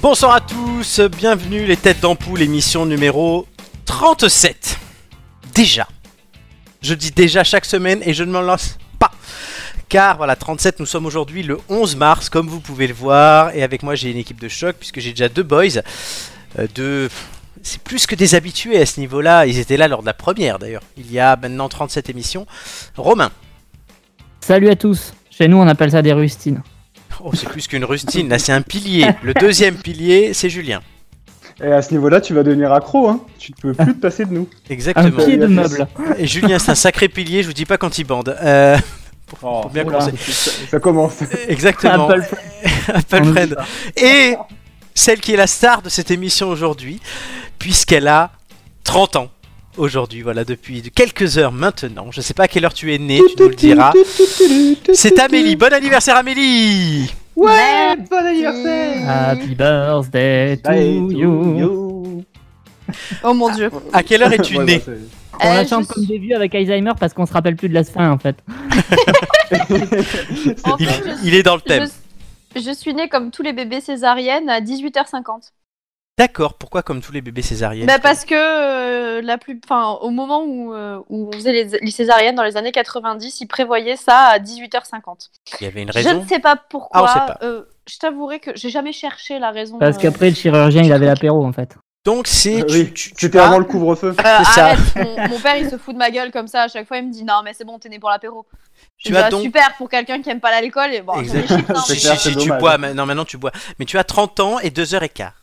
Bonsoir à tous, bienvenue les têtes d'ampoule, émission numéro 37. Déjà. Je dis déjà chaque semaine et je ne m'en lasse pas. Car voilà, 37, nous sommes aujourd'hui le 11 mars, comme vous pouvez le voir. Et avec moi, j'ai une équipe de choc, puisque j'ai déjà deux boys. C'est plus que des habitués à ce niveau-là. Ils étaient là lors de la première, d'ailleurs. Il y a maintenant 37 émissions. Romain. Salut à tous. Chez nous, on appelle ça des rustines. Oh, c'est plus qu'une rustine. Là, c'est un pilier. Le deuxième pilier, c'est Julien. Et à ce niveau-là, tu vas devenir accro, hein. Tu ne peux plus te passer de nous. Exactement. Un pied de meuble. Et Julien, c'est un sacré pilier, je vous dis pas quand il bande. Pour bien commencer. Ça commence. Exactement. Apple Friend. Et celle qui est la star de cette émission aujourd'hui, puisqu'elle a 30 ans. Aujourd'hui, voilà, depuis quelques heures maintenant. Je sais pas à quelle heure tu es né, tu nous le diras. C'est Amélie. Bon anniversaire, Amélie! Ouais, bon anniversaire! Happy birthday to you. Oh mon dieu. À quelle heure es-tu né? On la chante comme des vieux avec Alzheimer parce qu'on se rappelle plus de la fin en fait. En fait, Il est dans le thème. Je suis née comme tous les bébés césariennes à 18h50. D'accord, pourquoi comme tous les bébés césariennes? Bah parce que au moment où on faisait les césariennes dans les années 90, ils prévoyaient ça à 18h50. Il y avait une raison? Je ne sais pas pourquoi. Ah, on sait pas. Je t'avouerai que j'ai jamais cherché la raison. Parce qu'après le chirurgien il avait l'apéro en fait. Donc c'est... Oui, c'était avant le couvre-feu. Arrête, mon père il se fout de ma gueule comme ça à chaque fois, il me dit non mais c'est bon, t'es né pour l'apéro. Tu as donc... Super pour quelqu'un qui aime pas l'alcool et bon, exactement. Si tu bois, non maintenant tu bois. Mais tu as 30 ans et 2h15.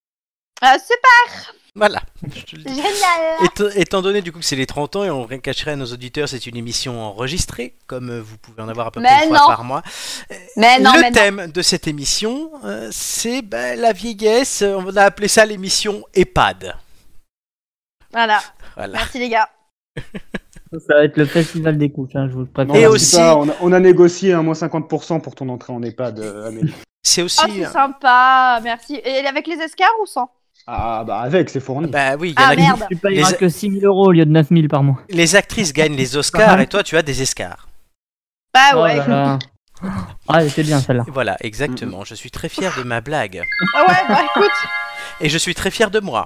Super. Voilà, je te le dis. Génial. Étant donné du coup que c'est les 30 ans et on cacherait à nos auditeurs, c'est une émission enregistrée, comme vous pouvez en avoir à peu près une fois par mois. Le thème de cette émission, c'est la vieillesse, on a appelé ça l'émission EHPAD. Voilà. Merci les gars. Ça va être le festival des couches, hein, je vous le préviens. Et aussi, on a négocié un moins 50% pour ton entrée en EHPAD, Amélie. C'est aussi... c'est sympa, merci. Et avec les escars ou sans? Ah bah avec, c'est fourni. Bah oui, il y en a merde. Tu payeras que 6 000 € au lieu de 9 000 par mois. Les actrices gagnent les Oscars et toi tu as des escars. Bah ouais. Oh là là. Ah, c'est bien celle-là. Voilà, exactement. Je suis très fier de ma blague. Ah ouais, bah écoute. Et je suis très fier de moi.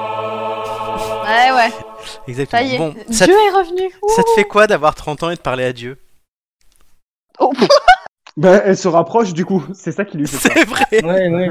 Ouais. Exactement. Ça y est, bon, Dieu est revenu. Ça te fait quoi d'avoir 30 ans et de parler à Dieu? Oh. Bah elle se rapproche du coup, c'est ça qui lui fait C'est vrai. Ouais.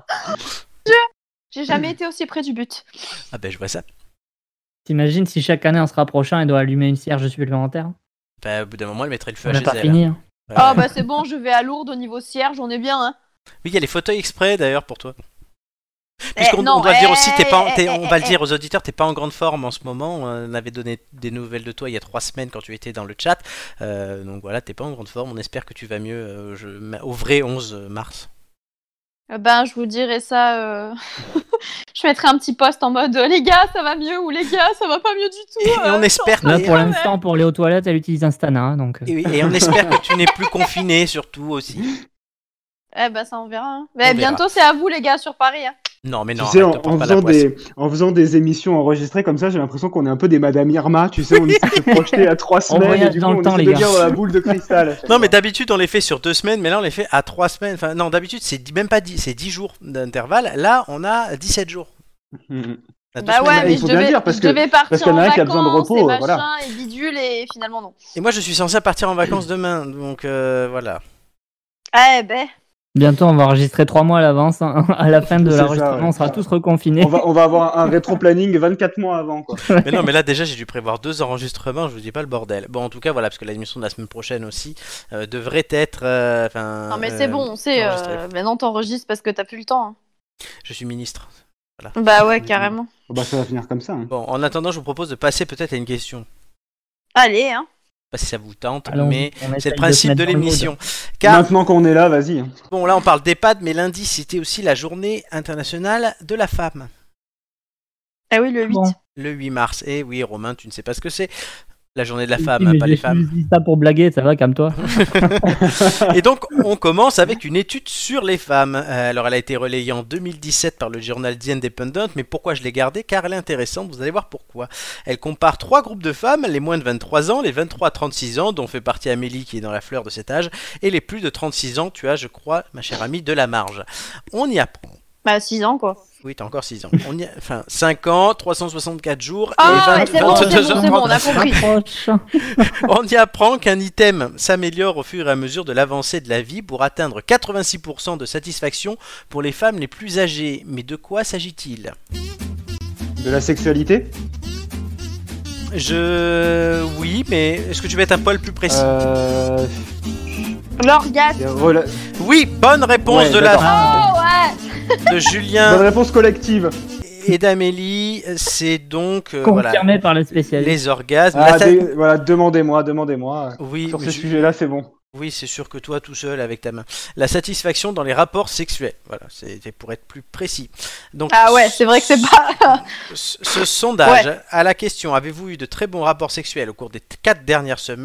J'ai jamais été aussi près du but. Ah ben je vois ça. T'imagines si chaque année en se rapprochant elle doit allumer une cierge supplémentaire? Bah au bout d'un moment elle mettrait le feu On à n'a chez pas elle. fini. Hein. Ouais. Oh bah c'est bon, je vais à Lourdes au niveau cierge, on est bien hein. Oui, il y a les fauteuils exprès d'ailleurs pour toi. Puisqu'on doit le dire aussi, on va le dire aux auditeurs, t'es pas en grande forme en ce moment. On avait donné des nouvelles de toi il y a 3 semaines quand tu étais dans le chat. Donc voilà, t'es pas en grande forme. On espère que tu vas mieux au vrai 11 mars. Ben je vous dirai ça. Je mettrai un petit post en mode les gars ça va mieux ou les gars ça va pas mieux du tout. Et on espère. Là pour l'instant pour aller aux toilettes elle utilise Instana hein, donc. Et on espère que tu n'es plus confiné surtout aussi. Eh ben ça on verra. Hein. Mais bientôt c'est à vous les gars sur Paris. Hein. Non mais non. Tu sais, en faisant des émissions enregistrées comme ça, j'ai l'impression qu'on est un peu des Madame Irma. Tu sais, on essaie de se projeter à 3 semaines. voyage et du dans coup, le temps, on les essaie de gars. dire dans la boule de cristal. Non mais d'habitude on les fait sur 2 semaines, mais là on les fait à 3 semaines. Enfin non, d'habitude c'est même pas 10, c'est 10 jours d'intervalle. Là on a 17 jours. Bah ouais, mais je devais partir en y en a un vacances qui a besoin de repos, et machin, voilà. et bidule, et finalement non. Et moi je suis censé partir en vacances demain, donc voilà. Eh ben. Bientôt, on va enregistrer 3 mois à l'avance. Hein. À la fin de C'est l'enregistrement, ça, ouais. on sera tous reconfinés. On va avoir un rétro-planning 24 mois avant, quoi. Mais non, mais là déjà j'ai dû prévoir 2 enregistrements, je vous dis pas le bordel. Bon, en tout cas, voilà, parce que l'émission de la semaine prochaine aussi devrait être. Non, mais c'est bon, on sait. Maintenant t'enregistres parce que t'as plus le temps. Hein. Je suis ministre. Voilà. Bah ouais, carrément. Bah ça va finir comme ça. Hein. Bon, en attendant, je vous propose de passer peut-être à une question. Allez, hein. Pas si ça vous tente, Allons, mais on c'est le essaye principe se de mettre dans le l'émission. Car, Maintenant qu'on est là, vas-y. Hein. bon, là on parle d'EHPAD, mais lundi c'était aussi la journée internationale de la femme. Ah oui, le 8. Bon. Le 8 mars. Et oui, Romain, tu ne sais pas ce que c'est. La journée de la Oui, femme, mais pas j'ai les femmes. juste dit ça pour blaguer, ça va, calme-toi. Et donc, on commence avec une étude sur les femmes. Alors, elle a été relayée en 2017 par le journal The Independent, mais pourquoi je l'ai gardée? Car elle est intéressante, vous allez voir pourquoi. Elle compare 3 groupes de femmes, les moins de 23 ans, les 23 à 36 ans, dont fait partie Amélie qui est dans la fleur de cet âge, et les plus de 36 ans, tu as, je crois, ma chère amie, de la marge. On y apprend Bah 6 ans quoi. Oui, t'as encore 6 ans. Enfin, 5 ans, 364 jours Ah, et c'est bon, 22 c'est bon, on a compris. Approche. On y apprend qu'un item s'améliore au fur et à mesure de l'avancée de la vie pour atteindre 86% de satisfaction pour les femmes les plus âgées. Mais de quoi s'agit-il? De la sexualité? Oui, mais est-ce que tu veux être un poil plus précis? L'orgasme. Oui, bonne réponse Ouais, de d'accord. Oh ouais. de Julien Bonne réponse collective. et d'Amélie. C'est donc voilà, Confirmé par le spécialiste. les orgasmes. Ah, voilà, demandez-moi. Oui, Sur mais ce sujet-là, c'est bon. Oui, c'est sûr que toi, tout seul, avec ta main. La satisfaction dans les rapports sexuels. Voilà, c'était pour être plus précis. Donc, Ah ouais, c'est vrai que c'est pas. ce sondage, à la question « Avez-vous eu de très bons rapports sexuels au cours des 4 dernières semaines ?»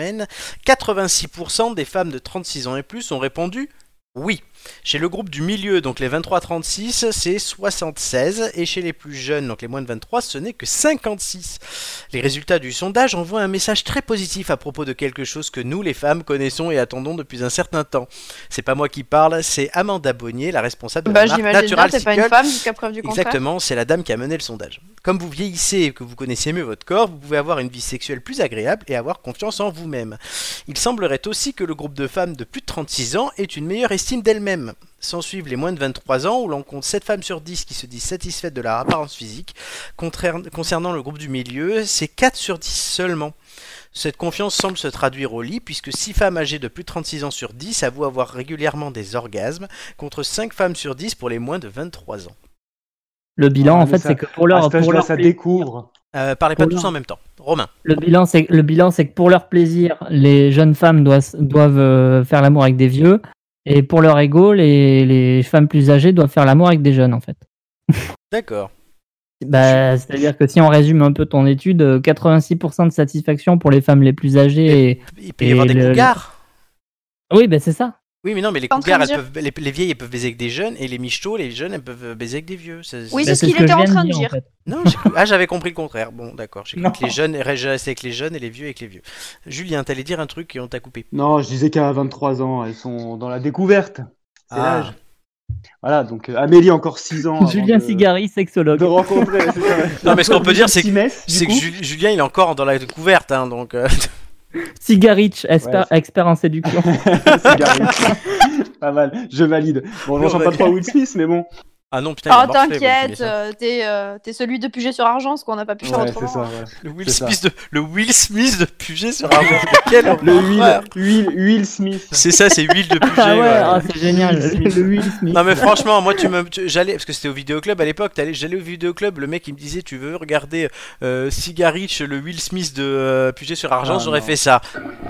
86% des femmes de 36 ans et plus ont répondu « Oui ». Chez le groupe du milieu, donc les 23-36, c'est 76, et chez les plus jeunes, donc les moins de 23, ce n'est que 56. Les résultats du sondage envoient un message très positif à propos de quelque chose que nous, les femmes, connaissons et attendons depuis un certain temps. C'est pas moi qui parle, c'est Amanda Bonnier, la responsable de la marque J'imagine bien, Natural c'est pas une Cycle. femme jusqu'à preuve du contraire. Exactement, c'est la dame qui a mené le sondage. Comme vous vieillissez et que vous connaissez mieux votre corps, vous pouvez avoir une vie sexuelle plus agréable et avoir confiance en vous-même. Il semblerait aussi que le groupe de femmes de plus de 36 ans ait une meilleure estime d'elles-mêmes. S'en suivent les moins de 23 ans où l'on compte 7 femmes sur 10 qui se disent satisfaites de leur apparence physique. Concernant le groupe du milieu, c'est 4 sur 10 seulement. Cette confiance semble se traduire au lit puisque 6 femmes âgées de plus de 36 ans sur 10 avouent avoir régulièrement des orgasmes contre 5 femmes sur 10 pour les moins de 23 ans. Le bilan, Ah, en fait, ça- c'est que pour leur, À cet âge-là, pour leur ça plaisir- découvre. Parlez pas tous en même temps. Romain. le bilan, c'est que pour leur plaisir, les jeunes femmes doivent faire l'amour avec des vieux, et pour leur ego, les femmes plus âgées doivent faire l'amour avec des jeunes, en fait. D'accord. Bah, c'est-à-dire que si on résume un peu ton étude, 86% de satisfaction pour les femmes les plus âgées. Il peut y avoir des cougars. Oui, bah, c'est ça. Oui, mais non, mais les T'es en train cougars, de les vieilles, elles peuvent baiser avec des jeunes, et les michtos, les jeunes, elles peuvent baiser avec des vieux. Oui, Bah, c'est ce qu'il que était je en viens train de en dire. fait. Non, j'avais compris le contraire. Bon, d'accord. J'ai cru que les jeunes restaient avec les jeunes et les vieux avec les vieux. Julien, t'allais dire un truc et on t'a coupé. Non, je disais qu'à 23 ans, elles sont dans la découverte. C'est l'âge. Voilà, donc Amélie, encore 6 ans. Julien Cigari, sexologue. De rencontrer. C'est ça. Non, mais ce qu'on peut dire, c'est que c'est Julien, il est encore dans la découverte, hein, donc. Cigarich, Ouais. expert en séduction. Pas mal, je valide. Bon, je ne sens pas trop à Will Smith, mais bon. Ah non, putain, il Oh, est morflé, t'inquiète, Will Smith, t'es celui de Puget sur Argent, ce qu'on n'a pas pu faire Ouais, c'est autrement. ça. Ouais. Le Will Smith de Puget sur Argent. Quel Le horreur. Will Smith. C'est ça, c'est Will de Puget. Ah ouais, ouais. ah, c'est génial. Le Will Smith. Non mais franchement, moi j'allais parce que c'était au vidéoclub à l'époque. J'allais au vidéoclub, le mec il me disait tu veux regarder Cigarich, le Will Smith de Puget sur Argent, Ah, j'aurais non. fait ça.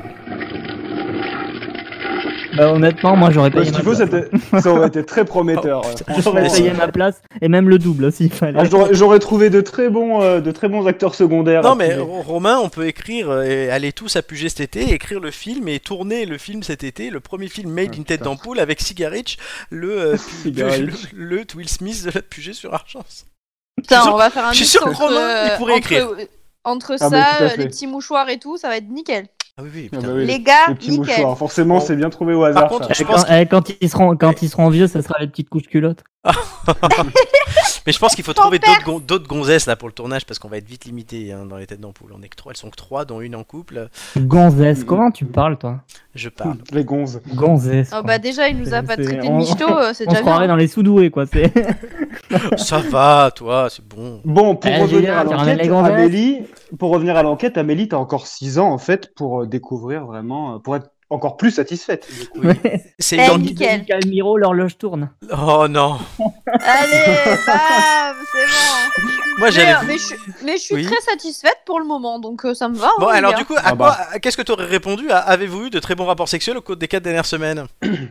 Bah, honnêtement, moi j'aurais Bah, payé ce ma qu'il faut, place. ça aurait été très prometteur. J'aurais Mais payé ma place et même le double s'il fallait. Ah, j'aurais trouvé de très bons acteurs secondaires. Non à mais Puget. Romain, on peut écrire et aller tous à Puget cet été, écrire le film et tourner le film cet été, le premier film Made in Tête putain. d'Ampoule avec Cigarich, le Cigarich. le Will Smith de la Puget sur Argent. Putain, Je suis on va faire un je suis mix sûr que entre, Romain, il pourrait écrire. Entre Ah, mais tout à ça, fait. les petits mouchoirs et tout, ça va être nickel. Ah oui, Ah, putain. bah oui, Les gars, les petits nickel. mouchoirs. Forcément, Bon. c'est bien trouvé au hasard. contre, ça. je pense Quand ils seront vieux, ça sera les petites couches culottes. Mais je pense qu'il faut trouver d'autres gonzesses là pour le tournage parce qu'on va être vite limité hein, dans les têtes d'ampoule. On est que 3, elles sont que 3 dont une en couple. Gonzesse, comment tu parles toi? Je parle. Les gonzes. Gonzesse. Oh quoi. bah déjà, il nous a pas C'est- traité de on- michto, c'est On se déjà croirait bien. dans les sous-doués quoi. C'est... Ça va, toi, c'est bon. Bon, pour Eh, revenir Julien, à tu ramènes l'enquête, les gonzesses Amélie, t'as encore 6 ans en fait pour découvrir vraiment, pour être encore plus satisfaite. du coup. Oui. C'est Eh, une nickel. Calmiro, l'horloge tourne. Oh non. Allez, bam, c'est bon. Moi j'allais. Mais je suis Oui. très satisfaite pour le moment, donc ça me va. Bon hein, les alors gars. du coup, Ah bah. qu'est-ce que tu aurais répondu à avez-vous eu de très bons rapports sexuels au cours des 4 dernières semaines?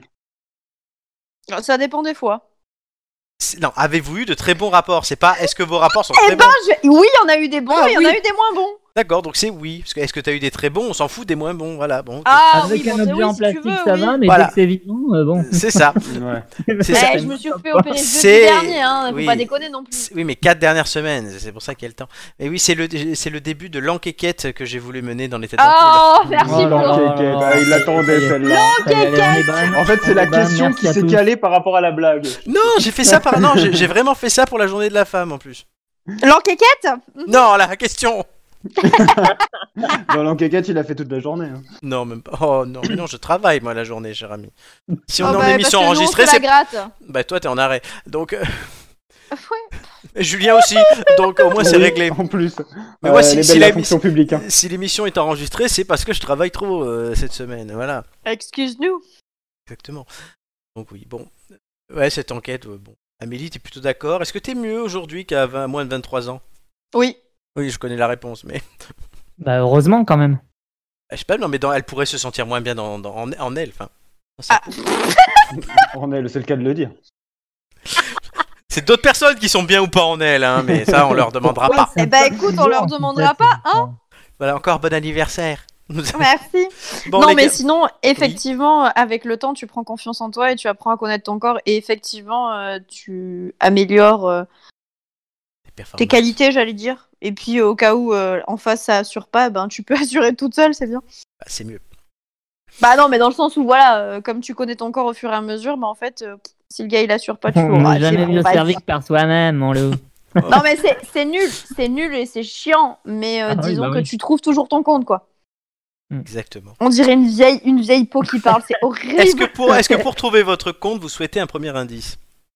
Ça dépend des fois. Non, avez-vous eu de très bons rapports? C'est pas est-ce que vos rapports sont Eh très ben, bons? oui, on a eu des bons, Ah et on oui. a eu des moins bons. D'accord, donc c'est oui. Parce que est-ce que t'as eu des très bons? On s'en fout des moins bons, voilà. Bon, Ah Avec oui, un bon, c'est objet en oui, si tu plastique, veux, ça oui. va, mais Voilà. dès que c'est vivant, bon. c'est ça. Ouais. C'est ça. Je me suis fait opérer jeudi C'est- dernier, hein. Faut oui. pas déconner non plus. Oui, mais 4 dernières semaines, c'est pour ça qu'il y a le temps. Mais oui, c'est le début de l'enquête que j'ai voulu mener dans les têtes Oh, merci Oh là Flo. là. L'enquête, il l'attendait celle-là. En fait, c'est la question qui s'est calée par rapport à la blague. Non, j'ai fait ça non, j'ai vraiment fait ça pour la journée de la femme en plus. L'enquête. Non, la question. Dans l'enquête, il a fait toute la journée. Hein. Non, même pas. Oh non, mais non, je travaille moi la journée, cher ami. Si on Oh, est en bah, émission parce que nous, on enregistrée, fait c'est la gratte. bah toi t'es en arrêt. Donc Ouais. Julien aussi. Donc au moins c'est Oui, réglé. En plus. Mais moi, Elle est si belle, la la fonction publique. Hein. Si l'émission est enregistrée, c'est parce que je travaille trop cette semaine. Voilà, Excuse-nous. exactement. Donc oui, bon. Ouais, cette enquête, bon. Amélie, t'es plutôt d'accord? Est-ce que t'es mieux aujourd'hui qu'à moins de 23 ans? Oui. Oui, je connais la réponse, mais Bah, heureusement, quand même. je sais pas, non, mais elle pourrait se sentir moins bien en elle. Enfin, C'est le cas de le dire. c'est d'autres personnes qui sont bien ou pas en elle, hein, mais ça, on leur demandera pas. Eh ben, écoute, on leur demandera pas, hein. Voilà, encore bon anniversaire. Merci. Bon, non, les mais gars, sinon, effectivement, avec le temps, tu prends confiance en toi et tu apprends à connaître ton corps. Et effectivement, tu améliores les performances. tes qualités, j'allais dire. Et puis, au cas où en face ça assure pas, ben tu peux assurer toute seule, c'est bien. Bah, c'est mieux. Bah non, mais dans le sens où, voilà, comme tu connais ton corps au fur et à mesure, bah en fait, si le gars il assure pas, tu On l'auras. n'est jamais C'est bon, mieux vas-y. servi que par soi-même, mon loup. Non, mais c'est nul et c'est chiant. Mais Ah oui, disons bah que oui. tu trouves toujours ton compte, quoi. Exactement. On dirait une vieille peau qui parle, c'est horrible. Est-ce que pour trouver votre compte, vous souhaitez un premier indice?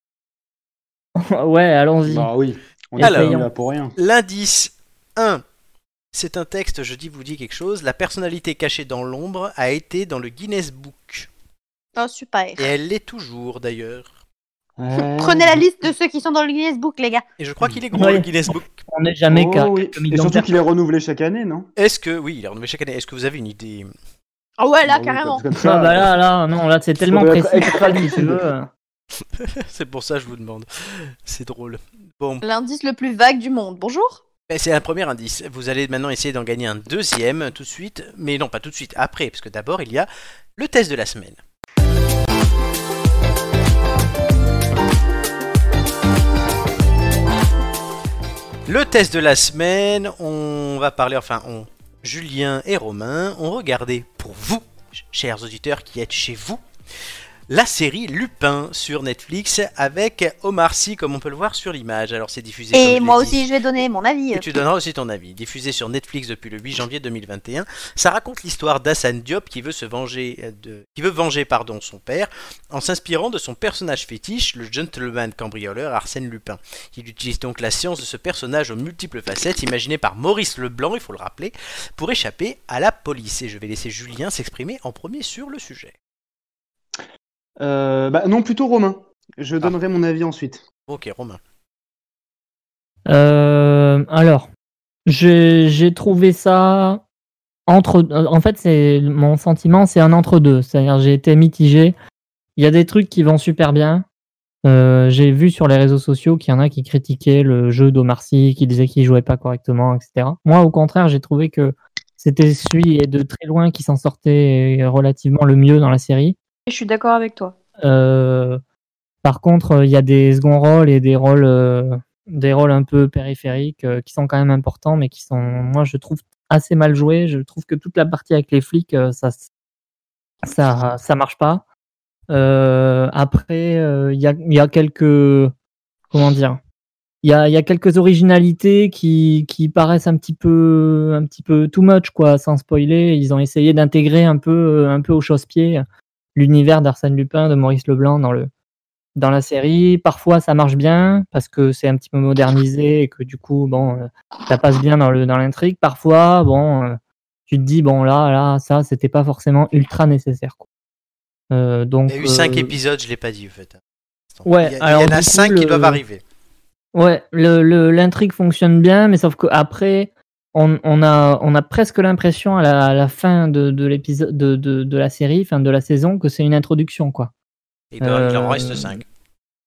Ouais, allons-y. Bah oui. On est Alors. pas là pour rien. L'indice 1. C'est un texte, vous dis quelque chose. La personnalité cachée dans l'ombre a été dans le Guinness Book. Oh, super. Et elle l'est toujours, d'ailleurs. Prenez la liste de ceux qui sont dans le Guinness Book, les gars. Et je crois qu'il est gros, Ouais. le Guinness Book. On n'est jamais qu'à oui. quelques Et millions de surtout personnes. qu'il est renouvelé chaque année, non? Est-ce que... Oui, il est renouvelé chaque année. Est-ce que vous avez une idée? Ah ouais, là, Bah oui, carrément. comme Ah ça, bah là, non, là c'est tellement faudrait être précis, extra si tu lucide. veux. C'est pour ça que je vous demande. C'est drôle. Bon, L'indice le plus vague du monde. Bonjour. ben, c'est un premier indice. Vous allez maintenant essayer d'en gagner un deuxième tout de suite. Mais non, pas tout de suite, après. Parce que d'abord, il y a le test de la semaine. Le test de la semaine, on va parler, Julien et Romain ont regardé pour vous, chers auditeurs qui êtes chez vous, la série Lupin sur Netflix avec Omar Sy, comme on peut le voir sur l'image. Alors c'est diffusé. comme Et je moi l'ai dit. aussi, je vais donner mon avis. Et tu donneras aussi ton avis. Diffusé sur Netflix depuis le 8 janvier 2021, ça raconte l'histoire d'Hassan Diop qui veut venger son père en s'inspirant de son personnage fétiche, le gentleman cambrioleur Arsène Lupin. Il utilise donc la science de ce personnage aux multiples facettes, imaginé par Maurice Leblanc, il faut le rappeler, pour échapper à la police. Et je vais laisser Julien s'exprimer en premier sur le sujet. Non, plutôt Romain. Je donnerai mon avis ensuite. Ok, Romain. Alors, j'ai trouvé ça entre. En fait, c'est mon sentiment, c'est un entre-deux. C'est-à-dire, j'ai été mitigé. Il y a des trucs qui vont super bien. J'ai vu sur les réseaux sociaux qu'il y en a qui critiquaient le jeu d'Omar Sy, qui disaient qu'il jouait pas correctement, etc. Moi, au contraire, j'ai trouvé que c'était celui et de très loin qui s'en sortait relativement le mieux dans la série. Je suis d'accord avec toi. Par contre, il y a des second rôles et des rôles un peu périphériques qui sont quand même importants, mais qui sont, moi, je trouve assez mal joués. Je trouve que toute la partie avec les flics, ça marche pas. Après, il y a quelques, comment dire, il y a quelques originalités qui paraissent un petit peu too much, quoi, sans spoiler. Ils ont essayé d'intégrer un peu au chausse-pied l'univers d'Arsène Lupin de Maurice Leblanc dans la série. Parfois ça marche bien parce que c'est un petit peu modernisé et que du coup ça passe bien dans l'intrigue. Parfois tu te dis là ça c'était pas forcément ultra nécessaire, quoi. Donc Il y a eu 5 épisodes, je l'ai pas dit en fait. Ouais, il y alors, en a du coup, 5 qui doivent arriver. Ouais, l'intrigue fonctionne bien, mais sauf qu'après, on a presque l'impression à la fin de l'épisode de la série, fin de la saison, que c'est une introduction, quoi. Il en reste 5.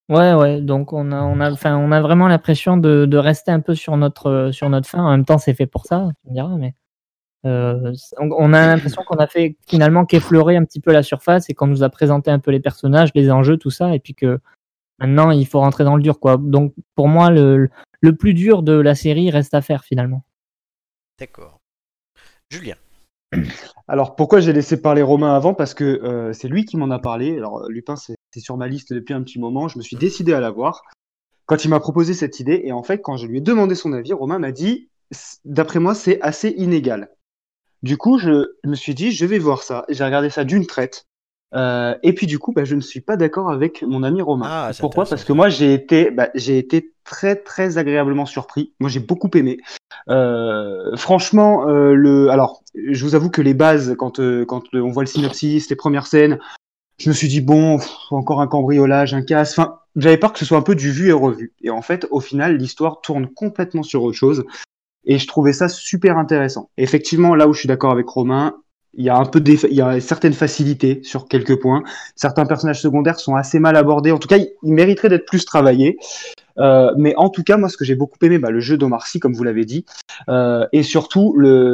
Ouais, donc on a vraiment l'impression de rester un peu sur notre fin. En même temps, c'est fait pour ça, tu me diras, mais on a l'impression qu'on a fait finalement qu'effleurer un petit peu la surface et qu'on nous a présenté un peu les personnages, les enjeux, tout ça, et puis que maintenant il faut rentrer dans le dur, quoi. Donc pour moi, le plus dur de la série reste à faire finalement. D'accord. Julien. Alors pourquoi j'ai laissé parler Romain avant? Parce que c'est lui qui m'en a parlé. Alors Lupin, c'est sur ma liste depuis un petit moment. Je me suis décidé à la voir quand il m'a proposé cette idée. Et en fait, quand je lui ai demandé son avis, Romain m'a dit, d'après moi, c'est assez inégal. Du coup, je me suis dit, je vais voir ça. J'ai regardé ça d'une traite. Et puis du coup, je ne suis pas d'accord avec mon ami Romain. Ah, c'est Pourquoi? intéressant, Parce que moi, j'ai été très très agréablement surpris. Moi, j'ai beaucoup aimé. Franchement, alors, je vous avoue que les bases, quand on voit le synopsis, les premières scènes, je me suis dit bon, encore un cambriolage, un casse. Enfin, j'avais peur que ce soit un peu du vu et revu. Et en fait, au final, l'histoire tourne complètement sur autre chose. Et je trouvais ça super intéressant. Et effectivement, là où je suis d'accord avec Romain, il y a il y a certaines facilités sur quelques points. Certains personnages secondaires sont assez mal abordés. En tout cas, ils mériteraient d'être plus travaillés. Mais en tout cas, moi, ce que j'ai beaucoup aimé, le jeu d'Omar Sy, comme vous l'avez dit, et surtout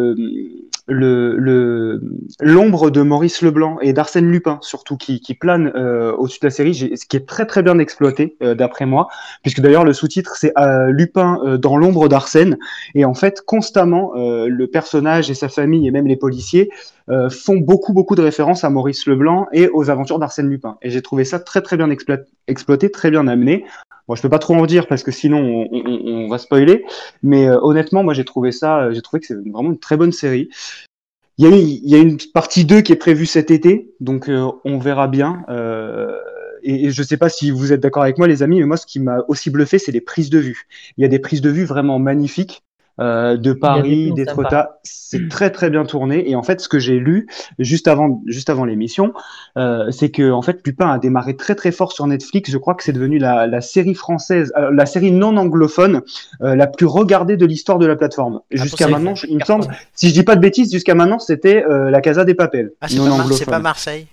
l'ombre de Maurice Leblanc et d'Arsène Lupin, surtout qui plane au-dessus de la série, ce qui est très très bien exploité d'après moi, puisque d'ailleurs le sous-titre c'est Lupin dans l'ombre d'Arsène, et en fait constamment le personnage et sa famille et même les policiers font beaucoup de références à Maurice Leblanc et aux aventures d'Arsène Lupin, et j'ai trouvé ça très très bien exploité, très bien amené. Bon, je peux pas trop en dire parce que sinon on va spoiler, mais honnêtement, moi j'ai trouvé que c'est vraiment une très bonne série. Il y a une partie 2 qui est prévue cet été, donc on verra bien. Et je sais pas si vous êtes d'accord avec moi, les amis, mais moi ce qui m'a aussi bluffé, c'est les prises de vue. Il y a des prises de vue vraiment magnifiques de Paris, d'Étretat. C'est très très bien tourné. Et en fait, ce que j'ai lu juste avant l'émission, c'est que en fait, Lupin a démarré très très fort sur Netflix. Je crois que c'est devenu la série française, la série non anglophone la plus regardée de l'histoire de la plateforme. Jusqu'à maintenant, il me semble, si je dis pas de bêtises, jusqu'à maintenant, c'était la Casa des Papel. Ah, c'est pas Marseille.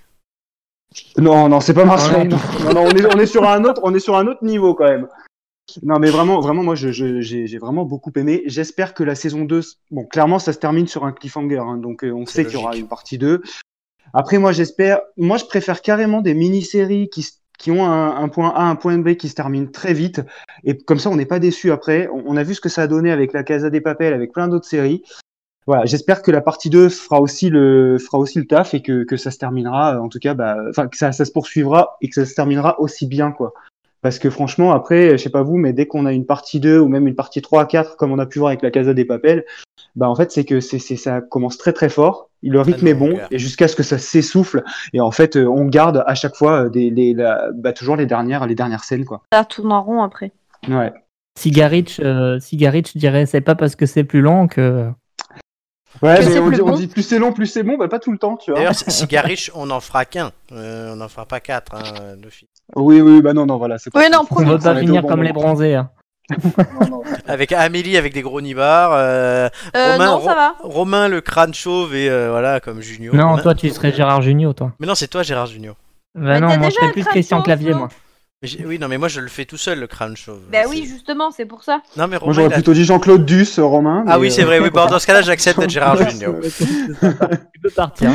Non, c'est pas Marseille. Non, on est sur un autre niveau quand même. Non, mais vraiment, moi, j'ai vraiment beaucoup aimé. J'espère que la saison 2, bon, clairement, ça se termine sur un cliffhanger, hein, donc on sait qu'il y aura une partie 2. Après, moi, je préfère carrément des mini-séries qui ont un point A, un point B qui se terminent très vite. Et comme ça, on n'est pas déçu après. On a vu ce que ça a donné avec la Casa des Papel, avec plein d'autres séries. Voilà, j'espère que la partie 2 fera aussi le taf et que ça se terminera, en tout cas, que ça se poursuivra et que ça se terminera aussi bien, quoi. Parce que franchement, après, je sais pas vous, mais dès qu'on a une partie 2 ou même une partie 3 à 4, comme on a pu voir avec la Casa des Papel, en fait, c'est que ça commence très très fort, le rythme est bon, et jusqu'à ce que ça s'essouffle, et en fait, on garde à chaque fois toujours les dernières scènes, quoi. Ça tourne en rond après. Ouais. Sigarich, je dirais, c'est pas parce que c'est plus long que... Ouais, mais on dit plus c'est long, plus c'est bon, pas tout le temps, tu vois. D'ailleurs, Sigarich, on n'en fera qu'un, on n'en fera pas 4, hein, de film. Oui, non, voilà. C'est pas oui, non, on ne veut pas finir comme les bronzés. Hein. non. Avec Amélie, avec des gros nibards. non, ça va. Romain, le crâne chauve, et voilà, comme Junio. Non, toi, tu serais Gérard Junio, toi. Mais non, c'est toi, Gérard Junio. Bah non, moi, je serais plus Christian Clavier, moi. Oui, non, mais moi je le fais tout seul, le crâne chauve. Bah oui, justement, c'est pour ça. Non, mais Romain, moi j'aurais plutôt dit Jean-Claude Duss, Romain. Ah oui, c'est vrai, oui, dans ce cas-là, j'accepte d'être Gérard Junior. Tu peux partir.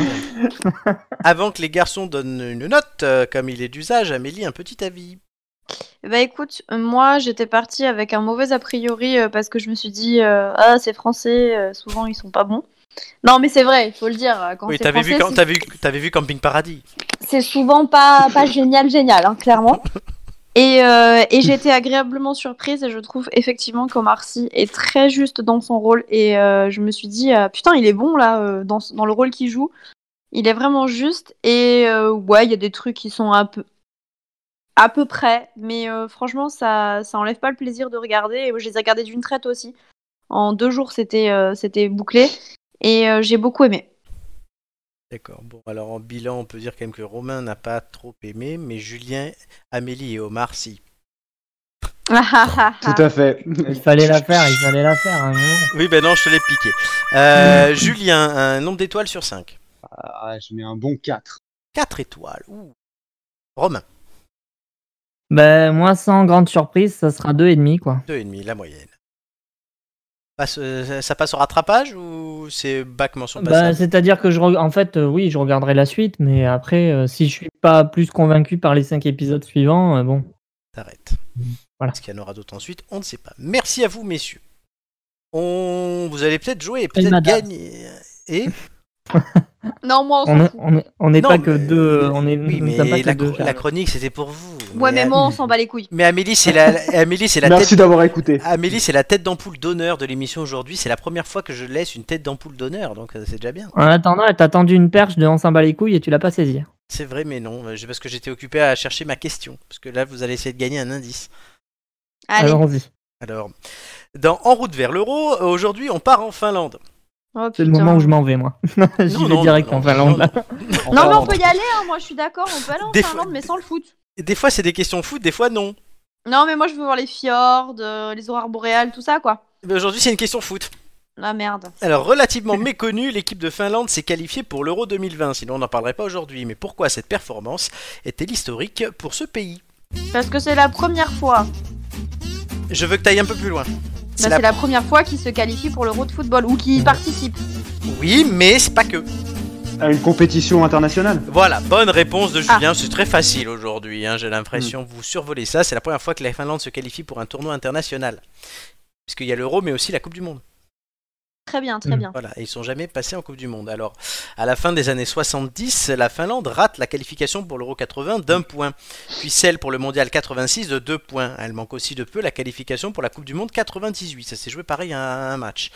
Avant que les garçons donnent une note, comme il est d'usage, Amélie, un petit avis. Bah écoute, moi j'étais partie avec un mauvais a priori parce que je me suis dit c'est français, souvent ils sont pas bons. Non mais c'est vrai, il faut le dire. Quand oui, t'avais vu Camping Paradis. C'est souvent pas génial, hein, clairement. Et j'ai été agréablement surprise et je trouve effectivement qu'Omar Sy est très juste dans son rôle et je me suis dit putain il est bon là dans le rôle qu'il joue. Il est vraiment juste et ouais il y a des trucs qui sont à peu près, mais franchement ça enlève pas le plaisir de regarder et moi je les ai regardés d'une traite aussi. En 2 jours c'était bouclé et j'ai beaucoup aimé. D'accord, bon alors en bilan on peut dire quand même que Romain n'a pas trop aimé, mais Julien, Amélie et Omar si. Tout à fait. Il fallait la faire. Hein, oui ben non je te l'ai piqué. Julien, un nombre d'étoiles sur 5. Je mets un bon 4. 4 étoiles, ouh. Romain. Ben, moi, sans grande surprise, ça sera 2,5 quoi. 2,5, la moyenne. Ça passe au rattrapage ou c'est bac mention Bah, passable? c'est-à-dire que en fait, oui, je regarderai la suite, mais après, si je suis pas plus convaincu par les 5 épisodes suivants, bon. T'arrêtes. Voilà. Est-ce qu'il y en aura d'autres ensuite? On ne sait pas. Merci à vous, messieurs. Vous allez peut-être jouer et peut-être gagner. Et Non, moi, on s'en fout. on n'est Non, pas que mais- deux. oui, nous sommes pas mais que deux, la chronique c'était pour vous. Ouais, mais moi, on s'en bat les couilles. Mais Amélie, c'est la Merci tête. d'avoir écouté. Amélie, c'est la tête d'ampoule d'honneur de l'émission aujourd'hui. C'est la première fois que je laisse une tête d'ampoule d'honneur, donc c'est déjà bien. En attendant, elle t'a tendu une perche de on s'en bat les couilles et tu l'as pas saisie. C'est vrai, mais non, parce que j'étais occupé à chercher ma question. Parce que là, vous allez essayer de gagner un indice. Allez. Allons-y. Alors, En route vers l'euro, aujourd'hui, on part en Finlande. Oh, C'est le putain. moment où je m'en vais, moi. J'y vais direct en Finlande. Là. Non, mais on peut y aller, hein. Moi, je suis d'accord. On peut aller en Des Finlande, fois- mais sans le foot. Des fois, c'est des questions foot, des fois, non. Non, mais moi, je veux voir les fjords, les aurores boréales, tout ça, quoi. Mais aujourd'hui, c'est une question foot. Ah, merde. Alors, relativement méconnue, l'équipe de Finlande s'est qualifiée pour l'Euro 2020, sinon on n'en parlerait pas aujourd'hui. Mais pourquoi cette performance est-elle historique pour ce pays? Parce que c'est la première fois. Je veux que tu ailles un peu plus loin. C'est la première fois qu'ils se qualifient pour l'Euro de football ou qu'ils participent. Oui, mais c'est pas que. À une compétition internationale. Voilà, bonne réponse de Julien, c'est très facile aujourd'hui, hein, j'ai l'impression que vous survolez ça. C'est la première fois que la Finlande se qualifie pour un tournoi international. Puisqu'il y a l'Euro, mais aussi la Coupe du Monde. Très bien, très bien. Voilà, et ils sont jamais passés en Coupe du Monde. Alors, à la fin des années 70, la Finlande rate la qualification pour l'Euro 80 d'1 point, puis celle pour le Mondial 86 de 2 points. Elle manque aussi de peu la qualification pour la Coupe du Monde 98. Ça s'est joué pareil à un match.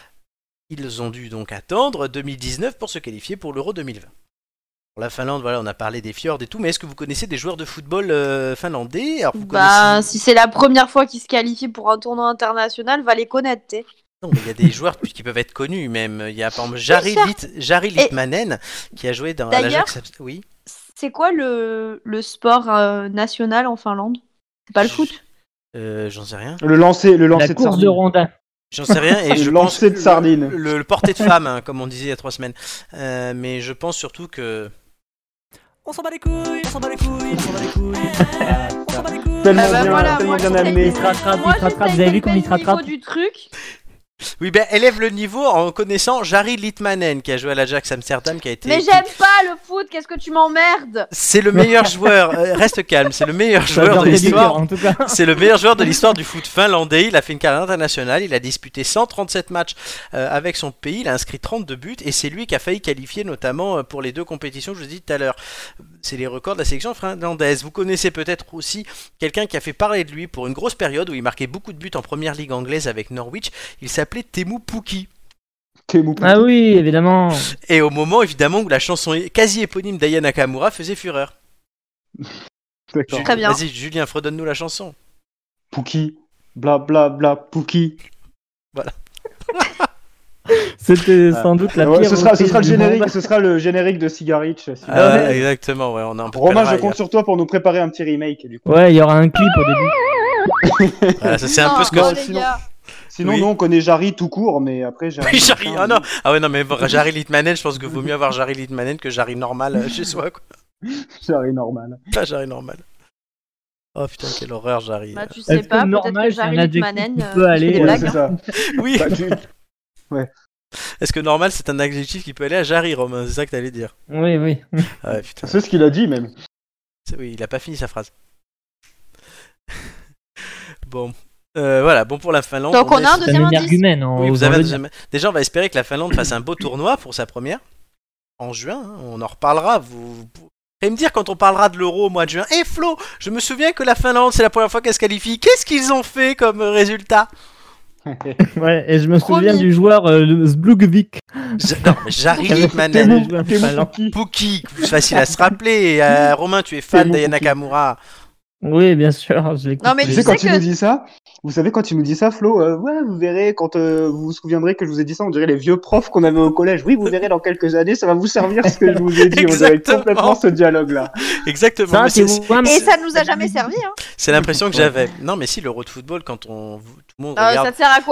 Ils ont dû donc attendre 2019 pour se qualifier pour l'Euro 2020. Pour la Finlande, voilà, on a parlé des fjords et tout, mais est-ce que vous connaissez des joueurs de football finlandais? Alors, vous Si c'est la première fois qu'ils se qualifient pour un tournoi international, va les connaître, t'es. Non, mais il y a des joueurs qui peuvent être connus même. Il y a par exemple Jari Litmanen qui a joué dans l'Ajax. Oui. C'est quoi le sport national en Finlande? C'est pas le foot? J'en sais rien. Le lancer La de course sardine. de rondin. J'en sais rien et Le je lancer pense de sardine. le porté de femme, hein, comme on disait il y a 3 semaines. Mais je pense surtout que on s'en bat les couilles, on s'en bat les couilles, on s'en bat les couilles. On s'en bat les couilles. Tellement bah bien, voilà, tellement moi, bien je sais amené. Il se rattrape, Moi, il se rattrape. j'essaye Vous avez vu d'élever comme il se le niveau rattrape? du truc. Oui, ben élève le niveau en connaissant Jari Litmanen qui a joué à l'Ajax Amsterdam, qui a été. Mais j'aime pas le foot, qu'est-ce que tu m'emmerdes? C'est le meilleur joueur. Reste calme, c'est le meilleur Ça joueur a de l'air délicat, l'histoire. en tout cas. C'est le meilleur joueur de l'histoire du foot finlandais. Il a fait une carrière internationale. Il a disputé 137 matchs avec son pays. Il a inscrit 32 buts et c'est lui qui a failli qualifier notamment pour les 2 compétitions que je vous ai dit tout à l'heure. C'est les records de la sélection finlandaise. Vous connaissez peut-être aussi quelqu'un qui a fait parler de lui pour une grosse période où il marquait beaucoup de buts en première ligue anglaise avec Norwich. Il s'appelait Teemu Pukki. Ah oui, évidemment. Et au moment évidemment où la chanson quasi éponyme d'Aya Nakamura faisait fureur. D'accord. Très bien. Vas-y Julien, fredonne-nous la chanson. Pouki. Bla bla bla Pouki. C'était sans doute la Ouais, pire. ce sera reprise le du générique, monde. ce sera le générique de Cigarich. Exactement, ouais, on a un peu de Romain, je pèlerin, compte sur toi pour nous préparer un petit remake du coup. Ouais, il y aura un clip au début. Voilà, ça c'est un peu ce que. Non, les sinon- gars. Sinon, Oui. nous on connaît Jarry tout court, mais après Jarry. Oui, Jari, machin, oh non, ah ouais, non, mais Jari Litmanen, je pense que vaut mieux avoir Jari Litmanen que Jari normal chez soi, quoi. Jarry normal. Pas Jari normal. Oh putain, quelle horreur, Jari. Bah, tu sais Est-ce que pas, peut-être normal, que c'est un Jari adjectif Litmanen qui peut aller, fait des Ouais, blagues, c'est hein. ça. Oui, Bah, tu- est-ce que normal c'est un adjectif qui peut aller à Jari, Romain? C'est ça que t'allais dire. Oui, oui. Ah ouais, putain. C'est ce qu'il a dit même. Oui, il a pas fini sa phrase. Bon. Voilà, bon pour la Finlande. Donc on a un C'est deuxième un indice. énergumène. Oui, vous avez un deuxième. Déjà, on va espérer que la Finlande fasse un beau tournoi pour sa première. En juin, hein, on en reparlera. Vous allez me dire quand on parlera de l'Euro au mois de juin. Eh Flo, je me souviens que la Finlande, c'est la première fois qu'elle se qualifie. Qu'est-ce qu'ils ont fait comme résultat? Ouais, et je me Promis. souviens du joueur Zblugvik. Non, mais Jari Litmanen. Pouki. Pouki, c'est facile à se rappeler. Romain, tu es fan Teemu d'Aya Pukki. Nakamura. Oui, bien sûr, je l'écoute. Non, mais Tu tu sais, sais quand il que- nous dit ça, vous savez, quand il nous dit ça, Flo, ouais, vous verrez, quand vous vous souviendrez que je vous ai dit ça, on dirait les vieux profs qu'on avait au collège. Oui, vous verrez dans quelques années, ça va vous servir ce que je vous ai dit. On dirait Exactement. complètement ce dialogue-là. Exactement. Ça, mais tu c'est- vois, Et ça nous a jamais servi, hein. c'est l'impression que j'avais. Non, mais si, l'Euro de football, quand tout le monde Ça regarde. te sert à quoi?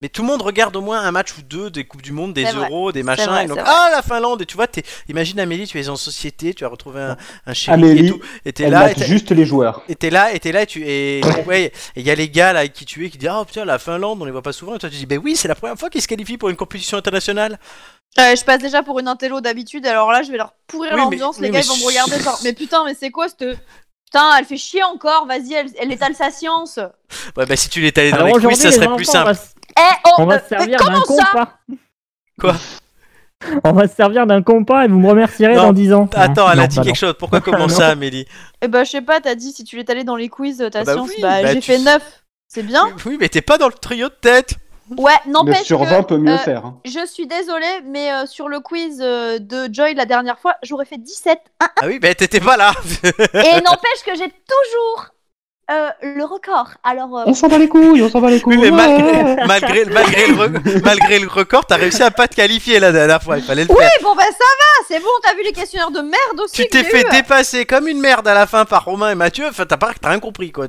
Mais tout le monde regarde au moins un match ou deux des Coupes du Monde, des C'est vrai. Euros, des C'est machins. vrai, Et donc, c'est vrai. la Finlande. Et tu vois, imagine Amélie, tu es en société, tu as retrouvé un chéri Amélie, et tout. Et t'es Elle là, mate juste les joueurs. et il y a les gars là avec qui tu es qui disent oh putain la Finlande on les voit pas souvent et toi tu dis ben oui c'est la première fois qu'ils se qualifient pour une compétition internationale. Je passe déjà pour une intello d'habitude, alors là je vais leur pourrir Oui, l'ambiance, mais- les oui, gars mais ils vont me regarder genre mais putain mais c'est quoi cette... Putain elle fait chier encore, vas-y elle étale sa science. Ouais bah si tu l'étalais dans Alors les quiz aujourd'hui, ça les serait plus enfants, simple. on va se mais servir d'un comment ça compas. Quoi? On va se servir d'un compas et vous me remercierez Non, dans 10 ans. Attends elle a dit bah quelque chose, pourquoi comment Non. ça Amélie? Eh bah je sais pas, t'as dit si tu l'étalais dans les quiz ta Ah bah science, oui, bah, bah, j'ai tu- fait 9. C'est bien. Oui mais t'es pas dans le trio de tête. Ouais, 9 n'empêche sur que 20 peut mieux faire. Hein. je suis désolée, mais sur le quiz de Joy la dernière fois, j'aurais fait 17. Ah oui bah t'étais pas là. Et n'empêche que j'ai toujours le record. Alors, On s'en bat les couilles, on s'en bat les couilles. Oui mais ouais. malgré le record t'as réussi à pas te qualifier la dernière fois, il fallait le oui, faire. bon bah ça va, c'est bon, t'as vu les questionnaires de merde aussi Tu que t'es j'ai fait eu. dépasser comme une merde à la fin par Romain et Mathieu, enfin t'as rien compris quoi.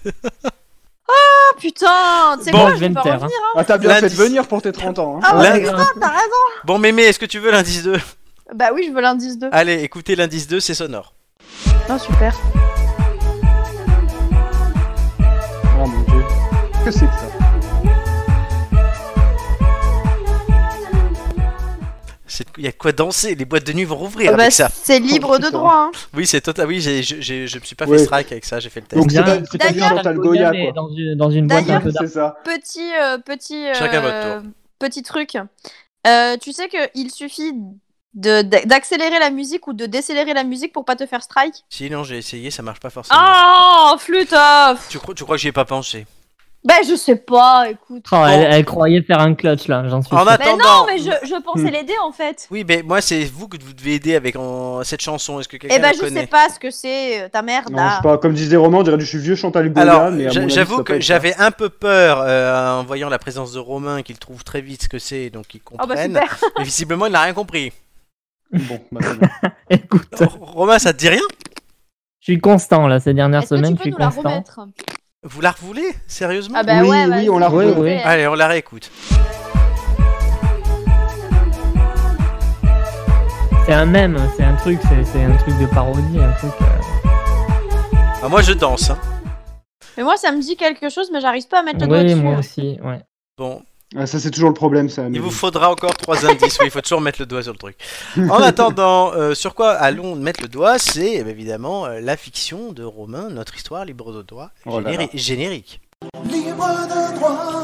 Ah putain, tu sais Bon, quoi, je je vais vais me pas taire, revenir. Ah, t'as bien Lundi. fait de venir pour tes 30 ans. Hein. Ah ouais, Lundi. putain, t'as raison. Bon Mémé, est-ce que tu veux l'indice 2? Bah oui, je veux l'indice 2. Allez, écoutez l'indice 2, c'est sonore. Ah super. Oh mon dieu. Que c'est que ça? Il y a quoi danser, les boîtes de nuit vont rouvrir Bah, avec ça. c'est libre de putain. droit. Hein. Oui, c'est total. Oui, je me suis pas Ouais. fait strike avec ça, j'ai fait le test. Donc c'est Bien. pas D'ailleurs- Chantal Goya Mais quoi. dans une boîte un D'ailleurs- peu d'art. C'est ça. Petit Chacun votre tour. petit truc. Tu sais qu'il suffit d'accélérer la musique ou de décélérer la musique pour pas te faire strike. Sinon, j'ai essayé, ça marche pas forcément. Oh, flûte. Tu crois que j'y ai pas pensé? Bah je sais pas, écoute. Oh, elle croyait faire un clutch là, j'en suis En sûr. Mais attendant. non, mais je pensais l'aider en fait. Oui, mais moi, c'est vous que vous devez aider avec cette chanson. Est-ce que quelqu'un Eh ben la je connaît? sais pas ce que c'est ta merde Non, là. je sais pas, comme disait Romain, on dirait que je suis vieux Chantal Goya, Alors, mais à mon avis, ça j'avoue doit pas que être ça. j'avais un peu peur en voyant la présence de Romain qu'il trouve très vite ce que c'est, donc il Oh bah comprenne. super. Mais visiblement, il n'a rien compris. Bon, bah, c'est bien. Écoute, Romain, ça te dit rien? je suis constant là ces dernières Est-ce que semaines, tu je peux suis nous la constant. remettre? Vous la revoulez? Sérieusement? Ah bah Oui, ouais, oui, vas-y, on la remet. refait. Oui, oui. Allez, on la réécoute. C'est un mème, c'est un truc de parodie, un truc. Ah, moi, je danse. Hein. Mais moi ça me dit quelque chose mais j'arrive pas à mettre le doigt Oui, dessus. moi aussi, ouais. Bon, Ah, ça, c'est toujours le problème, ça. il mais vous bon. faudra encore 3 indices. Oui, il faut toujours mettre le doigt sur le truc. En attendant, sur quoi allons mettre le doigt? C'est évidemment la fiction de Romain, notre histoire libre de droit, Oh là là. générique. Libre de droit.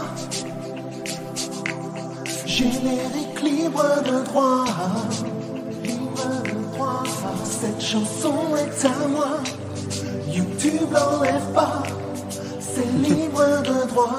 Générique libre de droit. Libre de droit. Cette chanson est à moi. YouTube l'enlève pas. C'est libre de droit.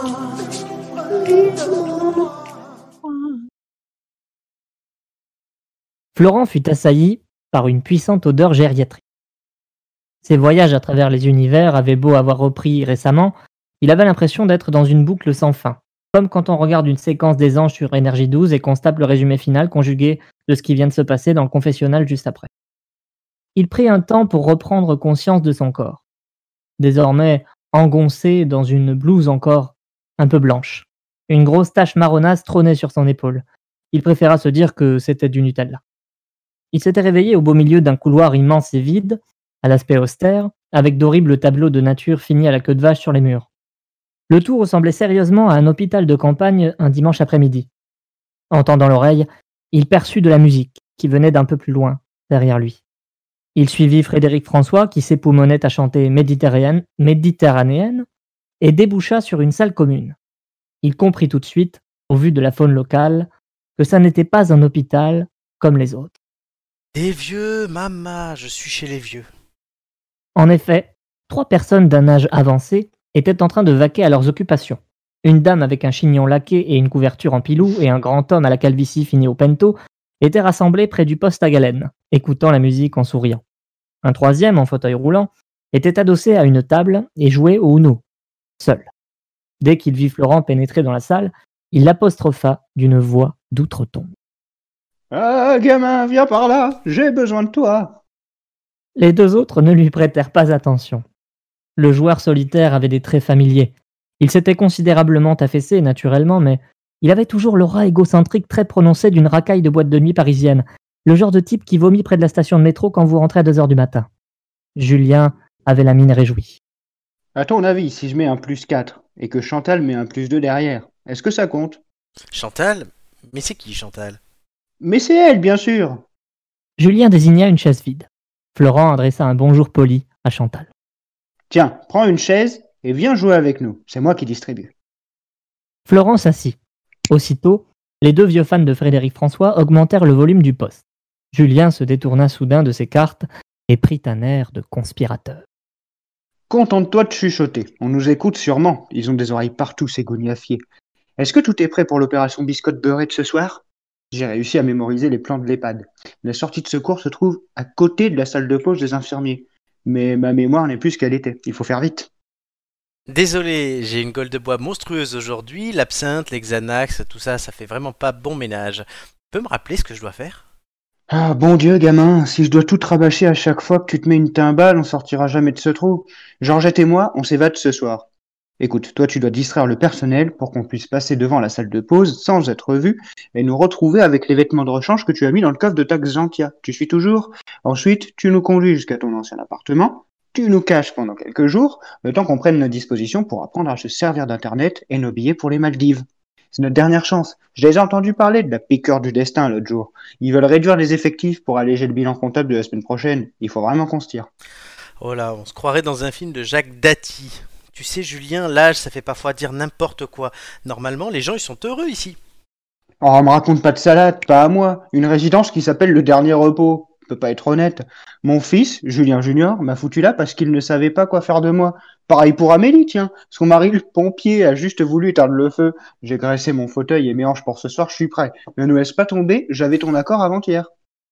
Florent fut assailli par une puissante odeur gériatrique. Ses voyages à travers les univers avaient beau avoir repris récemment, il avait l'impression d'être dans une boucle sans fin, comme quand on regarde une séquence des anges sur Énergie 12 et qu'on se tape le résumé final conjugué de ce qui vient de se passer dans le confessionnal juste après. Il prit un temps pour reprendre conscience de son corps, désormais engoncé dans une blouse encore un peu blanche. Une grosse tache marronasse trônait sur son épaule. Il préféra se dire que c'était du Nutella. Il s'était réveillé au beau milieu d'un couloir immense et vide, à l'aspect austère, avec d'horribles tableaux de nature finis à la queue de vache sur les murs. Le tout ressemblait sérieusement à un hôpital de campagne un dimanche après-midi. En tendant l'oreille, il perçut de la musique qui venait d'un peu plus loin, derrière lui. Il suivit Frédéric François qui s'époumonnait à chanter méditerranéenne et déboucha sur une salle commune. Il comprit tout de suite, au vu de la faune locale, que ça n'était pas un hôpital comme les autres. Des vieux, maman, je suis chez les vieux. En effet, 3 personnes d'un âge avancé étaient en train de vaquer à leurs occupations. Une dame avec un chignon laqué et une couverture en pilou et un grand homme à la calvitie finie au pento étaient rassemblés près du poste à galène, écoutant la musique en souriant. Un troisième, en fauteuil roulant, était adossé à une table et jouait au Uno, seul. Dès qu'il vit Florent pénétrer dans la salle, il l'apostropha d'une voix d'outre-tombe. « Ah, gamin, viens par là, j'ai besoin de toi. » Les 2 autres ne lui prêtèrent pas attention. Le joueur solitaire avait des traits familiers. Il s'était considérablement affaissé, naturellement, mais Il avait toujours l'aura égocentrique très prononcée d'une racaille de boîte de nuit parisienne, le genre de type qui vomit près de la station de métro quand vous rentrez à 2h du matin. Julien avait la mine réjouie. À ton avis, si je mets un +4 et que Chantal met un +2 derrière, est-ce que ça compte? Chantal? Mais c'est qui Chantal? Mais c'est elle, bien sûr. Julien désigna une chaise vide. Florent adressa un bonjour poli à Chantal. Tiens, prends une chaise et viens jouer avec nous. C'est moi qui distribue. Florent s'assit. Aussitôt, les deux vieux fans de Frédéric François augmentèrent le volume du poste. Julien se détourna soudain de ses cartes et prit un air de conspirateur. Contente-toi de chuchoter. On nous écoute sûrement. Ils ont des oreilles partout, ces gognafiers. Est-ce que tout est prêt pour l'opération biscotte beurrée de ce soir? J'ai réussi à mémoriser les plans de l'EHPAD. La sortie de secours se trouve à côté de la salle de pause des infirmiers. Mais ma mémoire n'est plus ce qu'elle était. Il faut faire vite. Désolé, j'ai une gueule de bois monstrueuse aujourd'hui, l'absinthe, les Xanax, tout ça, ça fait vraiment pas bon ménage. Tu peux me rappeler ce que je dois faire? Ah, bon Dieu, gamin, si je dois tout te rabâcher à chaque fois que tu te mets une timbale, on sortira jamais de ce trou. Georgette et moi, on s'évade ce soir. Écoute, toi tu dois distraire le personnel pour qu'on puisse passer devant la salle de pause sans être vu et nous retrouver avec les vêtements de rechange que tu as mis dans le coffre de ta Xantia. Tu suis toujours? Ensuite, tu nous conduis jusqu'à ton ancien appartement, tu nous caches pendant quelques jours, le temps qu'on prenne nos dispositions pour apprendre à se servir d'internet et nos billets pour les Maldives. C'est notre dernière chance. J'ai déjà entendu parler de la piqûre du destin l'autre jour. Ils veulent réduire les effectifs pour alléger le bilan comptable de la semaine prochaine. Il faut vraiment qu'on se tire. Oh là, on se croirait dans un film de Jacques Dati. Tu sais Julien, l'âge ça fait parfois dire n'importe quoi. Normalement les gens ils sont heureux ici. Oh, me raconte pas de salade, pas à moi. Une résidence qui s'appelle le Dernier Repos. Peut pas être honnête. Mon fils, Julien Junior, m'a foutu là parce qu'il ne savait pas quoi faire de moi. Pareil pour Amélie, tiens. Son mari, le pompier, a juste voulu éteindre le feu. J'ai graissé mon fauteuil et mes hanches pour ce soir, je suis prêt. Ne nous laisse pas tomber, j'avais ton accord avant-hier.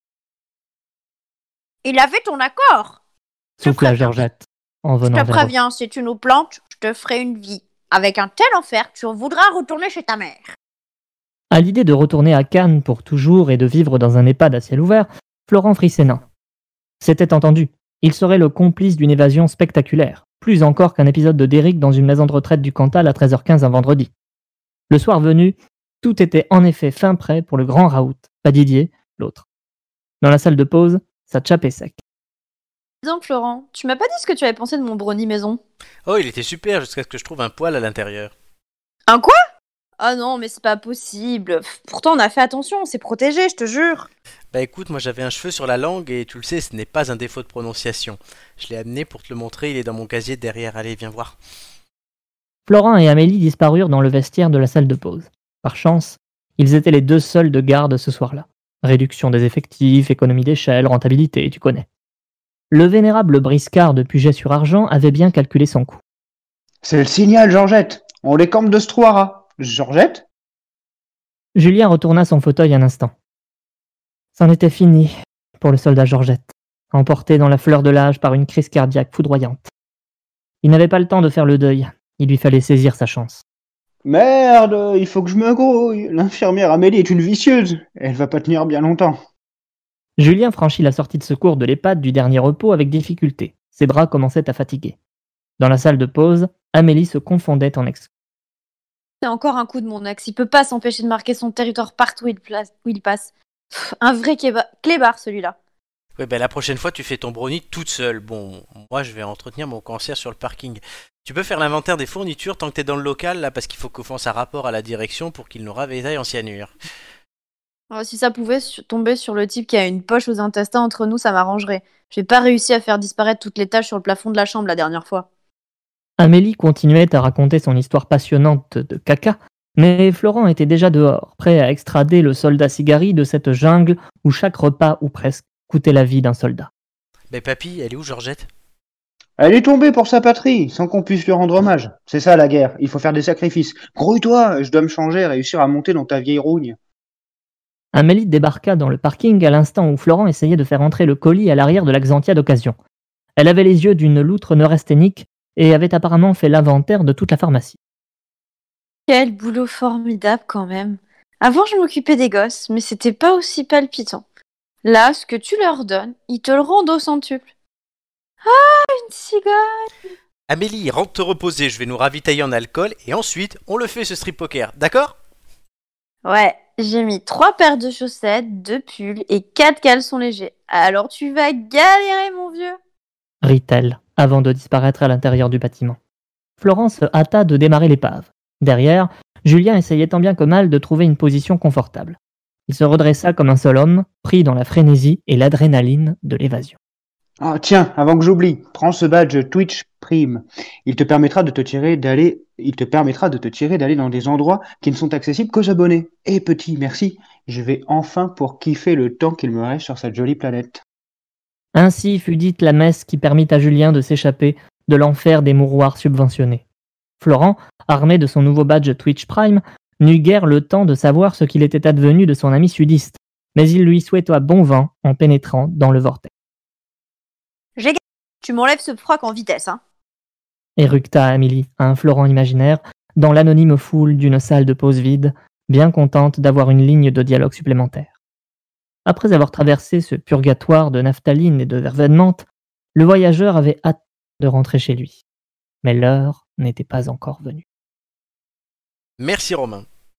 Il avait ton accord. Souffla Georgette en Je venant te vers eux. préviens, si tu nous plantes, je te ferai une vie. Avec un tel enfer, tu voudras retourner chez ta mère. À l'idée de retourner à Cannes pour toujours et de vivre dans un EHPAD à ciel ouvert, Florent frissonna. C'était entendu, il serait le complice d'une évasion spectaculaire, plus encore qu'un épisode de Derrick dans une maison de retraite du Cantal à 13h15 un vendredi. Le soir venu, tout était en effet fin prêt pour le grand raout, pas Didier, l'autre. Dans la salle de pause, ça tchapait sec. Dis donc, Florent, tu m'as pas dit ce que tu avais pensé de mon brownie maison? Oh il était super jusqu'à ce que je trouve un poil à l'intérieur. Un quoi? Ah non, mais c'est pas possible. Pourtant, on a fait attention, on s'est protégé, je te jure. Bah écoute, moi j'avais un cheveu sur la langue et tu le sais, ce n'est pas un défaut de prononciation. Je l'ai amené pour te le montrer, il est dans mon casier derrière, allez viens voir. Florent et Amélie disparurent dans le vestiaire de la salle de pause. Par chance, ils étaient les deux seuls de garde ce soir-là. Réduction des effectifs, économie d'échelle, rentabilité, tu connais. Le vénérable briscard de Puget-sur-Argent avait bien calculé son coût. C'est le signal, Georgette. On les campe de ce trois rats. Georgette? Julien retourna son fauteuil un instant. C'en était fini pour le soldat Georgette, emporté dans la fleur de l'âge par une crise cardiaque foudroyante. Il n'avait pas le temps de faire le deuil, il lui fallait saisir sa chance. Merde, il faut que je me grouille. L'infirmière Amélie est une vicieuse. Elle va pas tenir bien longtemps. Julien franchit la sortie de secours de l'EHPAD du Dernier Repos avec difficulté. Ses bras commençaient à fatiguer. Dans la salle de pause, Amélie se confondait en excuses. C'est encore un coup de mon ex. Il peut pas s'empêcher de marquer son territoire partout où il passe. Un vrai clébard, celui-là. Ouais bah la prochaine fois tu fais ton brownie toute seule. Bon, moi je vais entretenir mon cancer sur le parking. Tu peux faire l'inventaire des fournitures tant que t'es dans le local là parce qu'il faut qu'on fasse un rapport à la direction pour qu'ils nous ravitaillent en cyanure. Si ça pouvait tomber sur le type qui a une poche aux intestins entre nous, ça m'arrangerait. J'ai pas réussi à faire disparaître toutes les taches sur le plafond de la chambre la dernière fois. Amélie continuait à raconter son histoire passionnante de caca, mais Florent était déjà dehors, prêt à extrader le soldat Cigari de cette jungle où chaque repas, ou presque, coûtait la vie d'un soldat. Mais papy, elle est où Georgette? Elle est tombée pour sa patrie, sans qu'on puisse lui rendre hommage. C'est ça la guerre, il faut faire des sacrifices. Grouille-toi, je dois me changer et réussir à monter dans ta vieille rougne. Amélie débarqua dans le parking à l'instant où Florent essayait de faire entrer le colis à l'arrière de la Xantia d'occasion. Elle avait les yeux d'une loutre neurasthénique et avait apparemment fait l'inventaire de toute la pharmacie. Quel boulot formidable quand même. Avant, je m'occupais des gosses, mais c'était pas aussi palpitant. Là, ce que tu leur donnes, ils te le rendent au centuple. Ah, une cigogne! Amélie, rentre te reposer, je vais nous ravitailler en alcool et ensuite on le fait ce strip poker, d'accord? Ouais, j'ai mis 3 paires de chaussettes, 2 pulls et 4 caleçons légers. Alors tu vas galérer, mon vieux. Rit-elle, avant de disparaître à l'intérieur du bâtiment. Florence se hâta de démarrer l'épave. Derrière, Julien essayait tant bien que mal de trouver une position confortable. Il se redressa comme un seul homme, pris dans la frénésie et l'adrénaline de l'évasion. Ah, tiens, avant que j'oublie, prends ce badge Twitch Prime. Il te permettra de te tirer d'aller dans des endroits qui ne sont accessibles qu'aux abonnés. Et petit, merci. Je vais enfin pour kiffer le temps qu'il me reste sur cette jolie planète. Ainsi fut dite la messe qui permit à Julien de s'échapper de l'enfer des mouroirs subventionnés. Florent, armé de son nouveau badge Twitch Prime, n'eut guère le temps de savoir ce qu'il était advenu de son ami sudiste, mais il lui souhaita bon vent en pénétrant dans le vortex. J'ai gagné. Tu m'enlèves ce froc en vitesse, hein. Éructa Amélie à un Florent imaginaire dans l'anonyme foule d'une salle de pause vide, bien contente d'avoir une ligne de dialogue supplémentaire. Après avoir traversé ce purgatoire de naphtaline et de verveine menthe, le voyageur avait hâte de rentrer chez lui. Mais l'heure n'était pas encore venue. Merci Romain.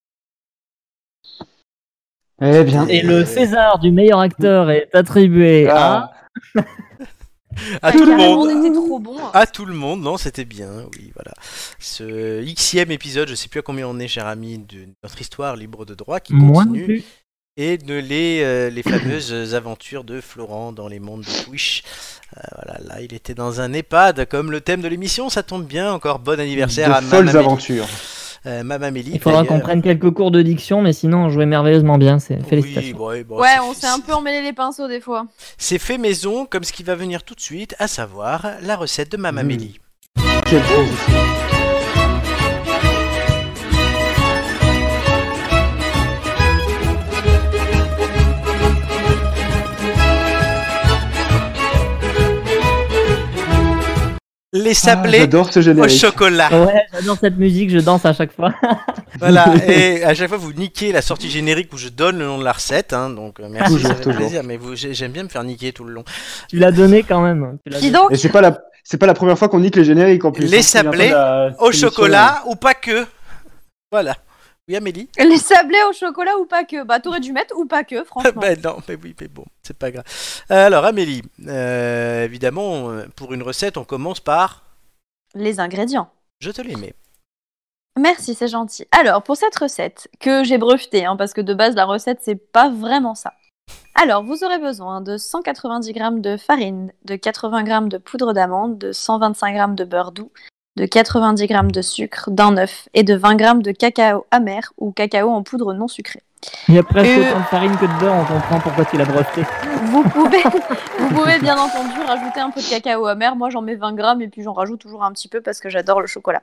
Eh bien. Et le César du meilleur acteur est attribué à... À tout le monde. On était trop bon. À tout le monde, non, c'était bien, oui, voilà. Ce Xème épisode, je sais plus à combien on est, cher ami, de notre histoire libre de droit qui Moi non continue. plus. Et de les fameuses aventures de Florent dans les mondes de Twitch. Voilà, là, il était dans un EHPAD, comme le thème de l'émission, ça tombe bien. Encore bon anniversaire à De folles Mme aventures. Mme Amélie. Il faudra qu'on prenne quelques cours de diction, mais sinon on jouait merveilleusement bien, félicitations. Oui, bon, Ouais, on s'est un peu emmêlé les pinceaux des fois. C'est fait maison, comme ce qui va venir tout de suite, à savoir la recette de Mme Amélie. Quelle transition. Les sablés j'adore ce au générique. chocolat. Ouais, j'adore cette musique, je danse à chaque fois. Voilà, et à chaque fois vous niquez la sortie générique où je donne le nom de la recette, hein, donc merci, Toujours, ça fait toujours. plaisir, mais j'aime bien me faire niquer tout le long. Tu l'as donné quand même. Tu l'as Dis donné. donc, Et c'est pas la première fois qu'on nique les génériques en plus. Les hein. C'est bientôt sablés la- Au c'est l'émission, chocolat ou pas que. Voilà. Oui Amélie. les sablés au chocolat ou pas que? Bah, t'aurais dû mettre ou pas que, franchement. Ben non, mais oui, mais bon, c'est pas grave. Alors Amélie, évidemment, pour une recette, on commence par... Les ingrédients. Je te les mets. Merci, c'est gentil. Alors, pour cette recette, que j'ai brevetée, hein, parce que de base, la recette, c'est pas vraiment ça. Alors, vous aurez besoin de 190 g de farine, de 80 g de poudre d'amande, de 125 g de beurre doux, de 90 g de sucre, d'un œuf et de 20 g de cacao amer ou cacao en poudre non sucrée. Il y a presque autant de farine que de beurre, on comprend pourquoi tu l'as breveté. Vous pouvez bien entendu rajouter un peu de cacao amer. Moi, j'en mets 20 grammes et puis j'en rajoute toujours un petit peu parce que j'adore le chocolat.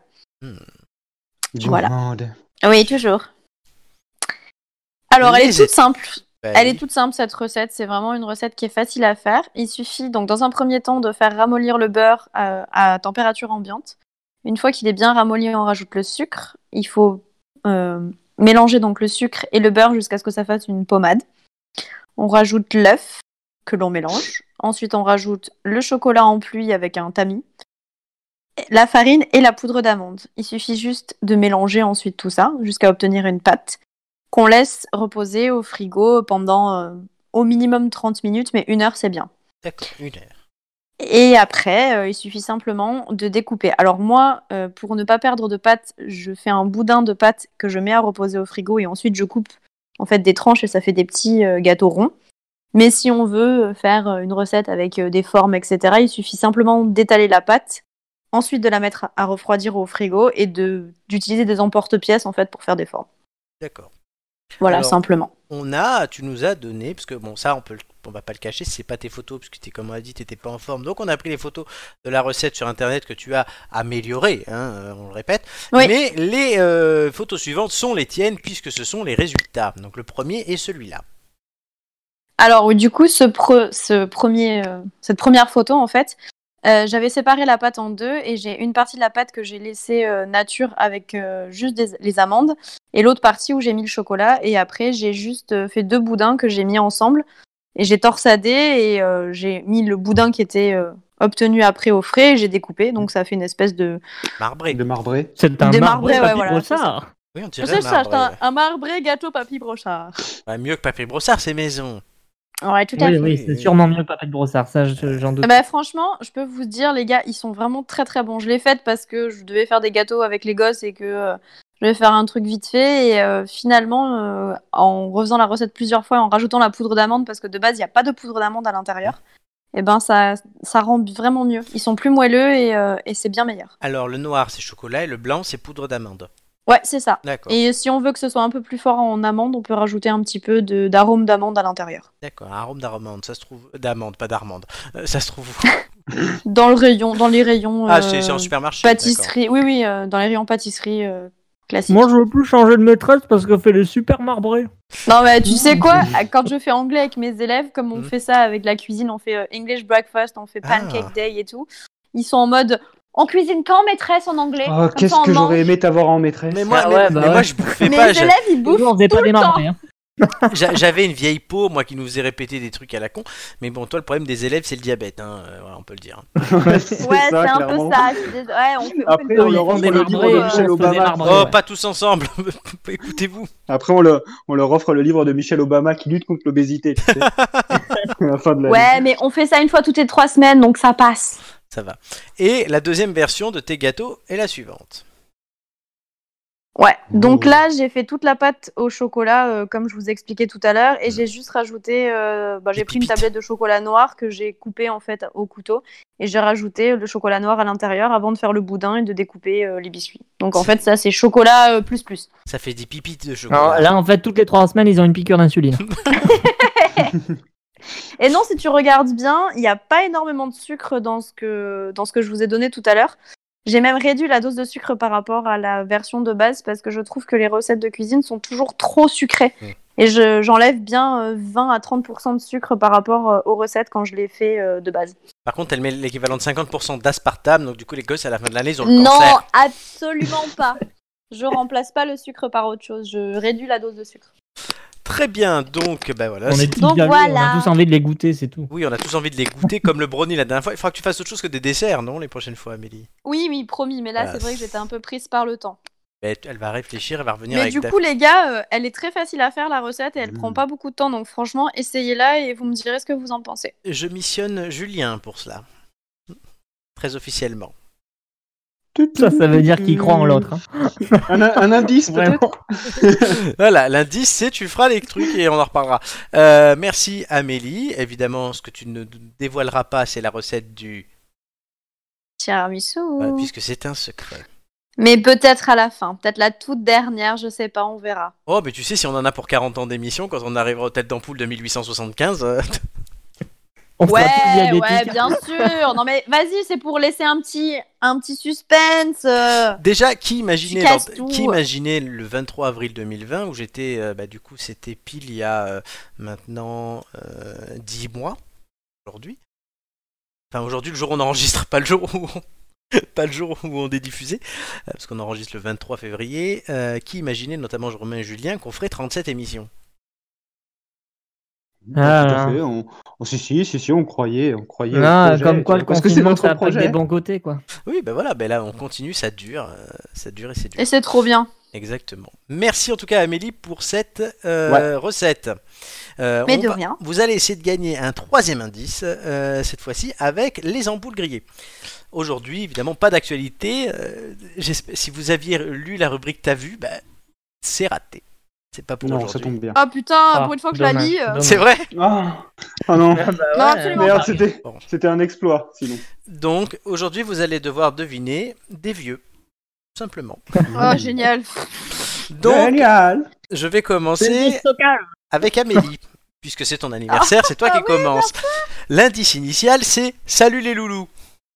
Voilà. Gourmande. Oui, toujours. Alors, elle est toute simple. Ben Elle oui. est toute simple, cette recette. C'est vraiment une recette qui est facile à faire. Il suffit donc dans un premier temps de faire ramollir le beurre à température ambiante. Une fois qu'il est bien ramolli, on rajoute le sucre. Il faut mélanger donc le sucre et le beurre jusqu'à ce que ça fasse une pommade. On rajoute l'œuf que l'on mélange. Ensuite, on rajoute le chocolat en pluie avec un tamis, la farine et la poudre d'amande. Il suffit juste de mélanger ensuite tout ça jusqu'à obtenir une pâte qu'on laisse reposer au frigo pendant au minimum 30 minutes, mais 1 heure c'est bien. D'accord, 1 heure. Et après, il suffit simplement de découper. Alors moi, pour ne pas perdre de pâte, je fais un boudin de pâte que je mets à reposer au frigo et ensuite je coupe en fait des tranches et ça fait des petits gâteaux ronds. Mais si on veut faire une recette avec des formes, etc., il suffit simplement d'étaler la pâte, ensuite de la mettre à refroidir au frigo et d'utiliser des emporte-pièces en fait pour faire des formes. D'accord. Voilà, Alors, simplement. Tu nous as donné, parce que bon, ça, on va pas le cacher, c'est pas tes photos, parce que comme on a dit, t'étais pas en forme. Donc, on a pris les photos de la recette sur internet que tu as améliorée, hein, on le répète. Oui. Mais les photos suivantes sont les tiennes, puisque ce sont les résultats. Donc, le premier est celui-là. Alors, du coup, cette première photo, en fait, j'avais séparé la pâte en deux et j'ai une partie de la pâte que j'ai laissée nature avec juste les amandes et l'autre partie où j'ai mis le chocolat. Et après, j'ai juste fait 2 boudins que j'ai mis ensemble et j'ai torsadé et j'ai mis le boudin qui était obtenu après au frais et j'ai découpé. Donc, ça fait une espèce de... Marbré. De marbré. C'est un Des marbré marbrés, ouais, papy voilà, Brossard. Oui, on Je dirait sais, je marbré, cherche ouais. un marbré gâteau papy brochard. Ouais, mieux que Papier Brossard, c'est maison. Ouais, tout à Oui, fait. oui, c'est sûrement mieux que Papier de Brossard, ça j'en doute. Bah, franchement, je peux vous dire, les gars, ils sont vraiment très très bons. Je l'ai faite parce que je devais faire des gâteaux avec les gosses et que je devais faire un truc vite fait. Et finalement, en refaisant la recette plusieurs fois, en rajoutant la poudre d'amande, parce que de base, il n'y a pas de poudre d'amande à l'intérieur, et ben ça rend vraiment mieux. Ils sont plus moelleux et c'est bien meilleur. Alors, le noir, c'est chocolat et le blanc, c'est poudre d'amande. Ouais, c'est ça. D'accord. Et si on veut que ce soit un peu plus fort en amande, on peut rajouter un petit peu d'arôme d'amande à l'intérieur. D'accord, un arôme d'amande, ça se trouve... D'amande, pas d'armande. Ça se trouve où? Dans les rayons Ah, c'est en supermarché. pâtisserie. Oui, oui, dans les rayons pâtisserie classiques. Moi je veux plus changer de maîtresse parce qu'elle fait les super marbrés. Non, mais tu sais quoi? Quand je fais anglais avec mes élèves, comme on fait ça avec la cuisine, on fait English breakfast, on fait pancake day et tout. Ils sont en mode on cuisine quand maîtresse en anglais? Oh, Comme qu'est-ce ça, on que j'aurais mange. aimé t'avoir en maîtresse. Mais moi, Ah ouais, mais bah moi ouais. je bouffais Mes pas. élèves, ils bouffent Nous on faisait tout pas des le temps. marbrés. Hein. J'avais une vieille peau, moi, qui nous faisait répéter des trucs à la con. Mais bon, toi, le problème des élèves, c'est le diabète, hein. Voilà, on peut le dire. Ouais, c'est Ouais, c'est un peu clairement. ça. Ouais, on fait Après, le on leur Ils font offre des le livre marbrés, de on Michel faisait Obama. marbrés. Oh, ouais. pas tous ensemble. Écoutez-vous. Après, on leur offre le livre de Michel Obama qui lutte contre l'obésité. Tu sais. À la fin de l'année. Ouais, mais on fait ça une fois toutes les 3 semaines, donc ça passe. Ça va. Et la deuxième version de tes gâteaux est la suivante. Ouais, donc Oh. là, j'ai fait toute la pâte au chocolat, comme je vous expliquais tout à l'heure, et j'ai juste rajouté, j'ai pris une pépites. tablette de chocolat noir que j'ai coupé en fait au couteau, et j'ai rajouté le chocolat noir à l'intérieur avant de faire le boudin et de découper les biscuits. Donc en fait, ça c'est chocolat plus. Ça fait des pipites de Non, chocolat. là en fait toutes les 3 semaines ils ont une piqûre d'insuline. Et non, si tu regardes bien, il n'y a pas énormément de sucre dans ce que je vous ai donné tout à l'heure. J'ai même réduit la dose de sucre par rapport à la version de base parce que je trouve que les recettes de cuisine sont toujours trop sucrées. Et j'enlève bien 20 à 30% de sucre par rapport aux recettes quand je les fais de base. Par contre, elle met l'équivalent de 50% d'aspartame, donc du coup, les gosses, à la fin de l'année, ils ont le Non, cancer. absolument pas. Je remplace pas le sucre par autre chose. Je réduis la dose de sucre. Très bien, donc, ben voilà. On c'est- est tous Donc jaloux, voilà. on a tous envie de les goûter, c'est tout. Oui, on a tous envie de les goûter comme le brownie la dernière fois. Il faudra que tu fasses autre chose que des desserts, non, les prochaines fois, Amélie? Oui, oui, promis. Mais là, Voilà. c'est vrai que j'étais un peu prise par le temps. Ben, elle va réfléchir, elle va revenir Mais avec du ta- coup, les gars, elle est très facile à faire la recette et elle Mmh. prend pas beaucoup de temps. Donc franchement, essayez-la et vous me direz ce que vous en pensez. Je missionne Julien pour cela. Très officiellement. Ça veut dire qu'ils croient en l'autre. Hein. Un indice peut-être. Vraiment. Voilà, l'indice c'est tu feras les trucs et on en reparlera. Merci Amélie. Évidemment, ce que tu ne dévoileras pas, c'est la recette du... Tiramisu. puisque c'est un secret. Mais peut-être à la fin. Peut-être la toute dernière, je sais pas, on verra. Oh, mais tu sais, si on en a pour 40 ans d'émission, quand on arrivera aux têtes d'ampoule de 1875... On fera Ouais, tous diabétiques. ouais, bien sûr. Non mais vas-y, c'est pour laisser un petit suspense. Déjà, qui imaginait, Tu casses tout. qui imaginait le 23 avril 2020, où j'étais, du coup, c'était pile il y a maintenant 10 mois, aujourd'hui. Enfin, aujourd'hui, le jour où on enregistre, pas le jour où pas le jour où on est diffusé, parce qu'on enregistre le 23 février. Qui imaginait, notamment Romain et Julien, qu'on ferait 37 émissions? Ah, Tout à fait. Si, on croyait au Non, projet, comme quoi le parce que c'est confinement notre ça a pas que projet. des bons côtés quoi. Oui, ben voilà, ben là, on continue, ça dure et c'est dur. Et c'est trop bien. Exactement. Merci en tout cas Amélie pour cette recette. Mais de rien. Vous allez essayer de gagner un troisième indice, cette fois-ci avec les ampoules grillées. Aujourd'hui, évidemment, pas d'actualité. Si vous aviez lu la rubrique T'as vu, c'est raté. C'est pas pour Non, ça aujourd'hui. tombe bien. Ah putain, Ah, pour une fois que je la dommage, lis. dommage. C'est vrai. Ah non. Ah, bah, Non, absolument Merde, pas. Bon. c'était un exploit, sinon. Donc aujourd'hui, vous allez devoir deviner des vieux, tout simplement. Oh génial. Donc, Génial. je vais commencer avec Amélie, puisque c'est ton anniversaire, c'est toi qui commence. L'indice initial, c'est Salut les loulous.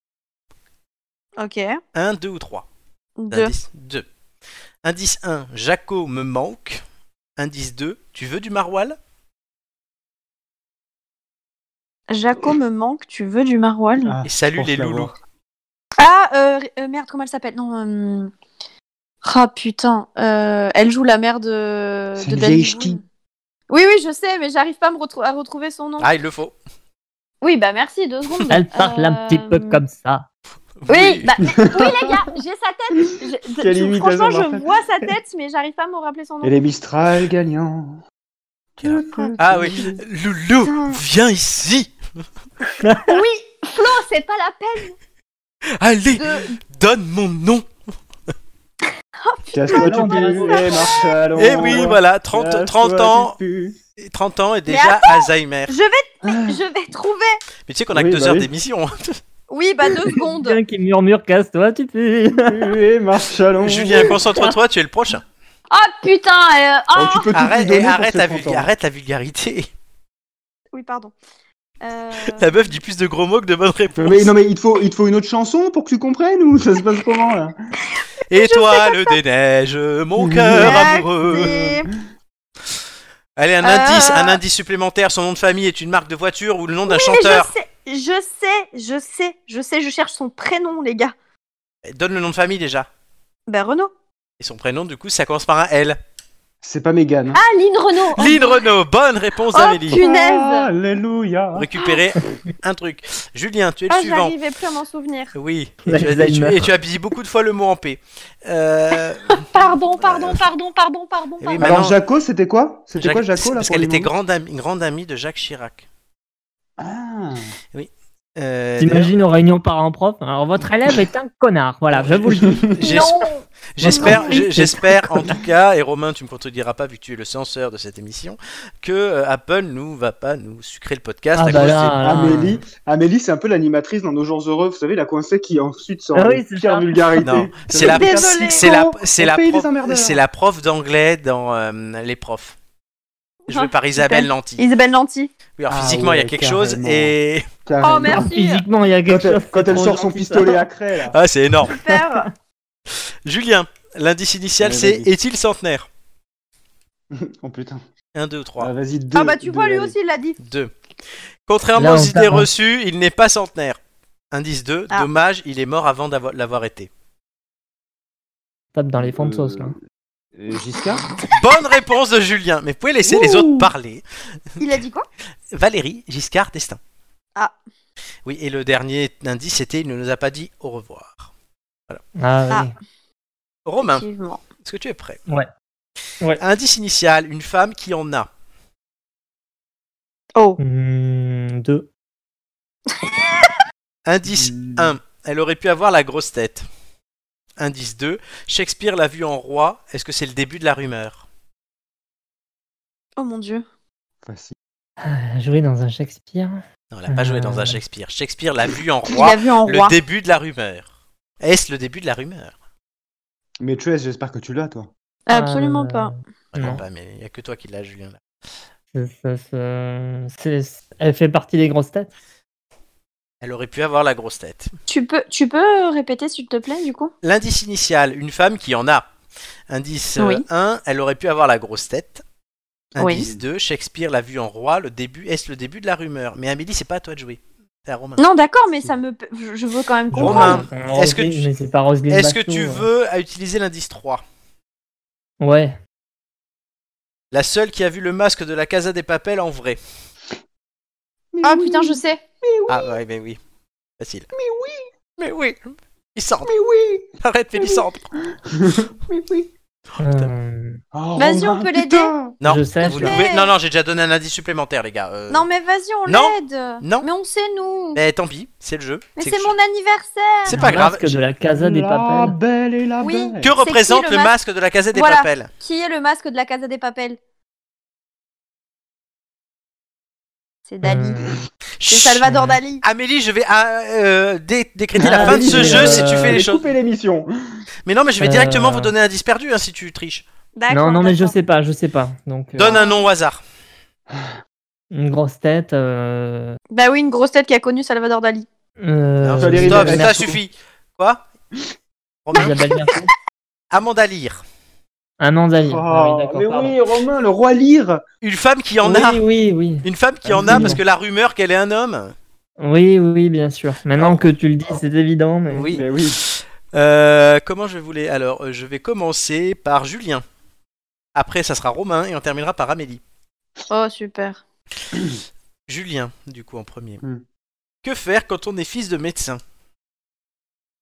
Ok. 1, 2 ou 3. 2. Indice 2. Indice 1, Jaco me manque. Indice 2, tu veux du maroilles? Jaco me manque, tu veux du maroilles? Ah, Et salut je pense les l'avoir. loulous. Ah, merde, comment elle s'appelle? Non. Ah putain, elle joue la mère de C'est une Danny vieille ch'ti. Boone. Oui, je sais, mais j'arrive pas à retrouver son nom. Ah, il le faut. Oui, bah merci, 2 secondes. Elle parle un petit peu comme ça. Oui, bah, oui les gars, j'ai sa tête. Quelle imitation Franchement, je parfaite. vois sa tête, mais j'arrive pas à me rappeler son nom. Et les Mistral gagnants. Ah oui, Loulou, viens ici. Oui, Flo, c'est pas la peine Allez, de... donne mon nom. Casse-toi tu pues et marche à l'ombre. Et oui, voilà, 30 ans, tu pues. 30 ans et déjà Alzheimer. Je vais trouver. Mais tu sais qu'on a Oui, que 2 bah heures oui. d'émission. Oui, bah 2 secondes. Quelqu'un qui murmure casse-toi, tu peux. Tu et marche à l'ombre. Julien, concentre-toi, tu es le prochain. Ah putain, Oh, tu peux tout lui Arrête, donner pour arrête, ses 30 ans. arrête la vulgarité. Oui, pardon. La meuf dit plus de gros mots que de bonnes réponses. Mais non mais il te faut une autre chanson pour que tu comprennes ou ça se passe comment là? Étoile des neiges, mon cœur amoureux. Allez, un indice supplémentaire. Son nom de famille est une marque de voiture ou le nom d'un chanteur. Je cherche son prénom, les gars. Donne le nom de famille déjà. Ben Renaud. Et son prénom, du coup, ça commence par un L. C'est pas Mégane. Ah, Lynn Renaud. Lynn Renaud, bonne réponse Oh, d'Amélie. punaise. Alléluia. Récupérer un truc. Julien, tu es le Ah, suivant. j'arrivais plus à m'en souvenir. Oui, Ouais, Alzheimer. et tu as dit beaucoup de fois le mot en P. Pardon. Oui, mais- Alors Maintenant, Jaco, c'était quoi? C'était quoi Jacques- Jaco là parce pour qu'elle lui était demander grande amie de Jacques Chirac. Ah. T'imagines aux réunions parents-prof. Alors, votre élève est un connard. Voilà, je vous le dis. J'espère en tout cas, et Romain, tu me contrediras pas vu que tu es le censeur de cette émission, que Apple va pas nous sucrer le podcast Ah à bah cause là, des... Amélie, c'est un peu l'animatrice dans Nos Jours Heureux, vous savez, la coincée qui ensuite sort Ah oui, de c'est pire ça. vulgarité. Non, c'est la, Désolée. c'est la prof d'anglais dans Les Profs. Jouée par Isabelle Nanty. Isabelle Nanty. Oui, alors Ah physiquement, il y a ouais, quelque chose carrément. et... Oh, merci. Physiquement, il y a quelque chose. Quand c'est elle trop sort son gentil, pistolet ça. à craie là. Ah, c'est énorme. Super. Julien, l'indice initial, Ouais, c'est vas-y. est-il centenaire? Oh putain. 1, 2 ou 3. Ah, vas-y, deux. Ah bah tu vois, deux, lui allez. aussi, il l'a dit. 2. Contrairement Là, aux on idées tape, hein. reçues, il n'est pas centenaire. Indice 2, Ah. dommage, il est mort avant l'avoir été. Tape dans les fonds de sauce, là. Giscard. Bonne réponse de Julien, mais vous pouvez laisser les autres parler. Il a dit quoi? Valérie Giscard d'Estaing. Ah. Oui, et le dernier indice, c'était il ne nous a pas dit au revoir. Ah, oui. Romain, Effectivement. est-ce que tu es prêt? Ouais. Ouais. Indice initial, une femme qui en a. Oh. 2. Indice 1, elle aurait pu avoir la grosse tête. Indice 2, Shakespeare l'a vue en roi, est-ce que c'est le début de la rumeur? Oh mon dieu. Facile. Jouer dans un Shakespeare. Non, elle n'a pas joué dans un Shakespeare. Shakespeare l'a vue en Il roi, l'a vu en le roi. début de la rumeur. Est-ce le début de la rumeur? Mais Trace, j'espère que tu l'as, toi. Absolument pas. Je crois Non. pas, mais il n'y a que toi qui l'as, Julien. Là. Elle fait partie des grosses têtes. Elle aurait pu avoir la grosse tête. Tu peux répéter s'il te plaît du coup? L'indice initial, une femme qui en a. Indice Oui. 1, elle aurait pu avoir la grosse tête. Oui. Indice 2, Shakespeare l'a vue en roi, le début, est-ce le début de la rumeur? Mais Amélie, c'est pas à toi de jouer. C'est à Romain. Non d'accord, mais je veux quand même Romain. comprendre. Est-ce que tu- Mais c'est pas Roselyne Est-ce que Bachelot, tu veux utiliser l'indice 3? Ouais. La seule qui a vu le masque de la Casa des Papel en vrai. Ah putain, je sais. Ah ouais, mais oui. Facile. Mais oui. Mélissandre. Mais oui. Arrête, Mélissandre. Mais oui. Oh, Vas-y, Romain, on peut l'aider. putain. Non, Je sais, vous je ne sais. pouvez- non, j'ai déjà donné un indice supplémentaire, les gars. Non mais vas-y, on Non. l'aide. Non. Mais on sait nous. Mais tant pis, c'est le jeu. Mais C'est c'est que mon anniversaire. C'est pas grave. Masque de la Casa des La Papels. belle et la Oui. belle. Que C'est représente qui, le le masque de la Casa des Voilà. Papel? Qui est le masque de la Casa des Papel? C'est Dali. C'est Chut. Salvador Dali. Amélie, je vais décréter la Ah, fin de oui, ce mais, jeu si tu fais les J'ai choses. coupé l'émission. Mais non, mais je vais directement Euh. vous donner un indice perdu si tu triches. D'accord. Non, mais je d'accord. sais pas. Donc, Donne un nom au hasard. une grosse tête. Bah oui, une grosse tête qui a connu Salvador Dali. Non, Valérie stop, Mercier. ça suffit. Quoi? Romain. Isabelle Mercier. Amanda Lear. Amanda Lear. Ah oui, Oh, d'accord, mais pardon. oui, Romain, le roi Lyre. Une femme qui en a. Oui. Une femme qui en a Absolument. parce que la rumeur qu'elle est un homme. Oui, bien sûr. Maintenant que tu le dis, c'est évident. Mais... Oui. Mais oui. Comment je voulais. Alors, je vais commencer par Julien. Après, ça sera Romain et on terminera par Amélie. Oh super. Julien, du coup, en premier. Hmm. Que faire quand on est fils de médecin?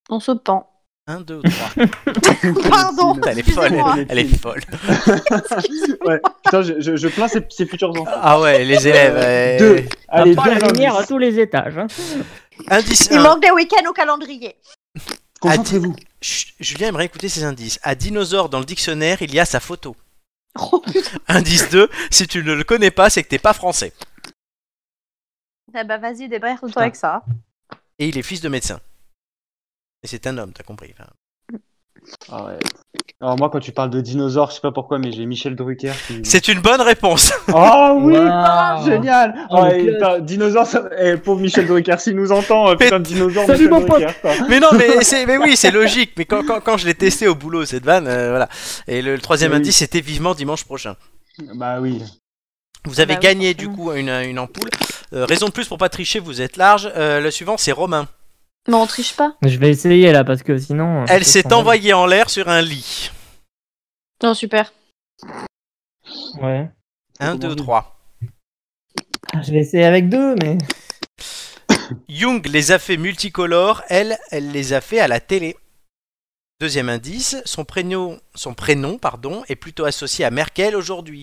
On se pend. 1, 2 ou 3. Pardon. Elle est folle, excusez-moi. elle est folle. Ouais. Putain, je plains ces futurs enfants. Ah ouais, les élèves. Deux. Allez, Pas deux la lumière à indices. tous les étages. Hein. Indice Il 1. manque des week-ends au calendrier. Concentrez-vous. Chut, Julien aimerait écouter ces indices. À dinosaure dans le dictionnaire, il y a sa photo. Oh putain. Indice 2. Si tu ne le connais pas, c'est que t'es pas français. Ah bah vas-y, débride-toi avec ça. Et il est fils de médecin. Et c'est un homme, t'as compris. Enfin, Ah ouais. Alors moi, quand tu parles de dinosaures, je sais pas pourquoi, mais j'ai Michel Drucker qui... c'est une bonne réponse. Oh oui, Wow. ah, génial. Oh, Ouais, le putain, dinosaure, pauvre Michel Drucker, s'il nous entend, putain de dinosaure, Salut, Michel mon pote. Drucker, quoi. Mais non, mais oui, c'est logique. Mais quand je l'ai testé au boulot, cette vanne, voilà. Et le troisième Oui. indice, c'était vivement dimanche prochain. Bah oui. Vous avez Bah oui, gagné du forcément. coup une ampoule. Raison de plus pour pas tricher, vous êtes large. Le suivant, c'est Romain. Mais on triche pas. Je vais essayer là parce que sinon. Elle c'est s'est scandaleux. envoyée en l'air sur un lit. Non, super. Ouais. 1, 2, 3. Ah, je vais essayer avec 2, mais. Jung les a fait multicolores, elle les a fait à la télé. Deuxième indice, son prénom est plutôt associé à Merkel aujourd'hui.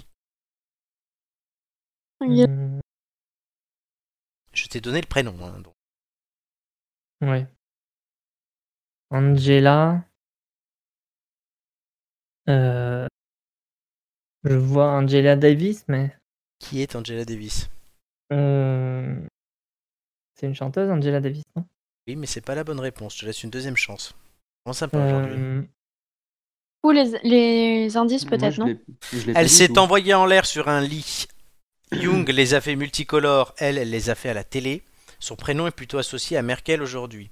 Hmm, Je t'ai donné le prénom. Hein, donc. ouais. Angela. Je vois Angela Davis, mais. Qui est Angela Davis? C'est une chanteuse, Angela Davis, non? Oui, mais c'est pas la bonne réponse. Je te laisse une deuxième chance. Comment ça pas aujourd'hui? Ou les indices Moi, peut-être, je non l'ai- je l'ai pas Elle dit, s'est tout. envoyée en l'air sur un lit. Jung les a fait multicolores, elle les a fait à la télé. Son prénom est plutôt associé à Merkel aujourd'hui.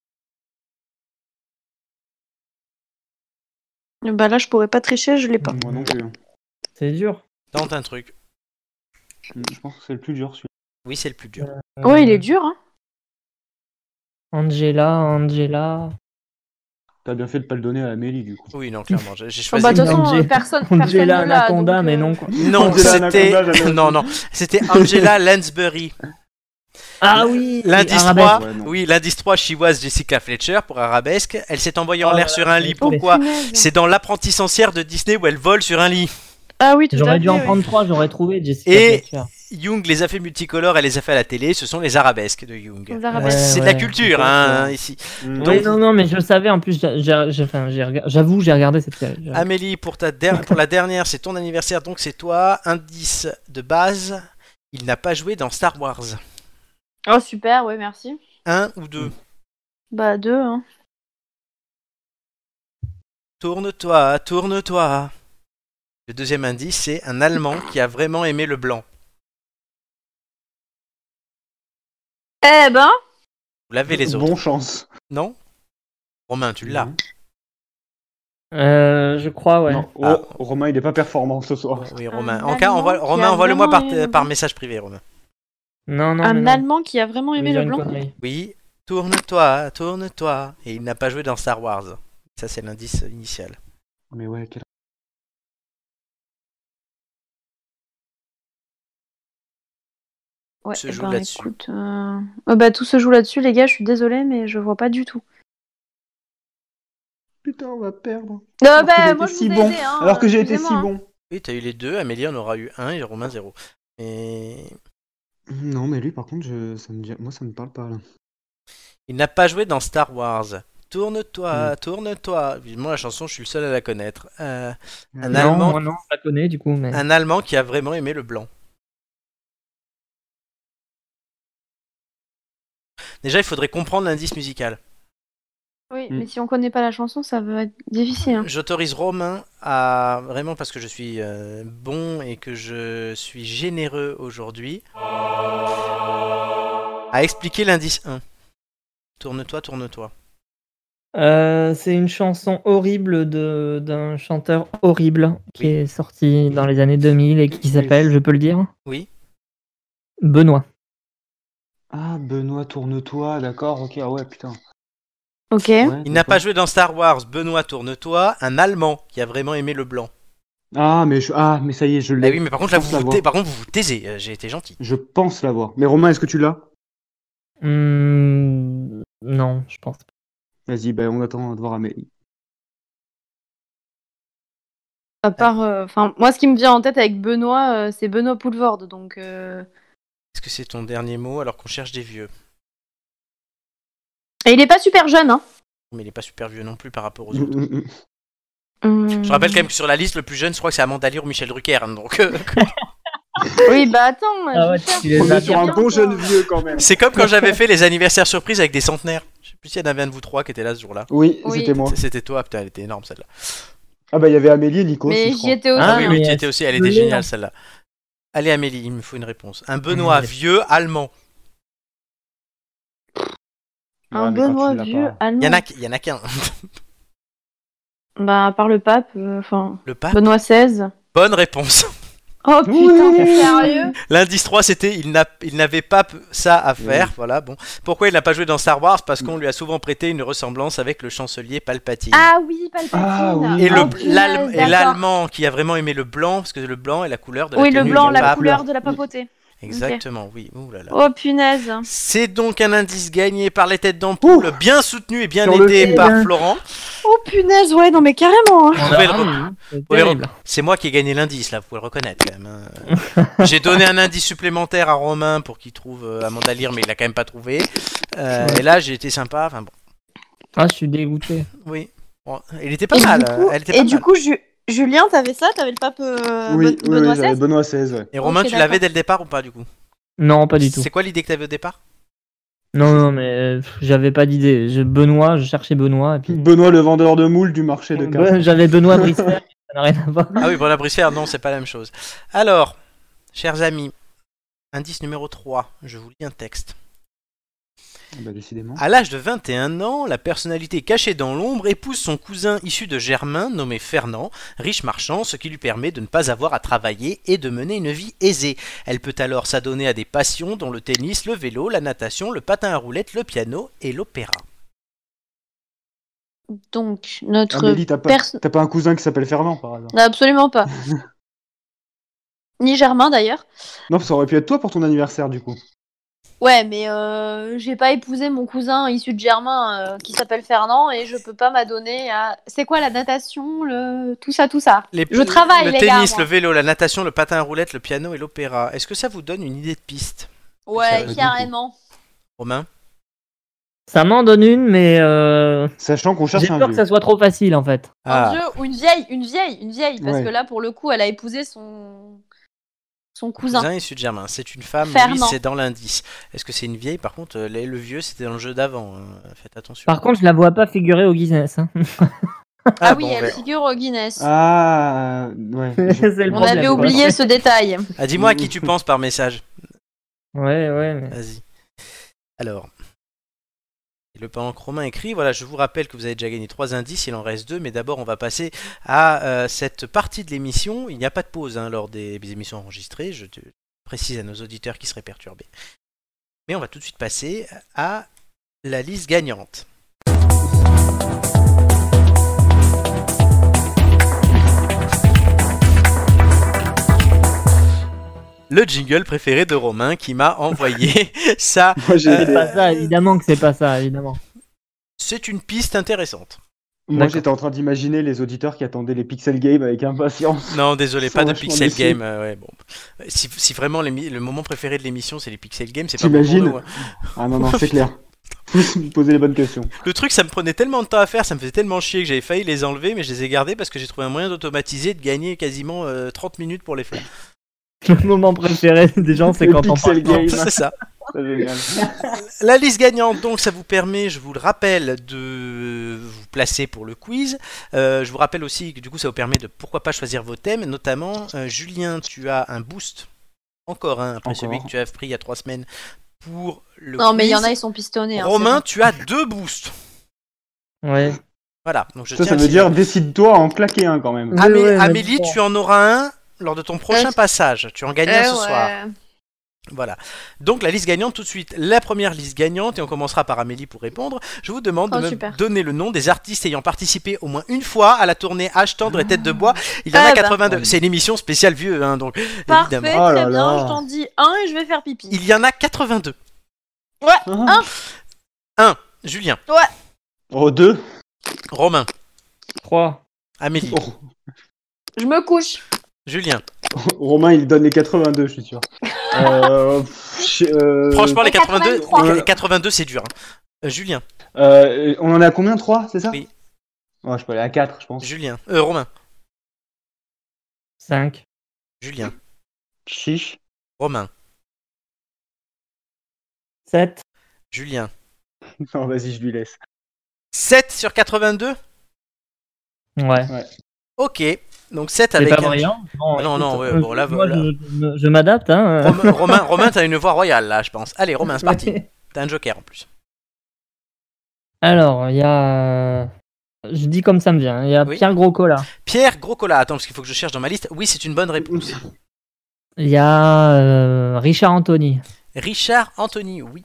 Bah là, je pourrais pas tricher, je l'ai pas. Moi non plus. hein. C'est dur. Tente un truc. Je pense que c'est le plus dur, celui-là. Oui, c'est le plus dur. Ouais, il est dur, hein. Angela. T'as bien fait de pas le donner à Amélie, du coup. Oui, non, clairement. J'ai Oh, choisi. bah de toute façon, Angela- personne Angela ne l'a, Anaconda, donc, mais non quoi. Non, Angela c'était Anaconda, jamais non, c'était Angela Lansbury. Ah oui. L'indice Arabesque. 3, Ouais, non. oui, l'indice 3, She was Jessica Fletcher pour Arabesque. Elle s'est envoyée en Oh l'air là sur là, un lit. c'est Pourquoi? punaise. C'est dans l'apprenti sorcière de Disney où elle vole sur un lit. Ah oui, tout à J'aurais fait. dû en oui. prendre 3, j'aurais trouvé Jessica Et- Fletcher. Jung les a fait multicolores, elle les a fait à la télé. Ce sont les arabesques de Jung. Les arabesques. C'est de Ouais, la culture, ouais. hein, ici. Oui, non, mais je le savais en plus. J'avoue, j'ai regardé cette série. Amélie, pour la dernière, c'est ton anniversaire, donc c'est toi. Indice de base, il n'a pas joué dans Star Wars. Oh super, ouais, merci. 1 ou 2? Bah 2, hein. Tourne-toi, tourne-toi. Le deuxième indice, c'est un Allemand qui a vraiment aimé le blanc. Eh ben, Vous l'avez les autres, Bon chance. non? Romain, tu l'as. Je crois, ouais. Non. Ah. Romain, il est pas performant ce soir. Oui, Romain. Un En cas, Allemand qui Romain, a envoie-le-moi vraiment aimé le par blanc. message privé, Romain. Non, mais un non. Allemand qui a vraiment Je vais aimé dire le une blanc. connerie. Oui, tourne-toi, tourne-toi. Et il n'a pas joué dans Star Wars. Ça, c'est l'indice initial. Mais ouais, quel... Ouais, Se eh joue ben, là-dessus. écoute, bah tout se joue là-dessus, les gars. Je suis désolée, mais je vois pas du tout. Putain, on va perdre. Bah, Alors que j'ai moi été je si vous ai bon. aidé, hein. Alors que j'ai été si excusez-moi, hein. bon. Oui, t'as eu les deux. Amélie en aura eu 1 et Romain 0. Et Non, mais lui, par contre, moi, ça me parle pas, là. il n'a pas joué dans Star Wars. Tourne-toi, tourne-toi. Évidemment, la chanson, je suis le seul à la connaître. Un Non, Allemand. moi non, je la connais du coup, mais. Un Allemand qui a vraiment aimé le blanc. Déjà, il faudrait comprendre l'indice musical. Oui, Mm. mais si on connaît pas la chanson, ça va être difficile. Hein. J'autorise Romain à, vraiment parce que je suis bon et que je suis généreux aujourd'hui, à expliquer l'indice 1. Tourne-toi, tourne-toi. C'est une chanson horrible d'un chanteur horrible qui Oui. est sorti dans les années 2000 et qui s'appelle, je peux le dire, Oui. Benoît. Ah, Benoît, tourne-toi, d'accord, ok, ah ouais, putain. Ok. Ouais, Il n'a pas d'accord. joué dans Star Wars. Benoît, tourne-toi. Un Allemand qui a vraiment aimé le blanc. Ah, mais ça y est, je Ah l'ai. oui, mais par contre, là, Je pense l'avoir. par contre, vous vous taisez. J'ai été gentil. Je pense l'avoir. Mais Romain, est-ce que tu l'as? Non, je pense pas. Vas-y, ben, on attend de voir Amélie. À part, moi, ce qui me vient en tête avec Benoît, c'est Benoît Poulvorde, donc. Est-ce que c'est ton dernier mot alors qu'on cherche des vieux? Et il est pas super jeune, hein. Mais il est pas super vieux non plus par rapport aux autres. Hum. Je rappelle quand même que sur la liste, le plus jeune, je crois que c'est Amanda Lear ou Michel Drucker. Hein, donc, Oui, bah attends. Ah ouais, je cherche. tu les On as est sur bien, un bon jeune vieux quand même. c'est comme quand j'avais fait les anniversaires surprises avec des centenaires. Je sais plus s'il y en avait un de vous trois qui était là ce jour-là. Oui, Oui. c'était moi. C'était toi, putain, elle était énorme celle-là. Ah bah il y avait Amélie et Nico Mais aussi, je j'y crois. étais aussi. Ah oui, oui, hein. oui, mais tu étais aussi, elle je était l'ai, géniale hein. celle-là. Allez Amélie, il me faut une réponse. Un Benoît vieux allemand. Un Ouais, mais quand Benoît tu l'as vieux pas- allemand. Il y en a qu'un. Bah, à part le pape, enfin. Le pape. Benoît XVI. Bonne réponse. Oh putain, Oui. t'es sérieux? L'indice 3 c'était il n'avait pas ça à faire. Voilà, bon. Pourquoi il n'a pas joué dans Star Wars? Parce qu'on lui a souvent prêté une ressemblance avec le chancelier Palpatine. Ah oui, Palpatine. Ah oui. Et Oh, punaise, d'accord. l'allemand qui a vraiment aimé le blanc, parce que le blanc est la couleur de la Oui, le tenue blanc, du la pape. couleur de la papauté. Exactement, oui. Ouh là là. Oh punaise. C'est donc un indice gagné par les têtes d'ampoule, bien soutenu et bien Sur le aidé cul, par hein. Florent. Oh punaise, ouais, non mais carrément. Hein. On pouvez a le un, c'est pouvez le terrible. C'est moi qui ai gagné l'indice là, vous pouvez le reconnaître quand même. Hein. J'ai donné un indice supplémentaire à Romain pour qu'il trouve Amanda Lear, mais il l'a quand même pas trouvé. Et là j'ai été sympa, enfin bon, Ah, je suis dégoûté. oui. Bon, il était pas mal. Elle était pas Et du mal. coup, Julien, t'avais ça? T'avais le pape Oui, Benoît j'avais XVI? Benoît XVI, ouais. Et Romain, Ok, tu l'avais d'accord. dès le départ ou pas du coup? Non, pas du tout. C'est quoi l'idée que t'avais au départ? Non, non, mais j'avais pas d'idée. Benoît, je cherchais Benoît. Et puis... Benoît, le vendeur de moules du marché de Cannes. J'avais Benoît Brister, ça n'a rien à voir. Ah oui, pour la Bricefer, non, c'est pas la même chose. Alors, chers amis, indice numéro 3, je vous lis un texte. Bah, décidément. À l'âge de 21 ans, la personnalité cachée dans l'ombre épouse son cousin issu de Germain, nommé Fernand, riche marchand, ce qui lui permet de ne pas avoir à travailler et de mener une vie aisée. Elle peut alors s'adonner à des passions dont le tennis, le vélo, la natation, le patin à roulettes, le piano et l'opéra. Donc, notre Amélie, t'as pas un cousin qui s'appelle Fernand par hasard? Absolument pas. Ni Germain d'ailleurs. Non, ça aurait pu être toi pour ton anniversaire du coup. Ouais, mais j'ai pas épousé mon cousin issu de Germain qui s'appelle Fernand et je peux pas m'adonner à. C'est quoi la natation, tout ça, tout ça. Je travaille, le les tennis, gars. le vélo, la natation, le patin à roulettes, le piano et l'opéra. Est-ce que ça vous donne une idée de piste, Ouais, Ça, carrément. Romain? Ça m'en donne une, mais Sachant qu'on cherche j'ai un peur que vieux. ça soit trop facile en fait. Ah. Un vieux ou une vieille, parce Ouais. que là, pour le coup, elle a épousé son cousin. Cousin issu de Germain. C'est une femme, oui, Fernand. c'est dans l'indice. Est-ce que c'est une vieille? Par contre, le vieux, c'était dans le jeu d'avant. Hein. Faites attention. Par contre, je la vois pas figurer au Guinness. Hein. Ah oui, bon, elle ben. figure au Guinness. Ah, ouais. C'est le On problème, avait quoi. oublié ce détail. Ah, dis-moi à qui tu penses par message. Ouais, ouais. Mais... Vas-y. Alors. Et le pendant que Romain écrit, voilà, je vous rappelle que vous avez déjà gagné 3 indices, il en reste 2, mais d'abord on va passer à cette partie de l'émission. Il n'y a pas de pause hein, lors des émissions enregistrées, je te précise à nos auditeurs qui seraient perturbés. Mais on va tout de suite passer à la liste gagnante. Le jingle préféré de Romain qui m'a envoyé ça. Moi, j'ai C'est pas ça, évidemment que c'est pas ça, évidemment. C'est une piste intéressante. Moi, D'accord. j'étais en train d'imaginer les auditeurs qui attendaient les Pixel Games avec impatience. Non, désolé, Ils sont pas de vachement Pixel déçus. Game. Ouais, bon. Si vraiment le moment préféré de l'émission c'est les Pixel Games, c'est pas T'imagines pour nous, hein. Ah non, c'est clair. Faut me poser les bonnes questions. Le truc, ça me prenait tellement de temps à faire, ça me faisait tellement chier que j'avais failli les enlever, mais je les ai gardés parce que j'ai trouvé un moyen d'automatiser et de gagner quasiment 30 minutes pour les faire. Le moment préféré des gens, c'est Le quand on parle. Pixel Game. C'est ça. C'est génial. La liste gagnante, donc, ça vous permet, je vous le rappelle, de vous placer pour le quiz. Je vous rappelle aussi que du coup, ça vous permet de pourquoi pas choisir vos thèmes, notamment Julien, tu as un boost, encore un, après Encore. celui que tu as pris il y a 3 semaines pour le Non, mais il y quiz. en a, ils sont pistonnés. hein, Romain, c'est tu as 2 boosts. Ouais. Voilà, donc je Ça tiens à veut le dire décide-toi à en claquer un quand même. Ouais, ouais, mais Amélie, bon. tu en auras un lors de ton prochain passage. Tu en gagnes un bon. ce soir. Voilà. Donc la liste gagnante tout de suite. La première liste gagnante, et on commencera par Amélie pour répondre. Je vous demande de Oh, me super. donner le nom des artistes ayant participé au moins une fois à la tournée H Tendre et Tête de Bois. Il y en a Ah bah. 82. C'est une émission spéciale vieux, hein, donc Parfait, évidemment. Oh là très bien. là. Je t'en dis un et je vais faire pipi. Il y en a 82. Ah. Julien. Oh, 2. Romain. 3. Amélie. Oh, Je me couche. Julien. Romain, il donne les 82, je suis sûr. Franchement, les 82, 83. les 82 c'est dur. Hein. Julien. On en a combien, 3, c'est ça? Oui. Ouais, je peux aller à 4, je pense. Julien. Romain. 5. Julien. Chiche. Romain. 7. Julien. Non, vas-y, je lui laisse. 7 sur 82. Ouais. Ok. Donc 7 C'est avec pas un... brillant. Bon, Non, non, ouais, bon, là, moi, là. je m'adapte. Hein. Romain, t'as une voix royale là, je pense. Allez, Romain, c'est parti. T'as un joker en plus. Alors, il y a. Je dis comme ça me vient. Il y a Oui. Pierre Groscola. Pierre Groscola. Attends, parce qu'il faut que je cherche dans ma liste. Oui, c'est une bonne réponse. Il y a Richard Anthony. Richard Anthony, oui.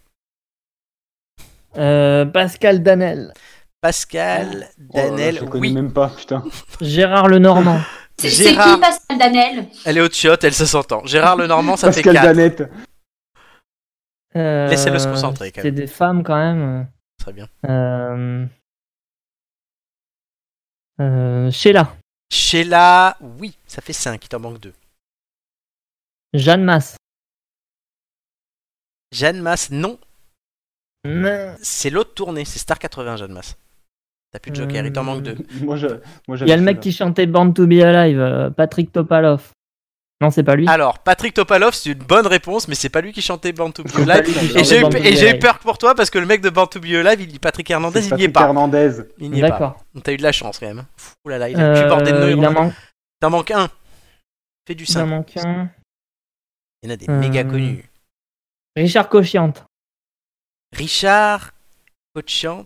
Pascal Danel. Pascal Oh là là, Danel, je le connais oui. même pas, putain. Gérard Lenormand. C'est Gérard. qui Pascal Danel? Elle est au chiotte, elle se s'entend. Gérard Lenormand, ça fait Pascal 4. Danette. Laissez-le se concentrer, quand C'est même. des femmes quand même. Très bien. Sheila. Sheila, oui, ça fait 5, il t'en manque 2. Jeanne Masse. Jeanne Masse, non. Il C'est l'autre tournée, c'est Star 80, Jeanne Masse. T'as plus de joker, il t'en manque 2. Moi, y a le mec qui chantait Born to be Alive, Patrick Topalov. Non, c'est pas lui. Alors, Patrick Topalov, c'est une bonne réponse, mais c'est pas lui qui chantait Born to Be C'est pas Alive. lui qui Et chantait j'ai eu, Born to be et j'ai eu Alive. peur pour toi parce que le mec de Born to Be Alive, Patrick Hernandez, il n'y est pas. Hernandez. Il n'y est pas. D'accord. Donc t'as eu de la chance quand même. Ouh là là, il a plus bordé de nœuds. Il en manque, T'en manques un. Fais du il en 5. manque un. Il y en a des méga connus. Richard Cochiante. Richard Cochiant.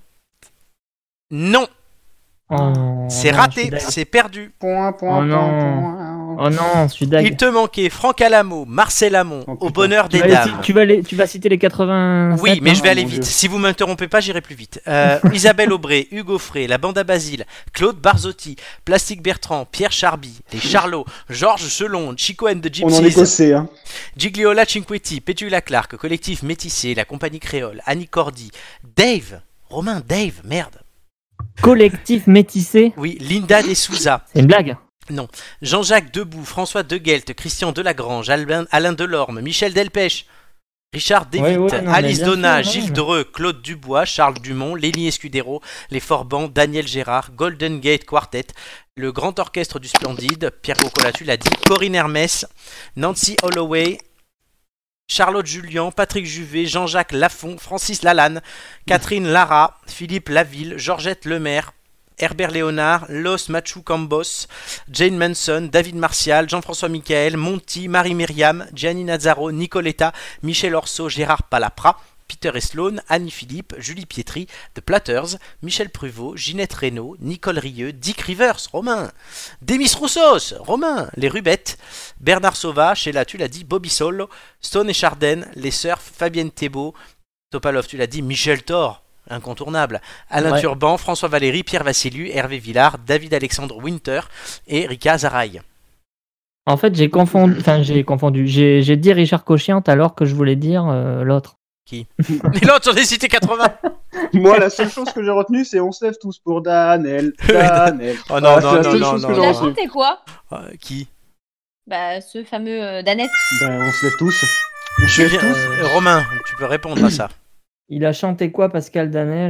Non, Oh, c'est non, raté, je suis deg. c'est perdu. Oh non. Oh non, je suis dingue. Il te manquait Franck Alamo, Marcel Amont, Oh, au putain. bonheur Tu des vas, dames. tu vas citer les 80. Oui, mais je vais Oh, aller mon vite. Dieu. Si vous m'interrompez pas, j'irai plus vite. Isabelle Aubray, Hugo Frey, la bande à Basile, Claude Barzotti, Plastique Bertrand, Pierre Charby, les Charlots, Georges Selon, Chico and the On en est Gypsies, cossé, hein. Gigliola Cinquetti, Petula Clark, Collectif Métissé, la Compagnie Créole, Annie Cordy, Dave, Romain, Dave, merde. Collectif métissé. Oui, Linda De Souza, C'est une blague. Jean-Jacques Debout, François Deguelt, Christian Delagrange, Alain Delorme, Michel Delpech, Richard Devitt, Ouais, non, mais Alice bien Donat, sûr, Gilles ouais. Dreux, Claude Dubois, Charles Dumont, Lélie Escudero, les Forbans, Daniel Gérard, Golden Gate Quartet, le Grand Orchestre du Splendide, Pierre Groscola, tu l'as dit, Corinne Hermès, Nancy Holloway, Charlotte Julien, Patrick Juvet, Jean-Jacques Lafont, Francis Lalanne, Catherine Lara, Philippe Laville, Georgette Lemaire, Herbert Léonard, Los Machu Cambos, Jane Manson, David Martial, Jean-François Michael, Monty, Marie-Myriam, Gianni Nazzaro, Nicoletta, Michel Orso, Gérard Palapra, Peter Eslone, Annie Philippe, Julie Pietri, The Platters, Michel Pruvot, Ginette Reynaud, Nicole Rieux, Dick Rivers, Romain, Demis Roussos, Romain, les Rubettes, Bernard Sauva, Sheila, tu l'as dit, Bobby Solo, Stone et Charden, les Sœurs, Fabienne Thébault, Topalov, tu l'as dit, Michel Thor, incontournable, Alain Ouais. Turban, François Valéry, Pierre Vassiliou, Hervé Villard, David Alexandre Winter et Rika Zaraï. En fait, j'ai confondu. J'ai dit Richard Cochiante alors que je voulais dire l'autre. Mais l'autre, j'en ai cité 80. Moi, la seule chose que j'ai retenue, c'est on se lève tous pour Danel. Danel. Oh non, Ah, non, c'est la non, seule non, chose non, que Il j'ai a non. retenue. chanté quoi? Qui Bah, ce fameux Danette. Ben, on se lève tous. On se lève Julien, tous. Romain, tu peux répondre à ça. Il a chanté quoi, Pascal Danel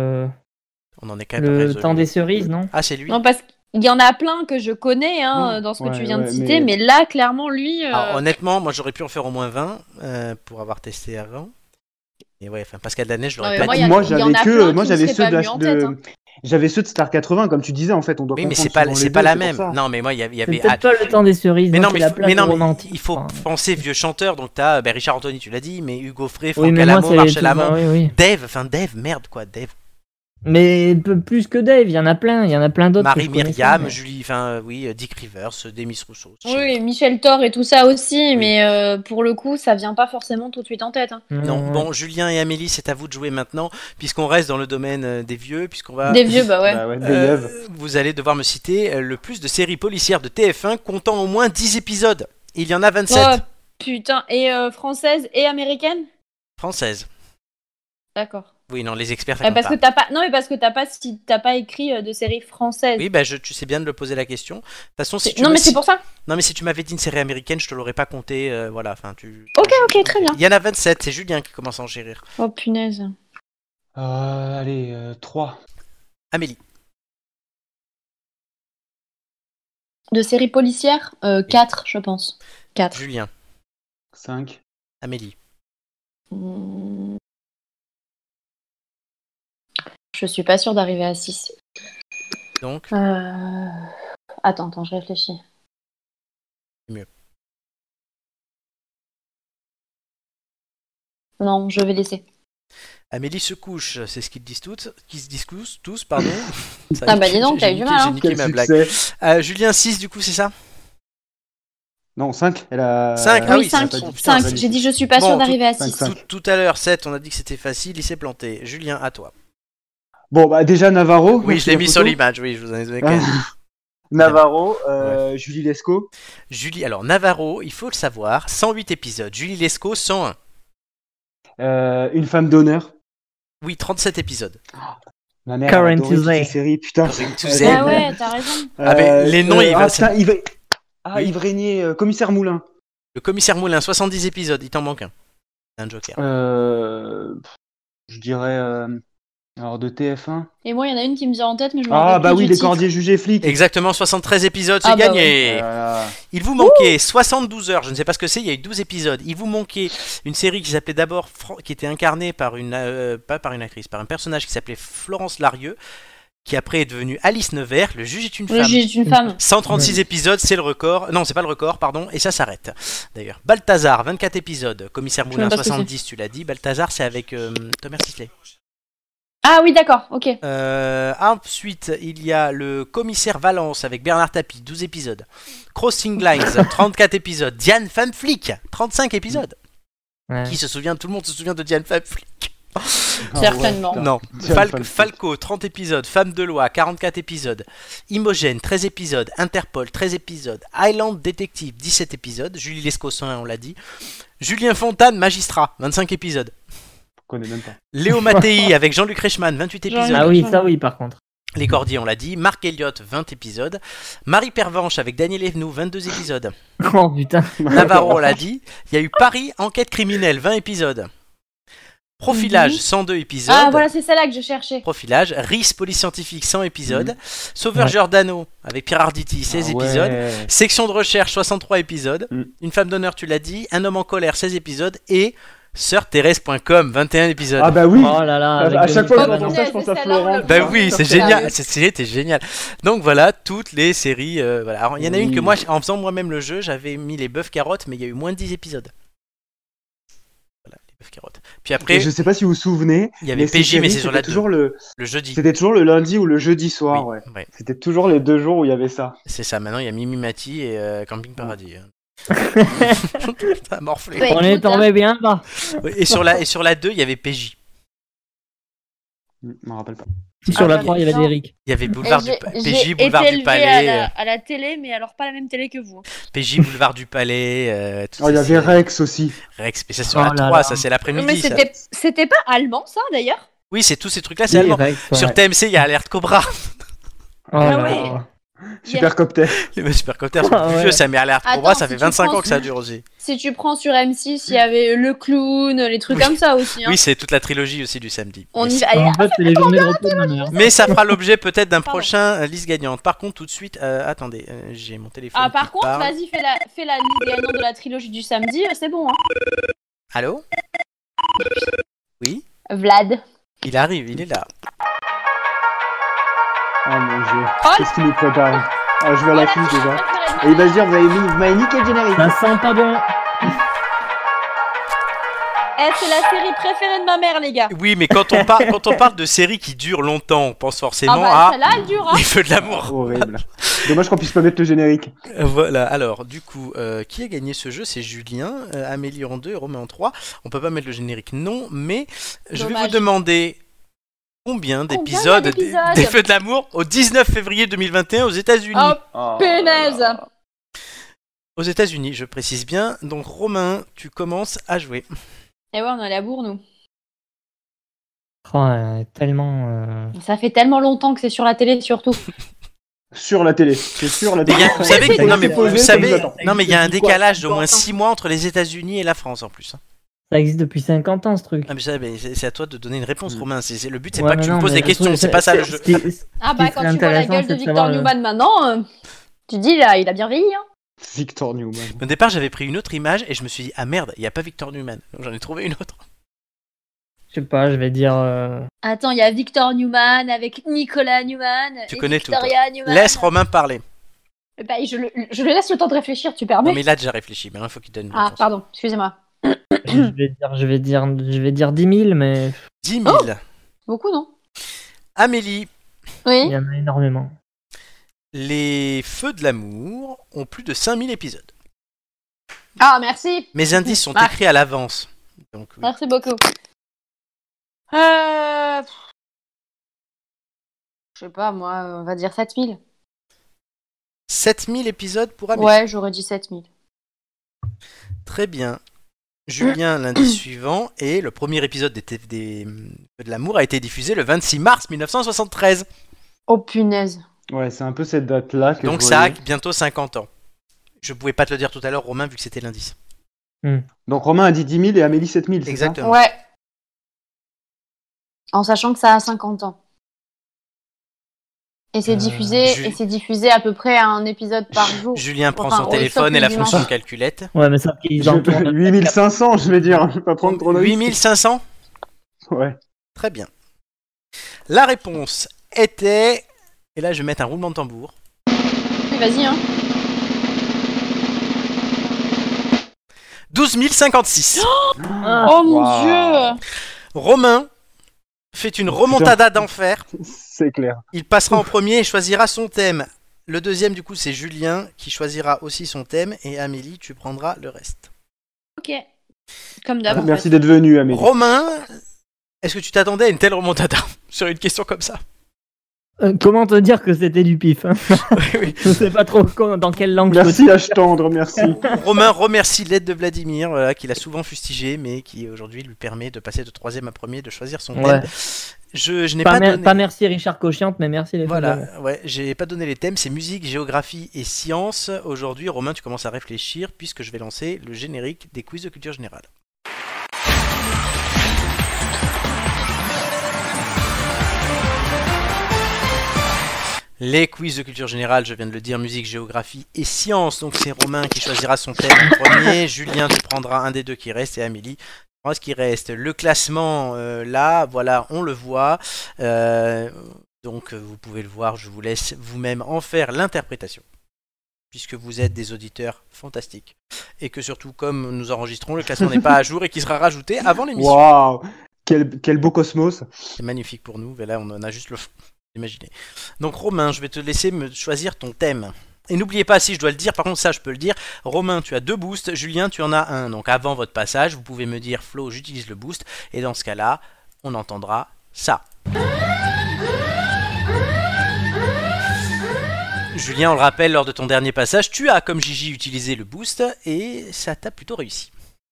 On en est quand même pas Le résolu. temps des cerises, non? Ah, c'est lui. Non, parce qu'il y en a plein que je connais hein, dans ce que Ouais, tu viens de ouais, citer, mais là, clairement, lui. Alors, honnêtement, moi j'aurais pu en faire au moins 20 pour avoir testé avant. Et ouais, enfin Pascal Danel, je l'aurais Non, pas mais dit. moi, il y en a plein qui me j'avais seraient ceux pas de, venus en tête, hein. j'avais ceux de Star 80, comme tu disais, en fait, on doit Oui, mais confondre c'est pas, souvent c'est les pas deux, la c'est même. pour ça. Non, mais moi il y C'est avait. peut-être pas le temps des cerises. Mais moi, non, c'est mais, la plage mais non, mais romantique. il faut Enfin, penser vieux chanteur. Donc t'as Richard Anthony, tu l'as dit, mais Hugo Frey, oui, Franck mais moi, Alamo, c'est Marcel tout- Amont, oui, oui. Dave, merde quoi, Dave. Mais plus que Dave, il y en a plein. Il y en a plein d'autres. que je connaissais, Marie-Myriam, mais- Julie, oui, Dick Rivers, Demis Rousseau. Oui, Michel Thor et tout ça aussi, mais pour le coup, ça vient pas forcément tout de suite en tête. Hein. Non, bon, Julien et Amélie, c'est à vous de jouer maintenant, puisqu'on reste dans le domaine des vieux, puisqu'on va. Des vieux, bah ouais. Bah ouais, des yeux. Vous allez devoir me citer le plus de séries policières de TF1 comptant au moins 10 épisodes. Il y en a 27 Oh putain, et française et américaine? françaises. D'accord. Oui, non, les experts, ça compte Parce pas. que t'as pas. Non, mais parce que t'as pas écrit de séries françaises. Oui, tu sais bien de le poser la question. De toute façon, si tu Non, me- mais si- c'est pour ça. Non, mais si tu m'avais dit une série américaine, je te l'aurais pas compté. Voilà, enfin, Ok, très bien. Il y en a 27, c'est Julien qui commence à enchérir. Oh punaise. Allez, 3. Amélie, De séries policières, 4, je pense. 4. Julien, 5. Amélie, Je suis pas sûre d'arriver à 6. donc, Attends, je réfléchis. Mieux. Non, je vais laisser. Amélie se couche, c'est ce qu'ils disent tous, pardon. Ça, Ah bah dis donc, t'as eu du mal, J'ai hein. niqué Quel ma blague. succès. Julien, 6 du coup, c'est ça? Non, 5. Elle a... 5, ah oui, 5. elle a pas dit- 5. J'ai dit je suis pas Bon, sûre d'arriver à cinq, 6. cinq. Tout à l'heure, 7, on a dit que c'était facile, il s'est planté. Julien, à toi. Bon, bah déjà Navarro. Oui, merci je l'ai la mis photo. sur l'image, oui, je vous en ai donné quand même. Navarro, Julie Lescaut. Alors Navarro, il faut le savoir, 108 épisodes. Julie Lescaut, 101. Une femme d'honneur. Oui, 37 épisodes. Ma mère Karen a adoré toutes Tuesday. ces séries, putain. Karen Euh, Tuesday. Ah ouais, t'as raison. mais les noms, il va- Yves Oui. Yves Régnier, commissaire Moulin. Le commissaire Moulin, 70 épisodes, il t'en manque un. Un joker. Je dirais... alors de TF1. Et moi, il y en a une qui me vient en tête, mais je me rappelle Ah bah plus oui, du les titre. cordiers jugés flics. Exactement, 73 épisodes, c'est Ah bah gagné. Il vous manquait 72 heures, je ne sais pas ce que c'est, il y a eu 12 épisodes. Il vous manquait une série qui s'appelait d'abord, qui était incarnée par pas par une actrice, par un personnage qui s'appelait Florence Larieux, qui après est devenue Alice Nevers, le juge est une Le femme. juge est une femme. 136 épisodes, c'est le record. Non, c'est pas le record, pardon, et ça s'arrête. D'ailleurs, Balthazar, 24 épisodes. Commissaire Je sais Moulin, même pas ce que 70, tu l'as dit. Balthazar, c'est avec Thomas Sisley. Ah oui, d'accord, ok. Ensuite, il y a le commissaire Valence avec Bernard Tapie, 12 épisodes. Crossing Lines, 34 épisodes. Diane Femme Flic, 35 épisodes. Ouais. Qui se souvient? Tout le monde se souvient de Diane Femme Flic. Certainement. Non. Diane Femme Flic. Falco, 30 épisodes. Femme de loi, 44 épisodes. Imogène, 13 épisodes. Interpol, 13 épisodes. Island Detective, 17 épisodes. Julie Lescaut, 101, on l'a dit. Julien Fontane, magistrat, 25 épisodes. Je connais même pas. Léo Mattei avec Jean-Luc Reichmann, 28 Jean-Luc épisodes. Ah oui, ça oui, par contre. Les Cordiers, on l'a dit. Marc Elliott, 20 épisodes. Marie Pervenche avec Daniel Evenou, 22 épisodes. Oh putain. Navarro, on l'a dit. Il y a eu Paris, enquête criminelle, 20 épisodes. Profilage, 102 épisodes. Ah voilà, c'est celle-là que je cherchais. Profilage. RIS, police scientifique, 100 épisodes. Sauveur Ouais. Giordano avec Pierre Arditi, 16 Ah ouais. épisodes. Section de recherche, 63 épisodes. Mm. Une femme d'honneur, tu l'as dit. Un homme en colère, 16 épisodes. Et sœurthérèse.com, 21 épisodes. Ah bah oui. Oh là là. À avec chaque le fois que micro, j'entends non. ça, je pense à Celle-là, on Florent. l'a Ben oui, c'est Sérieux. génial, cette série était géniale. Donc voilà, toutes les séries. Voilà. Alors, il y en a une que moi, en faisant moi-même le jeu, j'avais mis les bœufs carottes, mais il y a eu moins de 10 épisodes. Voilà, les bœufs carottes. Puis après, Et je sais pas si vous vous souvenez, il y avait ces PJ, mais séries, c'est sur la c'était toujours 2, le jeudi. C'était toujours le lundi ou le jeudi soir, Oui, ouais. ouais, C'était toujours les 2 jours où il y avait ça. c'est ça. Maintenant, il y a Mimi Mati et Camping Paradis. Ça a morflé. Ouais. On est tombé bien bas. Oui, et sur la 2, il y avait PJ. Je m'en rappelle pas. Sur la bah, 3, il y avait non. Eric. Il y avait Boulevard du J'ai PJ, Boulevard été du élevée Palais, à la télé, mais alors pas la même télé que vous. PJ, Boulevard du Palais. toutes Oh, il y ces avait séries. Rex aussi. Rex, mais ça sur Oh la là 3, là. ça c'est Mais l'après-midi. ça. c'était pas allemand, ça, d'ailleurs? Oui, c'est tous ces trucs-là, c'est Oui, allemand. Rex, ouais. Sur TMC, il y a Alerte Cobra. Oh là ouais. là. Supercopter. Les supercopters sont Ah plus ouais. vieux, ça, mais Alerte Attends, Cobra, ça si fait tu 25 prends ans que ça dure aussi. Si tu prends sur M6, il y avait Le Clown, les trucs Oui. comme ça aussi. Hein. Oui, c'est toute la trilogie aussi du samedi. On Mais y c'est- va. Allez, En fait, c'est les journées de repos de ma mère. Mais ça fera l'objet peut-être d'un Pardon. prochain liste gagnante. Par contre, tout de suite, attendez, j'ai mon téléphone. Ah, par qui contre, parle. vas-y, fais la liste gagnante de la trilogie du samedi, c'est bon. Hein. Allô? Oui? Vlad. Il arrive, il est là. Oh mon dieu. Oh, Qu'est-ce qu'il nous prépare? Ah, je vois Oh, la la fiche série déjà. préférée de Et il va se dire, vous m'avez niqué le générique. Ça sent pas bon. c'est la série préférée de ma mère, les gars. Oui, mais quand on parle de séries qui durent longtemps, on pense forcément Ah bah, à celle-là, elle dure. Hein. Les Feux de l'amour. Horrible. Dommage qu'on puisse pas mettre le générique. Voilà, alors du coup, qui a gagné ce jeu? C'est Julien, Amélie en 2 et Romain en 3. On peut pas mettre le générique, non, mais je vais vous Dommage. demander combien il y a d'épisodes d'épisodes des Feux de l'amour au 19 février 2021 aux États-Unis. Oh, Oh. punaise. Aux États-Unis, je précise bien. Donc Romain, tu commences à jouer. Et ouais, on a la bourre, nous. Tellement. Ça fait tellement longtemps que c'est sur la télé, surtout. Sur la télé. C'est sur la Mais télé. vous savez, Ça non mais s'est vous posé, ça savez, nous attend. non mais il y a un Depuis quoi, décalage d'au 50 moins ans 6 mois entre les États-Unis et la France en plus. Ça existe depuis 50 ans, ce truc. Ah mais ça, c'est à toi de donner une réponse, Romain. Le but c'est Ouais, pas que tu me poses des questions, c'est pas ça le jeu. Ah bah, quand tu vois la gueule de Victor Newman maintenant, tu dis, là, il a bien vieilli, hein. Victor Newman. Au départ, j'avais pris une autre image et je me suis dit ah merde, il y a pas Victor Newman. Donc j'en ai trouvé une autre. Je sais pas, je vais dire. Attends, il y a Victor Newman avec Nicolas Newman. Tu et connais tout, Victoria Newman. Laisse Romain parler. Bah, je le laisse le temps de réfléchir, tu permets. Non mais il a déjà réfléchi, maintenant il faut qu'il donne une Ah, réponse. pardon, excusez-moi. Je vais dire 10 000, mais 10 000. Beaucoup, non? Amélie, il Oui. y en a énormément. les Feux de l'amour ont plus de 5000 épisodes. Ah, merci. Mes indices sont Ah. écrits à l'avance. Donc oui. Merci beaucoup. Je sais pas, moi, on va dire 7000. 7000 épisodes pour Amélie. Ouais, j'aurais dit 7000. Très bien. Julien, l'indice suivant, et le premier épisode des Feux de l'amour a été diffusé le 26 mars 1973. Oh, punaise. Ouais, c'est un peu cette date-là que Donc je ça a voyais. bientôt 50 ans. Je pouvais pas te le dire tout à l'heure, Romain, vu que c'était l'indice. Donc Romain a dit 10 000 et Amélie 7 000, c'est ça? Exactement. Ouais. En sachant que ça a 50 ans. Et c'est diffusé à peu près un épisode par jour. Julien prend Enfin, son téléphone sauf et la le fonction dimanche. calculette. Ouais, mais ça qu'ils en tournent. 8500, je vais dire. Je vais pas prendre trop de risques. 8500. Ouais. Très bien. La réponse était... Et là, je vais mettre un roulement de tambour. Oui, vas-y, hein. 12 056. Oh mon Wow. dieu. Romain fait une remontada d'enfer. C'est clair. Il passera en premier et choisira son thème. Le deuxième, du coup, c'est Julien qui choisira aussi son thème. Et Amélie, tu prendras le reste. Ok. Comme d'hab. en Merci fait. d'être venu, Amélie. Romain, est-ce que tu t'attendais à une telle remontada sur une question comme ça? Comment te dire que c'était du pif, hein? Oui. Je sais pas trop dans quelle langue je peux Merci, H tendre, merci. Romain remercie l'aide de Vladimir, voilà, qu'il a souvent fustigé, mais qui aujourd'hui lui permet de passer de troisième à premier, de choisir son thème. Ouais. Je n'ai pas donné... Pas merci Richard Cochiante, mais merci les Voilà, filles. ouais, j'ai pas donné les thèmes, c'est musique, géographie et sciences. Aujourd'hui, Romain, tu commences à réfléchir puisque je vais lancer le générique des quiz de culture générale. Les quiz de culture générale, je viens de le dire, musique, géographie et sciences. Donc c'est Romain qui choisira son thème en premier. Julien, tu prendras un des deux qui reste et Amélie prendra ce qui reste. Le classement, là, voilà, on le voit. Donc vous pouvez le voir, je vous laisse vous-même en faire l'interprétation. Puisque vous êtes des auditeurs fantastiques. Et que surtout, comme nous enregistrons, le classement n'est pas à jour et qui sera rajouté avant l'émission. Waouh, quel beau cosmos. C'est magnifique pour nous, mais là on en a juste le fond. Imaginez. Donc Romain, je vais te laisser me choisir ton thème. Et n'oubliez pas, si je dois le dire, par contre ça je peux le dire, Romain tu as 2 boosts, Julien tu en as un. Donc avant votre passage, vous pouvez me dire Flo j'utilise le boost, et dans ce cas-là, on entendra ça. Julien, on le rappelle, lors de ton dernier passage, tu as comme Gigi utilisé le boost, et ça t'a plutôt réussi.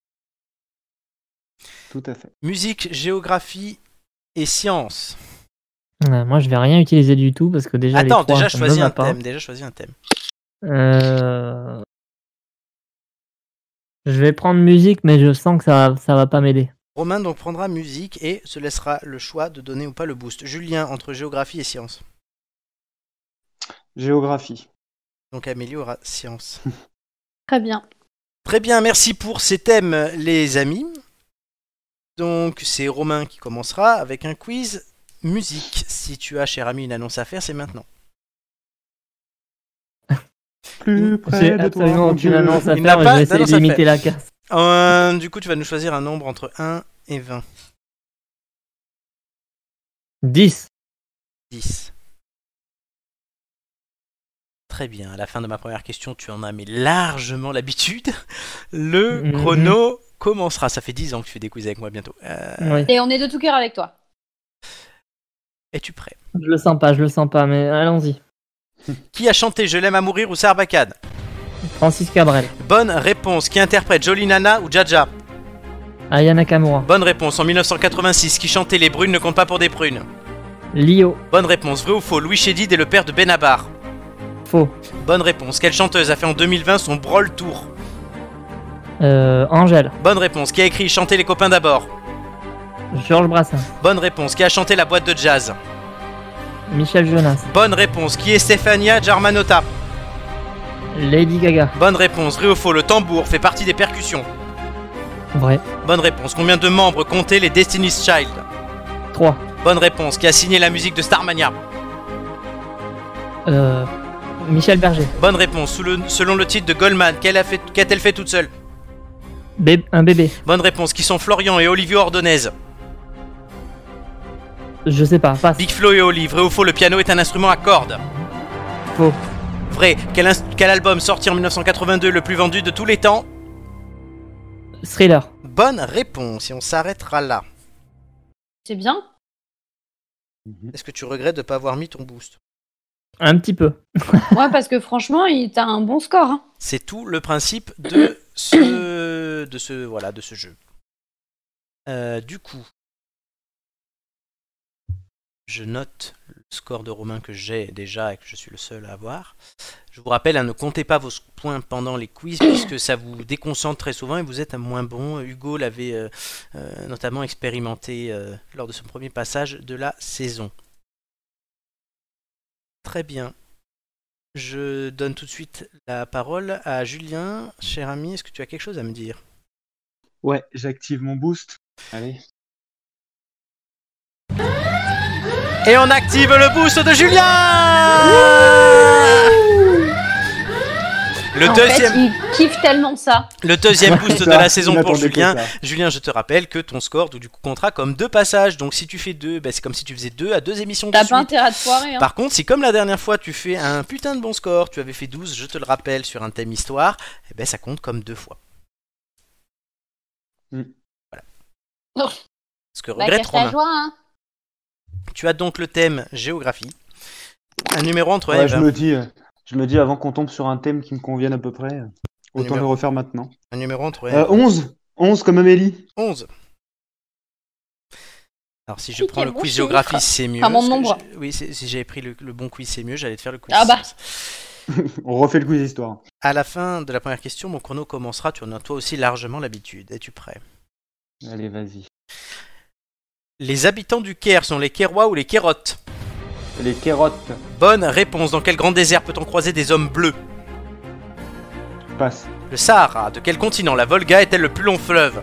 Tout à fait. Musique, géographie et sciences. Ouais, moi, je vais rien utiliser du tout parce que déjà. Attends, les trois, déjà ça me choisis va un pas. thème. Déjà choisis un thème. Je vais prendre musique, mais je sens que ça va pas m'aider. Romain donc prendra musique et se laissera le choix de donner ou pas le boost. Julien entre géographie et sciences. Géographie. Donc Amélie aura sciences. Très bien. Très bien, merci pour ces thèmes les amis. Donc c'est Romain qui commencera avec un quiz musique. Si tu as cher ami une annonce à faire, c'est maintenant. Plus près J'ai de toi. absolument mon aucune Dieu. annonce à Il faire, n'a mais pas je vais essayer d'annonce à d'imiter la casse. Du coup tu vas nous choisir un nombre entre 1 et 20. 10. 10. Très bien, à la fin de ma première question, tu en as mais largement l'habitude. Le chrono commencera. Ça fait 10 ans que tu fais des quiz avec moi bientôt. Oui. Et on est de tout cœur avec toi. Es-tu prêt? Je le sens pas, mais allons-y. Qui a chanté Je l'aime à mourir ou Sarbacane? Francis Cabrel. Bonne réponse. Qui interprète Jolie Nana ou Jaja? Aya Nakamura. Bonne réponse. En 1986, qui chantait Les brunes ne comptent pas pour des prunes? Lio. Bonne réponse. Vrai ou faux? Louis Chédid est le père de Benabar. Faux. Bonne réponse. Quelle chanteuse a fait en 2020 son Brawl Tour? Angèle. Bonne réponse. Qui a écrit Chanter les copains d'abord? Georges Brassens. Bonne réponse. Qui a chanté La boîte de jazz? Michel Jonas. Bonne réponse. Qui est Stefania Germanotta? Lady Gaga. Bonne réponse. Vrai ou faux? Le tambour fait partie des percussions? Vrai. Bonne réponse. Combien de membres comptaient les Destiny's Child? 3. Bonne réponse. Qui a signé la musique de Starmania? Michel Berger. Bonne réponse. Selon le titre de Goldman, qu'a-t-elle fait toute seule? Un bébé. Bonne réponse. Qui sont Florian et Olivier Ordonez? Je sais pas. Passe. Big Flo et Oli. Vrai ou faux? Le piano est un instrument à cordes? Faux. Vrai. Quel album sorti en 1982 le plus vendu de tous les temps? Thriller. Bonne réponse. Et on s'arrêtera là. C'est bien. Est-ce que tu regrettes de ne pas avoir mis ton boost? Un petit peu. Ouais, parce que franchement, t'as un bon score. Hein. C'est tout le principe de ce jeu. Du coup, je note le score de Romain que j'ai déjà et que je suis le seul à avoir. Je vous rappelle, ne comptez pas vos points pendant les quiz puisque ça vous déconcentre très souvent et vous êtes moins bon. Hugo l'avait notamment expérimenté lors de son premier passage de la saison. Très bien. Je donne tout de suite la parole à Julien. Cher ami, est-ce que tu as quelque chose à me dire? Ouais, j'active mon boost. Allez. Et on active le boost de Julien. En fait, il kiffe tellement ça. Le deuxième boost de la saison pour n'attendais que Julien. ça. Julien, je te rappelle que ton score du coup comptera comme 2 passages. Donc si tu fais 2, c'est comme si tu faisais 2 à 2 émissions de T'as pas suite. intérêt à te foirer. Hein. Par contre, si comme la dernière fois tu fais un putain de bon score, tu avais fait 12, je te le rappelle, sur un thème histoire, ça compte comme 2 fois. Voilà. Oh. Ce que regrette Romain. Joie, hein. Tu as donc le thème géographie. Un numéro entre Ouais, Eve. je me dis avant qu'on tombe sur un thème qui me convienne à peu près, autant numéro. le refaire maintenant. Un numéro entre Eve. 11 comme Amélie. 11. Alors si je Oui, prends quel le bon quiz chiffre. géographie, c'est mieux. Enfin, mon Parce que nombre. oui, si j'avais pris le bon quiz, c'est mieux. J'allais te faire le quiz. Ah bah. On refait le quiz histoire. À la fin de la première question, mon chrono commencera. Tu en as toi aussi largement l'habitude. Es-tu prêt? Allez, vas-y. Les habitants du Caire sont les Kairois ou les Kairotes? Les kérotes. Bonne réponse. Dans quel grand désert peut-on croiser des hommes bleus? Passe. Le Sahara. De quel continent la Volga est-elle le plus long fleuve?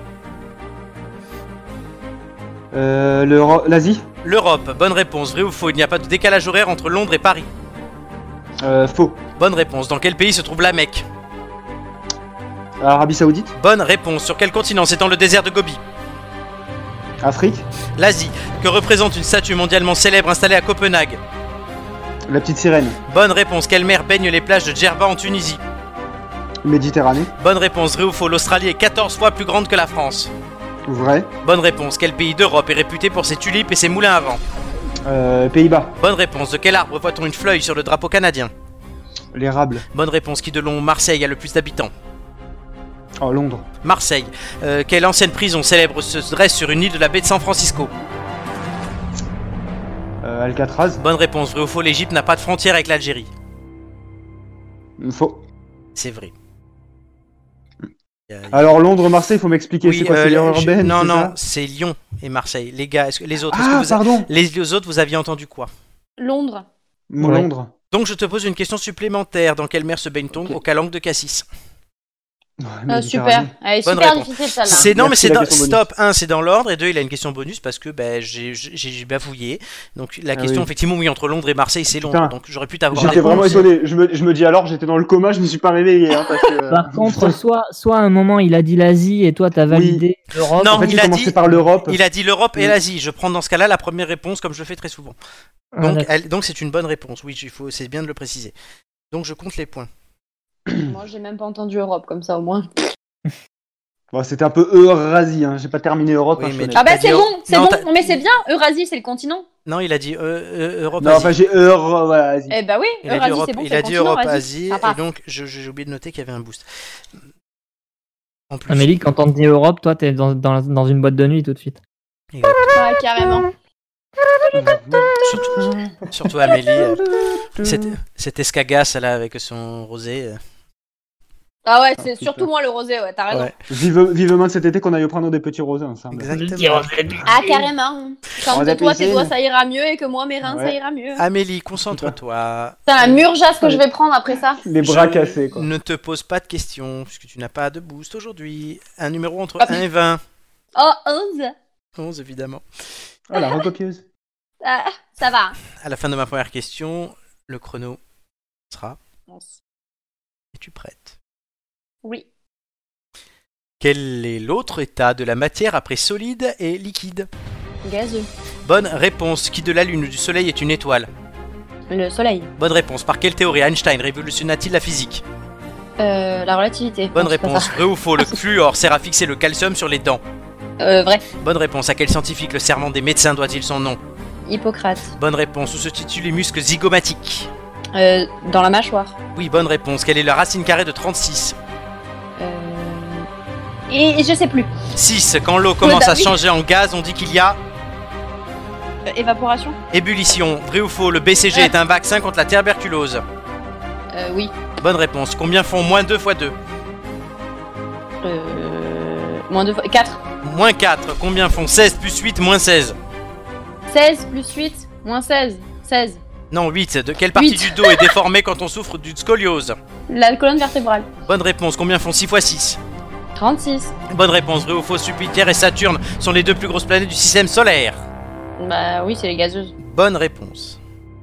L'Asie. L'Europe. Bonne réponse. Vrai ou faux? Il n'y a pas de décalage horaire entre Londres et Paris. Faux. Bonne réponse. Dans quel pays se trouve la Mecque? Arabie Saoudite. Bonne réponse. Sur quel continent s'étend le désert de Gobi? Afrique. L'Asie. Que représente une statue mondialement célèbre installée à Copenhague? La petite sirène. Bonne réponse. Quelle mer baigne les plages de Djerba en Tunisie? Méditerranée. Bonne réponse. Vrai ou faux? L'Australie est 14 fois plus grande que la France. Vrai. Bonne réponse. Quel pays d'Europe est réputé pour ses tulipes et ses moulins à vent? Pays-Bas. Bonne réponse. De quel arbre voit-on une fleuille sur le drapeau canadien? L'érable. Bonne réponse. Qui de long Marseille a le plus d'habitants? Oh, Londres. Marseille. Quelle ancienne prison célèbre se dresse sur une île de la baie de San Francisco? Alcatraz. Bonne réponse. Vrai ou faux? L'Égypte n'a pas de frontière avec l'Algérie. Faux. C'est vrai. Alors Londres-Marseille, il faut m'expliquer, Oui, c'est quoi, c'est l'heure urbaine? non, c'est non, ça c'est Lyon et Marseille. Les gars, les autres, Ah, pardon. les autres, vous aviez entendu quoi? Londres. Ouais. Londres. Donc je te pose une question supplémentaire. Dans quelle mer se baigne-t-on Ok. au Calanque de Cassis? Ouais, Super. Méditerranée. Elle est Bonne super réponse. difficile celle-là. C'est non, mais Merci, c'est la dans, question stop. 1, c'est dans l'ordre, et 2, il a une question bonus parce que j'ai bafouillé. Donc la question, oui. effectivement, oui, entre Londres et Marseille, c'est Londres. Putain. Donc j'aurais pu t'avoir. J'étais des vraiment réponses. étonné. Je me dis alors, j'étais dans le coma, je me suis pas réveillé. Hein, parce que, Par contre, soit à un moment il a dit l'Asie et toi t'as validé l'Europe. Non, en fait, il j'ai a commencé dit- par l'Europe. Il a dit l'Europe et Oui. l'Asie. Je prends dans ce cas-là la première réponse comme je le fais très souvent. Ah, Donc, d'accord. donc c'est une bonne réponse. Oui, c'est bien de le préciser. Donc je compte les points. Moi, j'ai même pas entendu Europe comme ça au moins. Bon, c'était un peu Eurasie, hein. J'ai pas terminé Europe. Oui, hein, je mais connais. Ah bah T'as dit c'est Euro- bon, c'est Non, bon. t'as- Non, mais c'est bien. Eurasie, c'est le continent. Non, il a dit Europe, Non, Asie. enfin j'ai voilà, Asie. Eh bah oui, Il a dit Eurasie, Europe, c'est bon. il c'est a le dit continent, Europe, Eurasie. Asie, Ça passe. et donc j'ai oublié de noter qu'il y avait un boost. En plus. Amélie, quand on te dit Europe, toi, t'es dans une boîte de nuit tout de suite. Exact. Ouais, carrément. Surtout Amélie. Cette escagasse là avec son rosé. Ah ouais, c'est surtout moi le rosé, ouais, t'as raison. Ouais. Vivement cet été qu'on aille prendre des petits rosins ensemble. Exactement. Ah, carrément. Quand On a toi, piscine. tes doigts, ça ira mieux et que moi, mes reins, ça Ouais. ira mieux. Amélie, concentre-toi. C'est un murgeasse que je vais prendre après ça. Les bras Je cassés, quoi. Ne te pose pas de questions puisque tu n'as pas de boost aujourd'hui. Un numéro entre Ah, 1 et 20. Oh, 11. 11 évidemment. Ah, la recopieuse. Ah, ça va. À la fin de ma première question, le chrono sera. Es-tu prête? Oui. Quel est l'autre état de la matière après solide et liquide? Gazeux. Bonne réponse. Qui de la Lune ou du Soleil est une étoile? Le soleil. Bonne réponse. Par quelle théorie Einstein révolutionna-t-il la physique? La relativité. Bonne Non, c'est pas réponse. ça. Vrai ou faux? Le fluor sert à fixer le calcium sur les dents. Vrai. Bonne réponse. À quel scientifique le serment des médecins doit-il son nom? Hippocrate. Bonne réponse. Où se situent les muscles zygomatiques? Dans la mâchoire. Oui, bonne réponse. Quelle est la racine carrée de 36? Et je sais plus. 6. Quand l'eau commence à oui. changer en gaz, on dit qu'il y a Évaporation. ébullition. Vrai ou faux? Le BCG est un vaccin contre la tuberculose. Oui. Bonne réponse. Combien font moins 2 fois 2? Moins 2 fois. 4. Moins 4. Combien font 16 plus 8 moins 16? 16 plus 8, moins 16. 16. Non, 8. De quelle partie 8. du dos est déformée quand on souffre d'une scoliose? La colonne vertébrale. Bonne réponse. Combien font 6 fois 6? 36. Bonne réponse. Vrai ou faux? Jupiter et Saturne sont les deux plus grosses planètes du système solaire. Bah oui, c'est les gazeuses. Bonne réponse.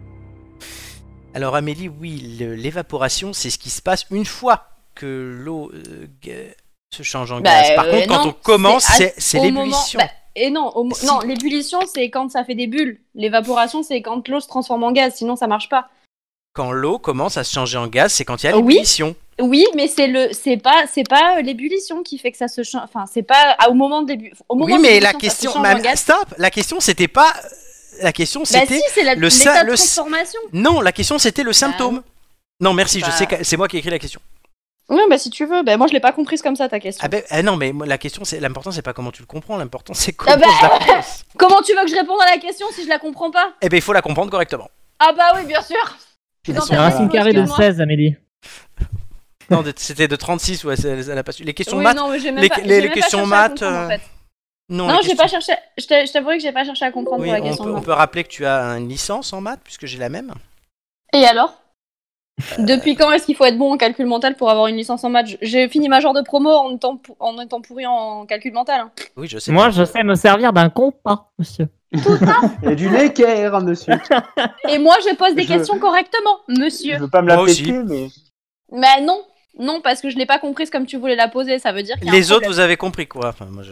Alors Amélie, oui, l'évaporation, c'est ce qui se passe une fois que l'eau se change en gaz. Par contre, quand non, on commence, c'est c'est au l'ébullition. moment- et non, Si. non, l'ébullition, c'est quand ça fait des bulles. L'évaporation, c'est quand l'eau se transforme en gaz, sinon ça marche pas. Quand l'eau commence à se changer en gaz, c'est quand il y a Oui. l'ébullition. Oui, mais c'est pas l'ébullition qui fait que ça se change. Enfin, c'est pas au moment de l'ébullition. Oui, mais la question, stop. La question, c'était pas. La question, Bah c'était. si, c'est le l'état de le- transformation. Non, la question, c'était le symptôme. Non, merci. Je Bah. sais que c'est moi qui ai écrit la question. Oui, bah si tu veux. Bah moi, je l'ai pas comprise comme ça ta question. Ah ben non, mais moi, la question, c'est l'important, c'est pas comment tu le comprends. L'important, c'est comment bah. je la pose. Comment tu veux que je réponde à la question si je la comprends pas? Eh ben, il faut la comprendre correctement. Ah bah oui, bien sûr. Dans C'est ta une racine tête, carrée de excuse-moi. 16, Amélie. Non, c'était de 36, ouais, elle a pas su. Les questions Oui, maths. non, mais j'ai même les- pas, les j'ai même pas questions cherché à maths, comprendre, en fait. Non, Non, les j'ai questions- pas cherché. Je t'avouerai que j'ai pas cherché à comprendre Oui, pour la on question. peut, non. on peut rappeler que tu as une licence en maths, puisque j'ai la même. Et alors? Depuis quand est-ce qu'il faut être bon en calcul mental pour avoir une licence en maths? J'ai fini ma genre de promo en étant pourri en calcul mental. Hein. Oui, je sais. Moi, je sais me servir d'un compas, monsieur. Il y a du l'équerre, monsieur. Et moi, je pose des Je- questions correctement, Je monsieur. veux pas me la Moi aussi. péter, mais. Mais non, non, parce que je l'ai pas comprise comme tu voulais la poser. Ça veut dire qu'il y a un Les autres, problème. vous avez compris quoi? Enfin, moi,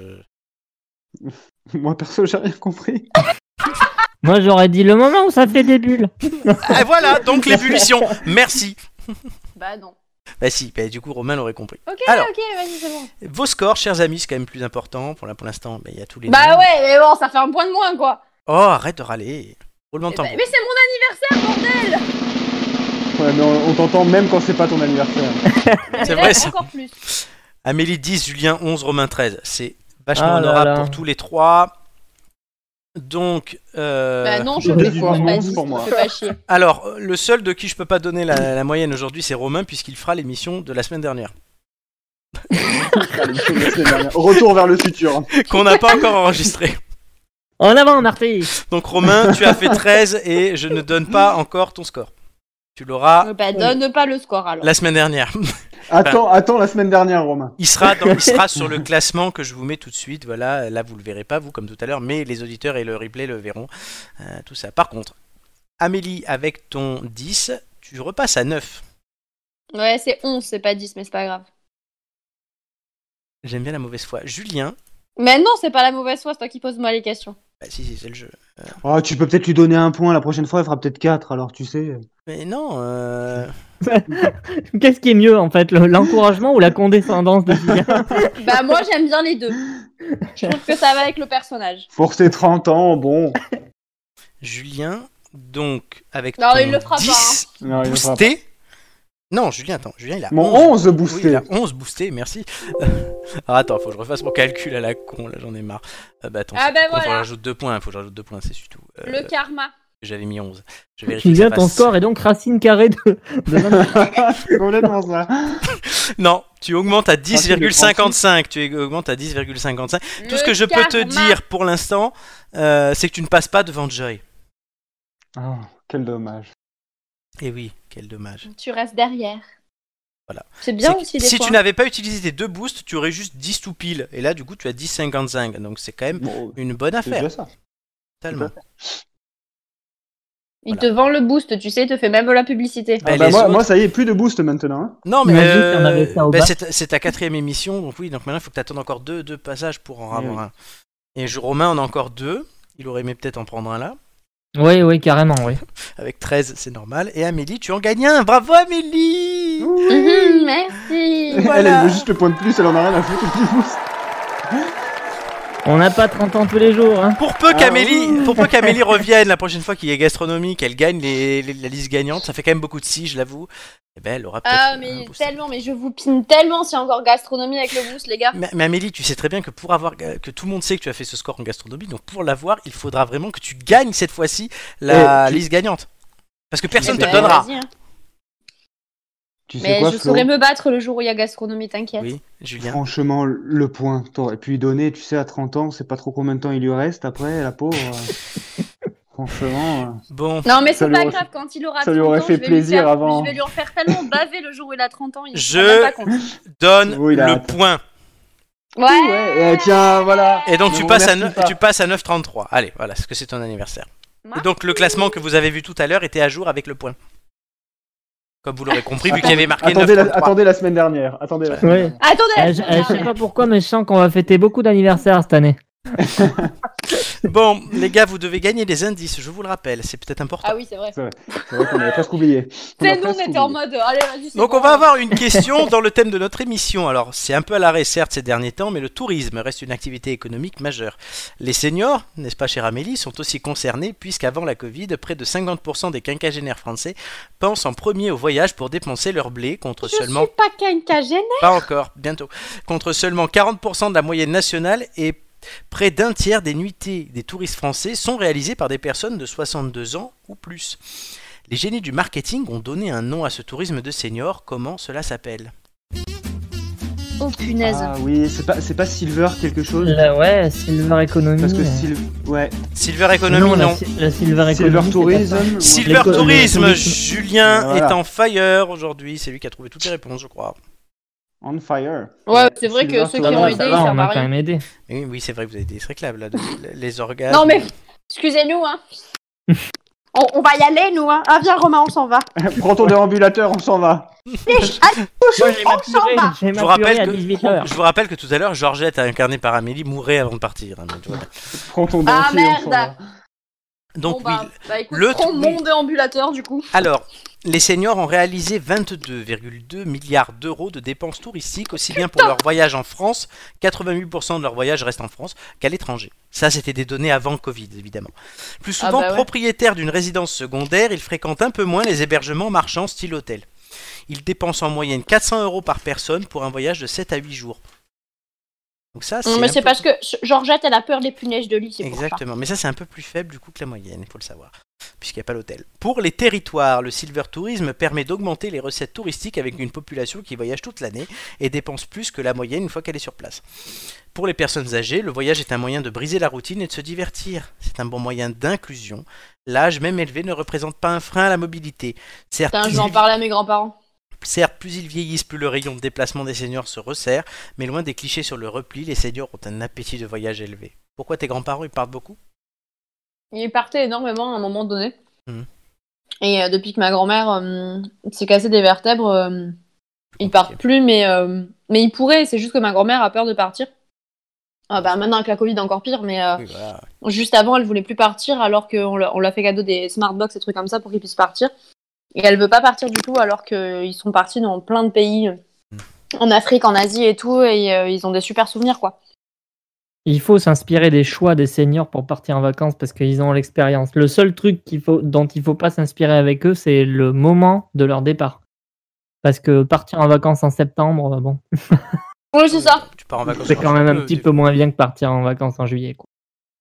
Moi, perso, j'ai rien compris. Moi, j'aurais dit le moment où ça fait des bulles. Ah, voilà, donc l'ébullition. Merci. Bah non. Bah si, bah, du coup, Romain l'aurait compris. Ok, Alors. ok, vas-y, c'est bon. Vos scores, chers amis, c'est quand même plus important. Pour l'instant, bah, il y a tous les Bah noms. ouais, mais bon, ça fait un point de moins, quoi. Oh, arrête de râler. Roulement de Eh bah, tambour. mais c'est mon anniversaire, bordel. Ouais, mais on t'entend même quand c'est pas ton anniversaire. C'est Et là, vrai, ça. encore plus. Amélie 10, Julien 11, Romain 13. C'est vachement Ah là honorable là. pour tous les trois. Donc, Bah non, je J'aurais peux dû pas. dire Vas-y, pour moi. fais pas chier. alors, le seul de qui je peux pas donner la moyenne aujourd'hui, c'est Romain, puisqu'il fera l'émission de la semaine dernière. Allez, la semaine dernière. Retour vers le futur. Qu'on n'a pas encore enregistré. En avant, Marty. Donc, Romain, tu as fait 13 et je ne donne pas encore ton score. Tu l'auras Bah donne pas le score alors. la semaine dernière. Attends la semaine dernière, Romain. Il sera sur le classement que je vous mets tout de suite. Voilà, là vous le verrez pas vous comme tout à l'heure, mais les auditeurs et le replay le verront. Tout ça. Par contre, Amélie avec ton 10, tu repasses à 9. Ouais, c'est 11, c'est pas 10, mais c'est pas grave. J'aime bien la mauvaise foi. Julien, Mais non, c'est pas la mauvaise foi, c'est toi qui poses moi les questions. bah, si c'est le jeu. Oh, tu peux peut-être lui donner un point la prochaine fois, elle fera peut-être 4, alors tu sais. Mais non. Qu'est-ce qui est mieux, en fait, l'encouragement ou la condescendance de Julien? Bah moi j'aime bien les deux. Je trouve que ça va avec le personnage. Pour ses 30 ans, bon. Julien, donc avec Non, ton il le fera pas, 10 Non, il le fera boosté, Non, Julien, attends. Julien, il a Mon 11 Oui, boosté. il a 11 boostés, merci. Alors attends, faut que je refasse mon calcul à la con, là, j'en ai marre. Attends, Ah, ben faut que je voilà. rajoute 2 points, c'est surtout. Le karma. J'avais mis 11. Je vérifie Julien, que ça ton fasse- score est donc racine carrée de 20. C'est complètement ça. Non, tu augmentes à Racine de 10,55. Tu augmentes à 10,55. Tout ce que Le je peux te karma. dire pour l'instant, c'est que tu ne passes pas devant Joy. Oh, quel dommage. Et oui, quel dommage. Tu restes derrière. Voilà. C'est bien C'est que aussi des si fois. tu n'avais pas utilisé tes 2 boosts, tu aurais juste 10 tout pile. Et là, du coup, tu as 10,55. Donc c'est quand même Bon, une bonne c'est affaire. déjà ça. Totalement. Il te vend le boost, tu sais, il te fait même la publicité. Bah, Bah, les moi, autres- moi, ça y est, plus de boost maintenant. Hein. Non, mais Imagine qu'il y en avait ça au bas. c'est ta 4ème émission. Donc oui, donc maintenant, il faut que tu attendes encore deux passages pour en Oui, avoir oui. un. Et Romain en a encore 2. Il aurait aimé peut-être en prendre un là. Oui, carrément, oui. Avec 13, c'est normal. Et Amélie, tu en gagnes un. Bravo Amélie. Merci. Elle veut juste le point de plus, elle en a rien à foutre du boost. On n'a pas 30 ans tous les jours, hein. Pour peu Ah, qu'Amélie revienne la prochaine fois qu'il y ait gastronomie, qu'elle gagne la liste gagnante, ça fait quand même beaucoup de si, je l'avoue. Eh ben, elle aura peut-être Ah, un mais boost. tellement, mais je vous pine tellement s'il y a encore gastronomie avec le boost, les gars. Mais Amélie, tu sais très bien que que tout le monde sait que tu as fait ce score en gastronomie, donc pour l'avoir, il faudra vraiment que tu gagnes cette fois-ci la liste gagnante. Parce que personne Eh te ben, le donnera. vas-y, hein. Tu sais Mais quoi, je Flo? saurais me battre le jour où il y a gastronomie, t'inquiète. Oui, Julien. Franchement, le point, t'aurais pu lui donner, tu sais, à 30 ans, c'est pas trop combien de temps il lui reste après, la pauvre. Franchement. Bon, Non, mais Ça c'est lui pas aurait grave, quand il aura ça lui 30 aurait ans, fait je vais plaisir lui faire, avant. Je vais lui en faire tellement baver le jour où il a 30 ans, il Je- se rend même pas compte. donne Oui, il a le hâte. point. Ouais. Tiens, voilà. Et donc Ne tu vous passes, remercie pas. tu passes à 9,33. Allez, voilà, c'est que c'est ton anniversaire. Et donc le classement que vous avez vu tout à l'heure était à jour avec le point. Comme vous l'aurez compris, vu qu'il y avait marqué 9,33. Attendez la semaine dernière. Attendez la semaine Ouais. dernière. Attendez, Je sais pas pourquoi, mais je sens qu'on va fêter beaucoup d'anniversaires cette année. Bon, les gars, vous devez gagner des indices, je vous le rappelle, c'est peut-être important. Ah oui, c'est vrai. C'est vrai qu'on avait presque oublié. C'est nous, on était en mode, allez, vas-y, c'est Donc bon. on va avoir une question dans le thème de notre émission. Alors c'est un peu à l'arrêt certes ces derniers temps, mais le tourisme reste une activité économique majeure. Les seniors, n'est-ce pas chère Amélie, sont aussi concernés puisqu'avant la Covid, près de 50% des quinquagénaires français pensent en premier au voyage pour dépenser leur blé contre Je seulement... suis pas quinquagénaire. Pas encore, bientôt. Contre seulement 40% de la moyenne nationale et près d'un tiers des nuitées des touristes français sont réalisées par des personnes de 62 ans ou plus. Les génies du marketing ont donné un nom à ce tourisme de seniors. Comment cela s'appelle ? Oh punaise. Ah oui, c'est pas Silver quelque chose. Ouais, Silver Economy. Parce que ouais. Silver Economy, non. La Silver Economy. Silver c'est Tourism. pas ça. Silver L'éco- le Tourisme, tourisme. Julien Voilà. est en fire aujourd'hui. C'est lui qui a trouvé toutes les réponses, je crois. On fire. Ouais, c'est vrai que Silver ceux Ça qui Tourism. ont va, aidé, ça ils va, servent on à a quand rien. même aidé. Et oui, c'est vrai, vous avez des réclames là, les orgasmes. Non, mais excusez-nous, hein. On va y aller, nous, hein. Ah, viens, Romain, on s'en va. Prends ton déambulateur, on s'en va. Moi, j'ai ma purée, j'ai Je vous ma purée à rappelle 18h. Je vous rappelle que tout à l'heure, Georgette, incarnée par Amélie, mourait avant de partir. Hein, donc, voilà. Prends ton Ah, dentier, on s'en merde. va. Donc, Bon, oui. bah écoute, le prends oui. mon déambulateur, du coup. Alors, les seniors ont réalisé 22,2 milliards d'euros de dépenses touristiques, aussi bien pour leur voyage en France, 88% de leur voyage reste en France, qu'à l'étranger. Ça, c'était des données avant Covid, évidemment. Plus souvent Ah bah ouais. propriétaires d'une résidence secondaire, ils fréquentent un peu moins les hébergements marchands style hôtel. Ils dépensent en moyenne 400 euros par personne pour un voyage de 7 à 8 jours. Donc ça, Non, mais un c'est peu- parce que Georgette, elle a peur des punaises de lit, c'est pour ça. Exactement, mais ça c'est un peu plus faible du coup que la moyenne, il faut le savoir, puisqu'il n'y a pas l'hôtel. Pour les territoires, le Silver Tourisme permet d'augmenter les recettes touristiques avec une population qui voyage toute l'année et dépense plus que la moyenne une fois qu'elle est sur place. Pour les personnes âgées, le voyage est un moyen de briser la routine et de se divertir. C'est un bon moyen d'inclusion. L'âge, même élevé, ne représente pas un frein à la mobilité. Certes, Putain, je plus vais en ils- parler à mes grands-parents. Certes, plus ils vieillissent, plus le rayon de déplacement des seniors se resserre, mais loin des clichés sur le repli, les seniors ont un appétit de voyage élevé. Pourquoi tes grands-parents, ils partent beaucoup ? Il partait énormément à un moment donné. Mhm. Et depuis que ma grand-mère s'est cassé des vertèbres, il part plus, mais il pourrait. C'est juste que ma grand-mère a peur de partir. Ah bah maintenant avec la Covid encore pire, mais Oui, voilà. juste avant elle voulait plus partir alors qu'on l'a fait cadeau des smartbox et trucs comme ça pour qu'ils puissent partir. Et elle veut pas partir du tout alors qu'ils sont partis dans plein de pays, en Afrique, en Asie et tout, et ils ont des super souvenirs quoi. Il faut s'inspirer des choix des seniors pour partir en vacances parce qu'ils ont l'expérience. Le seul truc dont il faut pas s'inspirer avec eux, c'est le moment de leur départ. Parce que partir en vacances en septembre, bon, Oui, c'est ça. Tu pars en vacances. c'est quand même un petit peu moins bien que partir en vacances en juillet, quoi.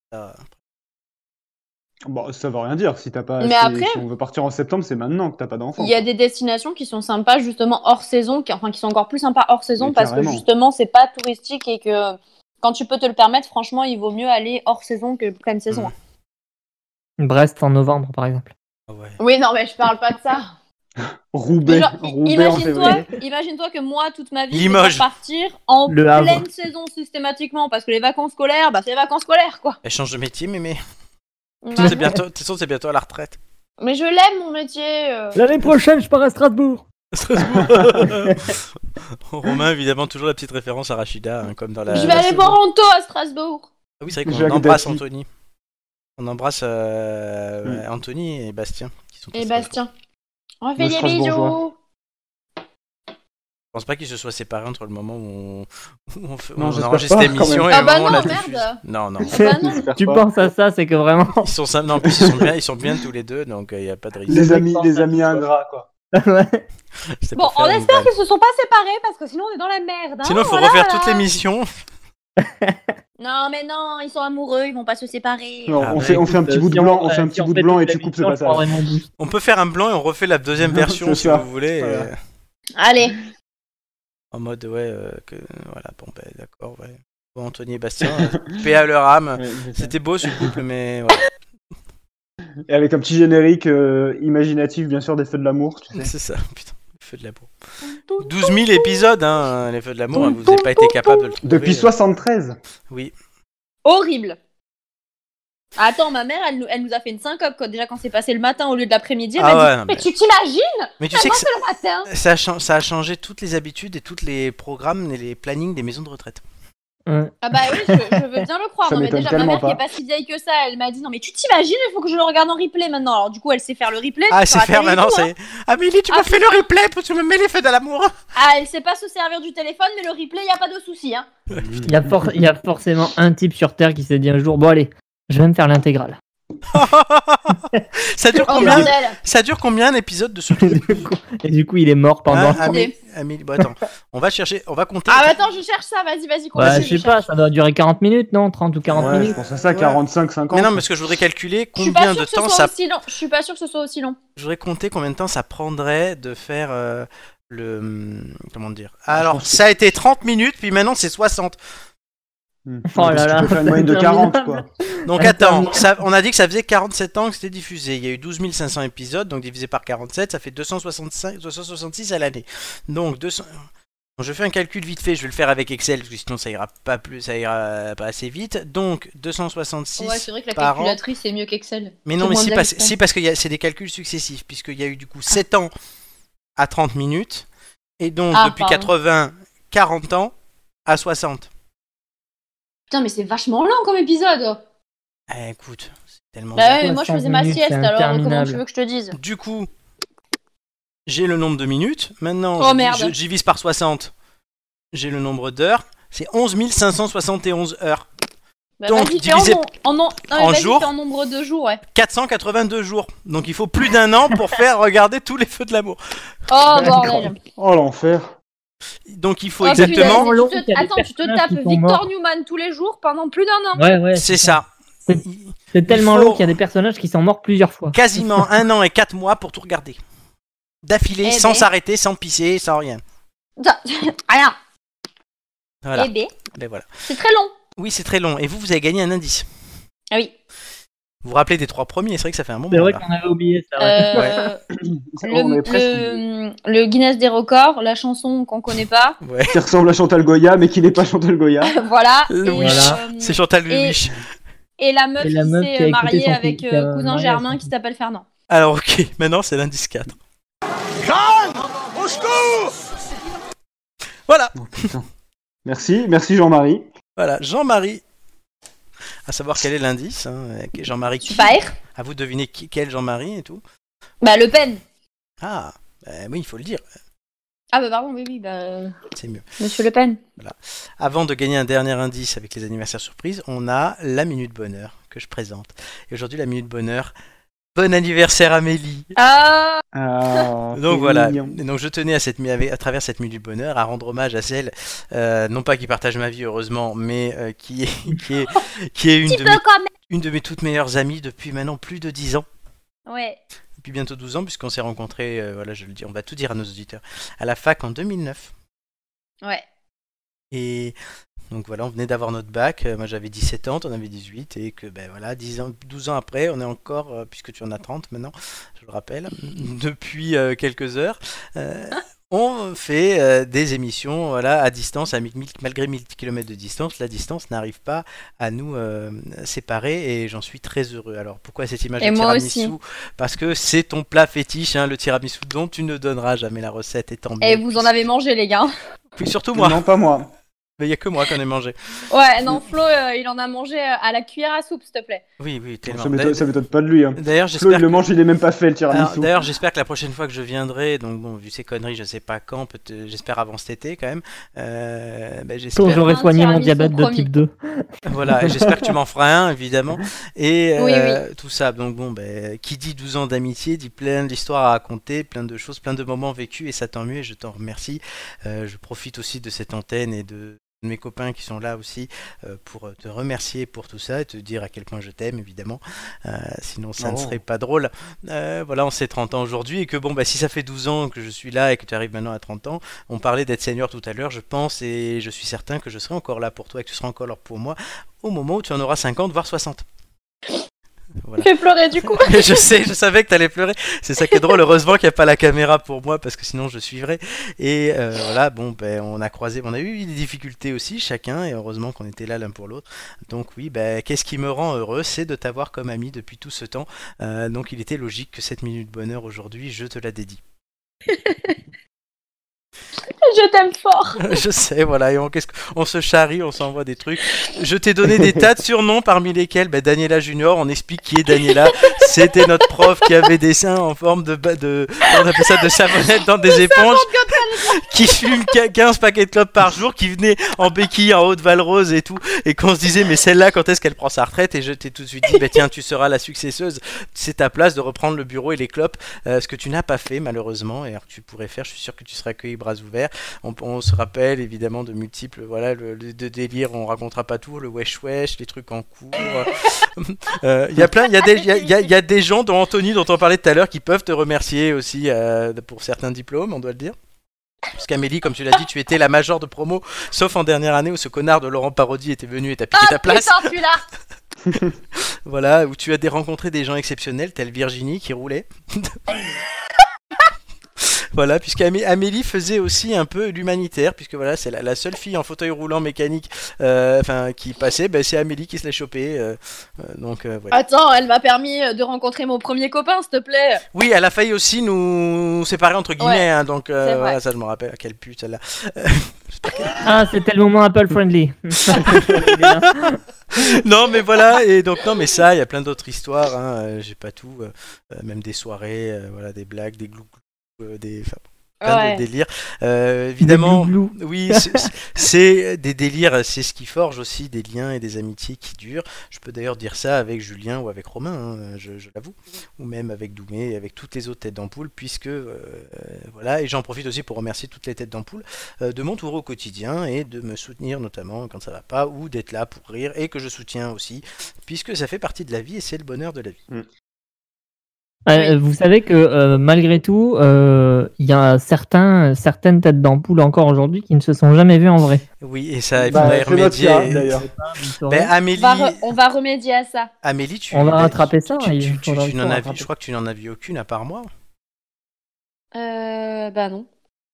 Bon, ça veut rien dire. Si t'as pas, Mais après- si on veut partir en septembre, c'est maintenant que t'as pas d'enfant. Il y a des destinations qui sont sympas justement hors saison, qui sont encore plus sympas hors saison Mais parce que carrément. justement c'est pas touristique et que quand tu peux te le permettre, franchement, il vaut mieux aller hors saison que pleine saison. Brest en novembre, par exemple. Ah ouais. Oui, non, mais je parle pas de ça. Roubaix, Genre, Roubaix en février. imagine-toi que moi, toute ma vie, Limoges. je dois partir en Le Havre. pleine saison systématiquement parce que les vacances scolaires, bah c'est les vacances scolaires quoi. Elle change de métier, mais Bah, c'est bientôt. De toute façon, c'est bientôt à la retraite. mais je l'aime mon métier. L'année prochaine, je pars à Strasbourg. Romain, évidemment, toujours la petite référence à Rachida, hein, comme dans la. Je vais aller voir Anto à Strasbourg. Ah oui, c'est vrai qu'on Jacques embrasse Dati. Anthony. On embrasse Anthony et Bastien. Qui sont Et à Bastien. On fait Le des Strasbourgeois. bisous. Je pense pas qu'ils se soient séparés entre le moment où Non, on j'espère enregistre pas, l'émission quand et même. le Ah bah moment où on la non, diffuse. merde. Non, non. Bah non. J'espère Tu pas. penses à ça, c'est que vraiment. Ils sont non, en plus, ils sont bien tous les deux, donc il n'y a pas de risque. Les amis pense à tout, quoi. ingrats, quoi. Ouais. C'était Bon, pour faire on une espère vanne. qu'ils se sont pas séparés parce que sinon on est dans la merde. Hein, Sinon, il faut voilà, refaire voilà. toute l'émission. Non, mais non, ils sont amoureux, ils vont pas se séparer. Non, Ah on bah, fait un petit bout de blanc, on fait un Si petit bout de fait blanc toute et tu coupes ce l'émission, je passage. prendrai mon boost. On peut faire un blanc et on refait la deuxième version C'est si ça. vous voulez. Voilà. Allez. En mode, voilà, bon, ben d'accord, ouais. Bon, Anthony et Bastien, paix à leur âme. Ouais, c'est ça. C'était beau ce couple, mais voilà. Et avec un petit générique imaginatif, bien sûr, des feux de l'amour, tu sais. C'est ça, putain, les feux de l'amour. 12 000 épisodes, hein, les feux de l'amour, hein, vous n'avez pas été capable de le trouver. Depuis 73. Oui. Horrible. Attends, ma mère, elle nous a fait une syncope déjà quand c'est passé le matin au lieu de l'après-midi. Elle Ah m'a ouais, dit, non, mais mais- tu t'imagines Mais tu sais que le matin ça a changé toutes les habitudes et tous les programmes et les plannings des maisons de retraite. Ouais. Ah bah oui, je veux bien le croire. Ça Non, mais m'étonne déjà, ma tellement mère qui est pas. pas si vieille que ça, elle m'a dit, non mais tu t'imagines, il faut que je le regarde en replay maintenant. Alors du coup, elle sait faire le replay. Ah, sur c'est la faire télé et maintenant, tout, ça hein. y est. Amélie, tu Ah, me fais le replay pour que tu me mets les feux de l'amour. Ah, elle sait pas se servir du téléphone, mais le replay, y a pas de souci. Hein. Il y a forcément un type sur Terre qui s'est dit un jour, bon allez, je vais me faire l'intégrale. Ça dure Oh combien bordel. Ça dure combien un épisode de ce truc Et du coup, il est mort pendant. Hein, Amélie, bon, attends, on va compter. Ah bah attends, je cherche ça, vas-y, Ouais, continue. je sais pas, ça doit durer 40 minutes, non 30 ou 40 Ouais, je minutes. pense à ça, Ouais. 45, 50. Mais non, parce que je voudrais calculer Je suis pas combien sûre de que ce temps soit ça. aussi long. Je suis pas sûre que ce soit aussi long. Je voudrais compter combien de temps ça prendrait de faire comment dire. je Alors, pense que- ça a été 30 minutes, puis maintenant c'est 60. Hmm. Oh Parce là que là, tu peux faire une moyenne de c'est 40, interminable. quoi. Donc attends, on a dit que ça faisait 47 ans que c'était diffusé. Il y a eu 12 500 épisodes, donc divisé par 47, ça fait 266 à l'année. Donc 200. Bon, je fais un calcul vite fait, je vais le faire avec Excel, parce que sinon ça ira pas assez vite. Donc 266 Ouais, c'est vrai que la par an. calculatrice c'est mieux qu'Excel. Mais non, C'est mais moins si, bien parce, Excel. si, parce que c'est des calculs successifs, puisqu'il y a eu du coup 7 ans à 30 minutes, et donc Ah, depuis pardon. 80, 40 ans à 60. Putain, mais c'est vachement long comme épisode. Écoute, c'est tellement Bah bien. ouais, mais moi je 60 faisais ma minutes, sieste, c'est alors comment interminable. tu veux que je te dise? Du coup, j'ai le nombre de minutes. Maintenant, Oh, merde. je divise par 60. J'ai le nombre d'heures. C'est 11 571 heures. Bah, Donc, vas-y, fais divisé non, mais en vas-y, jours. fais en nombre de jours, ouais. 482 jours. Donc il faut plus d'un an pour faire regarder tous les feux de l'amour. Oh bordel. Oh, l'enfer. Donc il faut Oh, exactement... punaise, long tu te- qu'il y a des Attends, tu te personnages tapes qui sont Victor morts. Newman tous les jours pendant plus d'un an. Ouais, ouais. C'est ça. C'est tellement Il faut- long qu'il y a des personnages qui sont morts plusieurs fois. Quasiment 1 an et 4 mois pour tout regarder. D'affilée, Eh sans ben. s'arrêter, sans pisser, sans rien. Rien. Voilà. Eh ben, Ben voilà. c'est très long. Oui, c'est très long. Et vous avez gagné un indice. Ah oui. Vous vous rappelez des 3 premiers, c'est vrai que ça fait un moment. C'est vrai là. qu'on avait oublié ça. Ouais. On est presque oublié. le Guinness des records, la chanson qu'on connaît pas. Ouais. Qui ressemble à Chantal Goya, mais qui n'est pas Chantal Goya. Voilà. Le Et, Wish. euh, C'est Chantal et- Wish. et la meuf Et la qui meuf qui a s'est écouté mariée son avec fils, qui a cousin marié Germain son qui s'appelle Fernand. Alors ok, maintenant c'est l'indice 4. Voilà, Oh, putain. Merci Jean-Marie. voilà, Jean-Marie. À savoir quel est l'indice, hein. Jean-Marie qui. Super. À vous de deviner quel Jean-Marie et tout. Bah Le Pen. Ah, oui, il faut le dire, Ah bah pardon, oui, bah, c'est mieux. Monsieur Le Pen. Avant de gagner un dernier indice avec les anniversaires surprises, on a la Minute Bonheur que je présente. Et aujourd'hui, la Minute Bonheur, Bon anniversaire Amélie. Ah, Donc c'est voilà, mignon. et donc je tenais à travers cette minute du bonheur à rendre hommage à celle, non pas qui partage ma vie heureusement, mais qui est petit peu quand même. une de mes toutes meilleures amies depuis maintenant plus de 10 ans, Ouais. depuis bientôt 12 ans puisqu'on s'est rencontrés, voilà je le dis, on va tout dire à nos auditeurs, à la fac en 2009. Ouais. Et donc voilà, on venait d'avoir notre bac, moi j'avais 17 ans, on avait 18, et que ben voilà, 12 ans après, on est encore, puisque tu en as 30 maintenant, je le rappelle, depuis quelques heures, on fait des émissions voilà, à distance, malgré 1000 km de distance, la distance n'arrive pas à nous séparer, et j'en suis très heureux. Alors pourquoi cette image Et de moi tiramisu? aussi. Parce que c'est ton plat fétiche, hein, le tiramisu dont tu ne donneras jamais la recette, et tant mieux. Et vous en avez mangé, les gars. Puis surtout moi, Non, pas moi. mais il n'y a que moi qui en ai mangé. Ouais, non, Flo, il en a mangé à la cuillère à soupe, s'il te plaît. Oui, tellement. Ça m'étonne pas de lui. Hein. D'ailleurs, Flo, j'espère il le mange, il est même pas fait le Alors, tiramisu. d'ailleurs, j'espère que la prochaine fois que je viendrai, donc bon, vu ces conneries, je sais pas quand, j'espère avant cet été quand même. Quand J'espère, j'aurai Un soigné mon tiramisu diabète de promis. type 2. voilà, et j'espère que tu m'en feras un, évidemment. Et Oui, tout ça. Donc bon, qui dit 12 ans d'amitié, dit plein d'histoires à raconter, plein de choses, plein de moments vécus, et ça tant mieux. Et je t'en remercie. Je profite aussi de cette antenne et de mes copains qui sont là aussi pour te remercier pour tout ça et te dire à quel point je t'aime évidemment, sinon ça ne Oh. serait pas drôle. Voilà, on s'est 30 ans aujourd'hui et que bon si ça fait 12 ans que je suis là et que tu arrives maintenant à 30 ans, on parlait d'être senior tout à l'heure, je pense et je suis certain que je serai encore là pour toi et que tu seras encore là pour moi au moment où tu en auras 50 voire 60. Voilà. Fais pleurer, du coup. Je savais que t'allais pleurer. C'est ça qui est drôle. Heureusement qu'il n'y a pas la caméra pour moi parce que sinon je suivrais. Et voilà, on a eu des difficultés aussi chacun et heureusement qu'on était là l'un pour l'autre. Donc oui, qu'est-ce qui me rend heureux, c'est de t'avoir comme ami depuis tout ce temps. Donc il était logique que cette minute bonheur aujourd'hui, je te la dédie. Je t'aime fort. Je sais, voilà, et on se charrie, on s'envoie des trucs. Je t'ai donné des tas de surnoms, parmi lesquels Daniela Junior, on explique qui est Daniela. C'était notre prof qui avait des seins en forme on appelle ça de savonnette dans des éponges, qui fume 15 paquets de clopes par jour, qui venait en béquille en haut de Valrose et tout, et qu'on se disait, mais celle-là, quand est-ce qu'elle prend sa retraite? Et je t'ai tout de suite dit, tiens, tu seras la successeuse, c'est ta place de reprendre le bureau et les clopes, ce que tu n'as pas fait, malheureusement, et alors que tu pourrais faire, je suis sûr que tu seras accueilli bras ouverts. On se rappelle évidemment de multiples de délires, on racontera pas tout, le wesh wesh, les trucs en cours. Il y a des gens dont Anthony dont on parlait tout à l'heure qui peuvent te remercier aussi pour certains diplômes, on doit le dire. Parce qu'Amélie, comme tu l'as dit, tu étais la majeure de promo, sauf en dernière année où ce connard de Laurent Parodi était venu et t'a piqué ta place. Putain, celui-là. Voilà, où tu as rencontré des gens exceptionnels, telle Virginie qui roulait. Voilà, puisque Amélie faisait aussi un peu l'humanitaire, puisque voilà, c'est la seule fille en fauteuil roulant mécanique qui passait, c'est Amélie qui se l'a chopée. Voilà. Attends, elle m'a permis de rencontrer mon premier copain, s'il te plaît. Oui, elle a failli aussi nous séparer entre guillemets, Ouais, hein, donc vrai. voilà, ça je me rappelle. Quelle pute celle-là. Ah, c'était le moment Apple friendly. Non, mais voilà, et donc non, mais ça, il y a plein d'autres histoires, hein, j'ai pas tout, même des soirées, voilà, des blagues, des glou plein de délires. Évidemment, Des glou-glou. oui, c'est des délires, c'est ce qui forge aussi des liens et des amitiés qui durent. Je peux d'ailleurs dire ça avec Julien ou avec Romain, hein, je l'avoue, ou même avec Doumé et avec toutes les autres têtes d'ampoule, puisque voilà, et j'en profite aussi pour remercier toutes les têtes d'ampoule de m'entourer au quotidien et de me soutenir notamment quand ça va pas, ou d'être là pour rire et que je soutiens aussi, puisque ça fait partie de la vie et c'est le bonheur de la vie. Vous savez que malgré tout, il y a certaines têtes d'ampoule encore aujourd'hui qui ne se sont jamais vues en vrai. Oui, et ça, il faudrait c'est notre remédier. cas, d'ailleurs. Amélie, On va remédier à ça. Amélie, On va rattraper ça, il tu faudra n'en le as rattraper. vu, je crois que tu n'en as vu aucune à part moi. Bah non.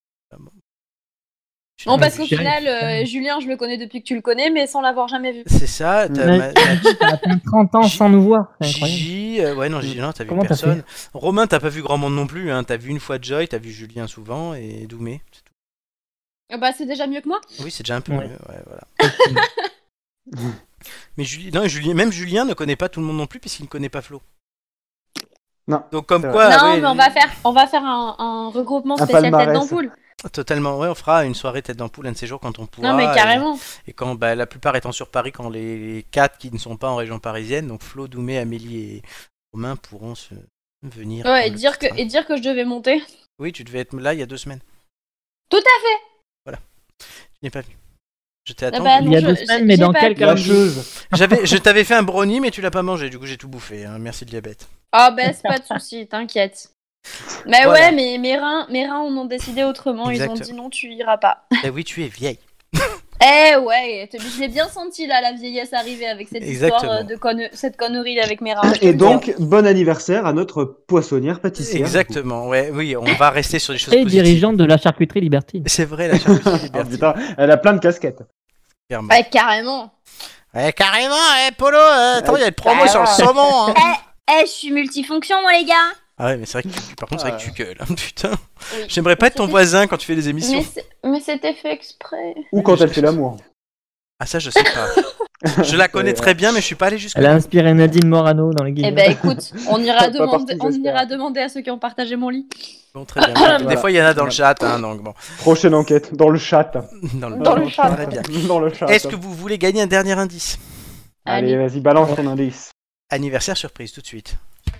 Tu Non, n'en as parce vu qu'au jamais. final, Julien, je le connais depuis que tu le connais, mais sans l'avoir jamais vu. C'est ça, Mais- Ça fait 30 ans sans nous voir, c'est incroyable. Gigi, ouais, non, Gigi, non, t'as vu Comment t'as personne. Romain, t'as pas vu grand monde non plus, hein. T'as vu une fois Joy, t'as vu Julien souvent et Doumé. C'est tout. Bah, c'est déjà mieux que moi. Oui, c'est déjà un peu Ouais. mieux, ouais, voilà. Mais même Julien ne connaît pas tout le monde non plus puisqu'il ne connaît pas Flo. Non. Donc comme C'est quoi, non, ouais, mais on va faire un regroupement Un spécial tête palmarès. d'ampoule. totalement, ouais, on fera une soirée tête d'ampoule un de ces jours quand on pourra. Non, mais carrément. Et quand la plupart étant sur Paris, quand les 4 qui ne sont pas en région parisienne, donc Flo, Doumé, Amélie Romain pourront se venir. Ouais, pour et le dire, petit que, train. et dire que je devais monter. Oui, tu devais être là il y a 2 semaines. Tout à fait. Tu n'es pas venu. Je t'ai Ah attendu. bah, non, Il y a je- 2 j'ai- semaines, mais j'ai dans pas quel pu. calendrier? Lâcheuse. Je t'avais fait un brownie, mais tu l'as pas mangé. Du coup, j'ai tout bouffé. Hein. Merci le diabète. Ah bah c'est pas de soucis, t'inquiète. Mais Voilà. ouais, mais mes reins en ont décidé autrement. Ils ont Exact. dit non, tu iras pas. Eh oui, tu es vieille. Eh ouais, je l'ai bien senti là, la vieillesse arriver avec cette Exactement. histoire cette connerie là avec mes reins. Et donc, bon anniversaire à notre poissonnière pâtissière. Exactement. Ouais, oui, on va rester sur des choses Et positives. dirigeante de la charcuterie Libertine. C'est vrai, la charcuterie Ah, Liberty. putain, elle a plein de casquettes. Clairement. Ouais, carrément. Carrément, Polo, attends, il y a une promo sur le saumon. Hein. Je suis multifonction, moi les gars. Ah ouais, mais c'est vrai que par contre, c'est vrai que tu gueules. Hein, putain. Oui. J'aimerais pas être ton C'était- voisin quand tu fais des émissions. Mais c'était fait exprès. Ou quand elle fait l'amour. Ah, ça, je sais pas. Je la connais très bien, mais je suis pas allé jusque Elle a inspiré Nadine Morano dans les Eh guillemets. ben écoute, on ira, Pas partout, j'espère. demander à ceux qui ont partagé mon lit. Bon, très bien. Des Voilà. fois, il y en a dans le chat, hein, donc bon. Prochaine enquête, dans le chat. Dans le chat. Très bien. Dans le chat. Est-ce que vous voulez gagner un dernier indice? Allez, vas-y, balance ton indice. Anniversaire surprise, tout de suite.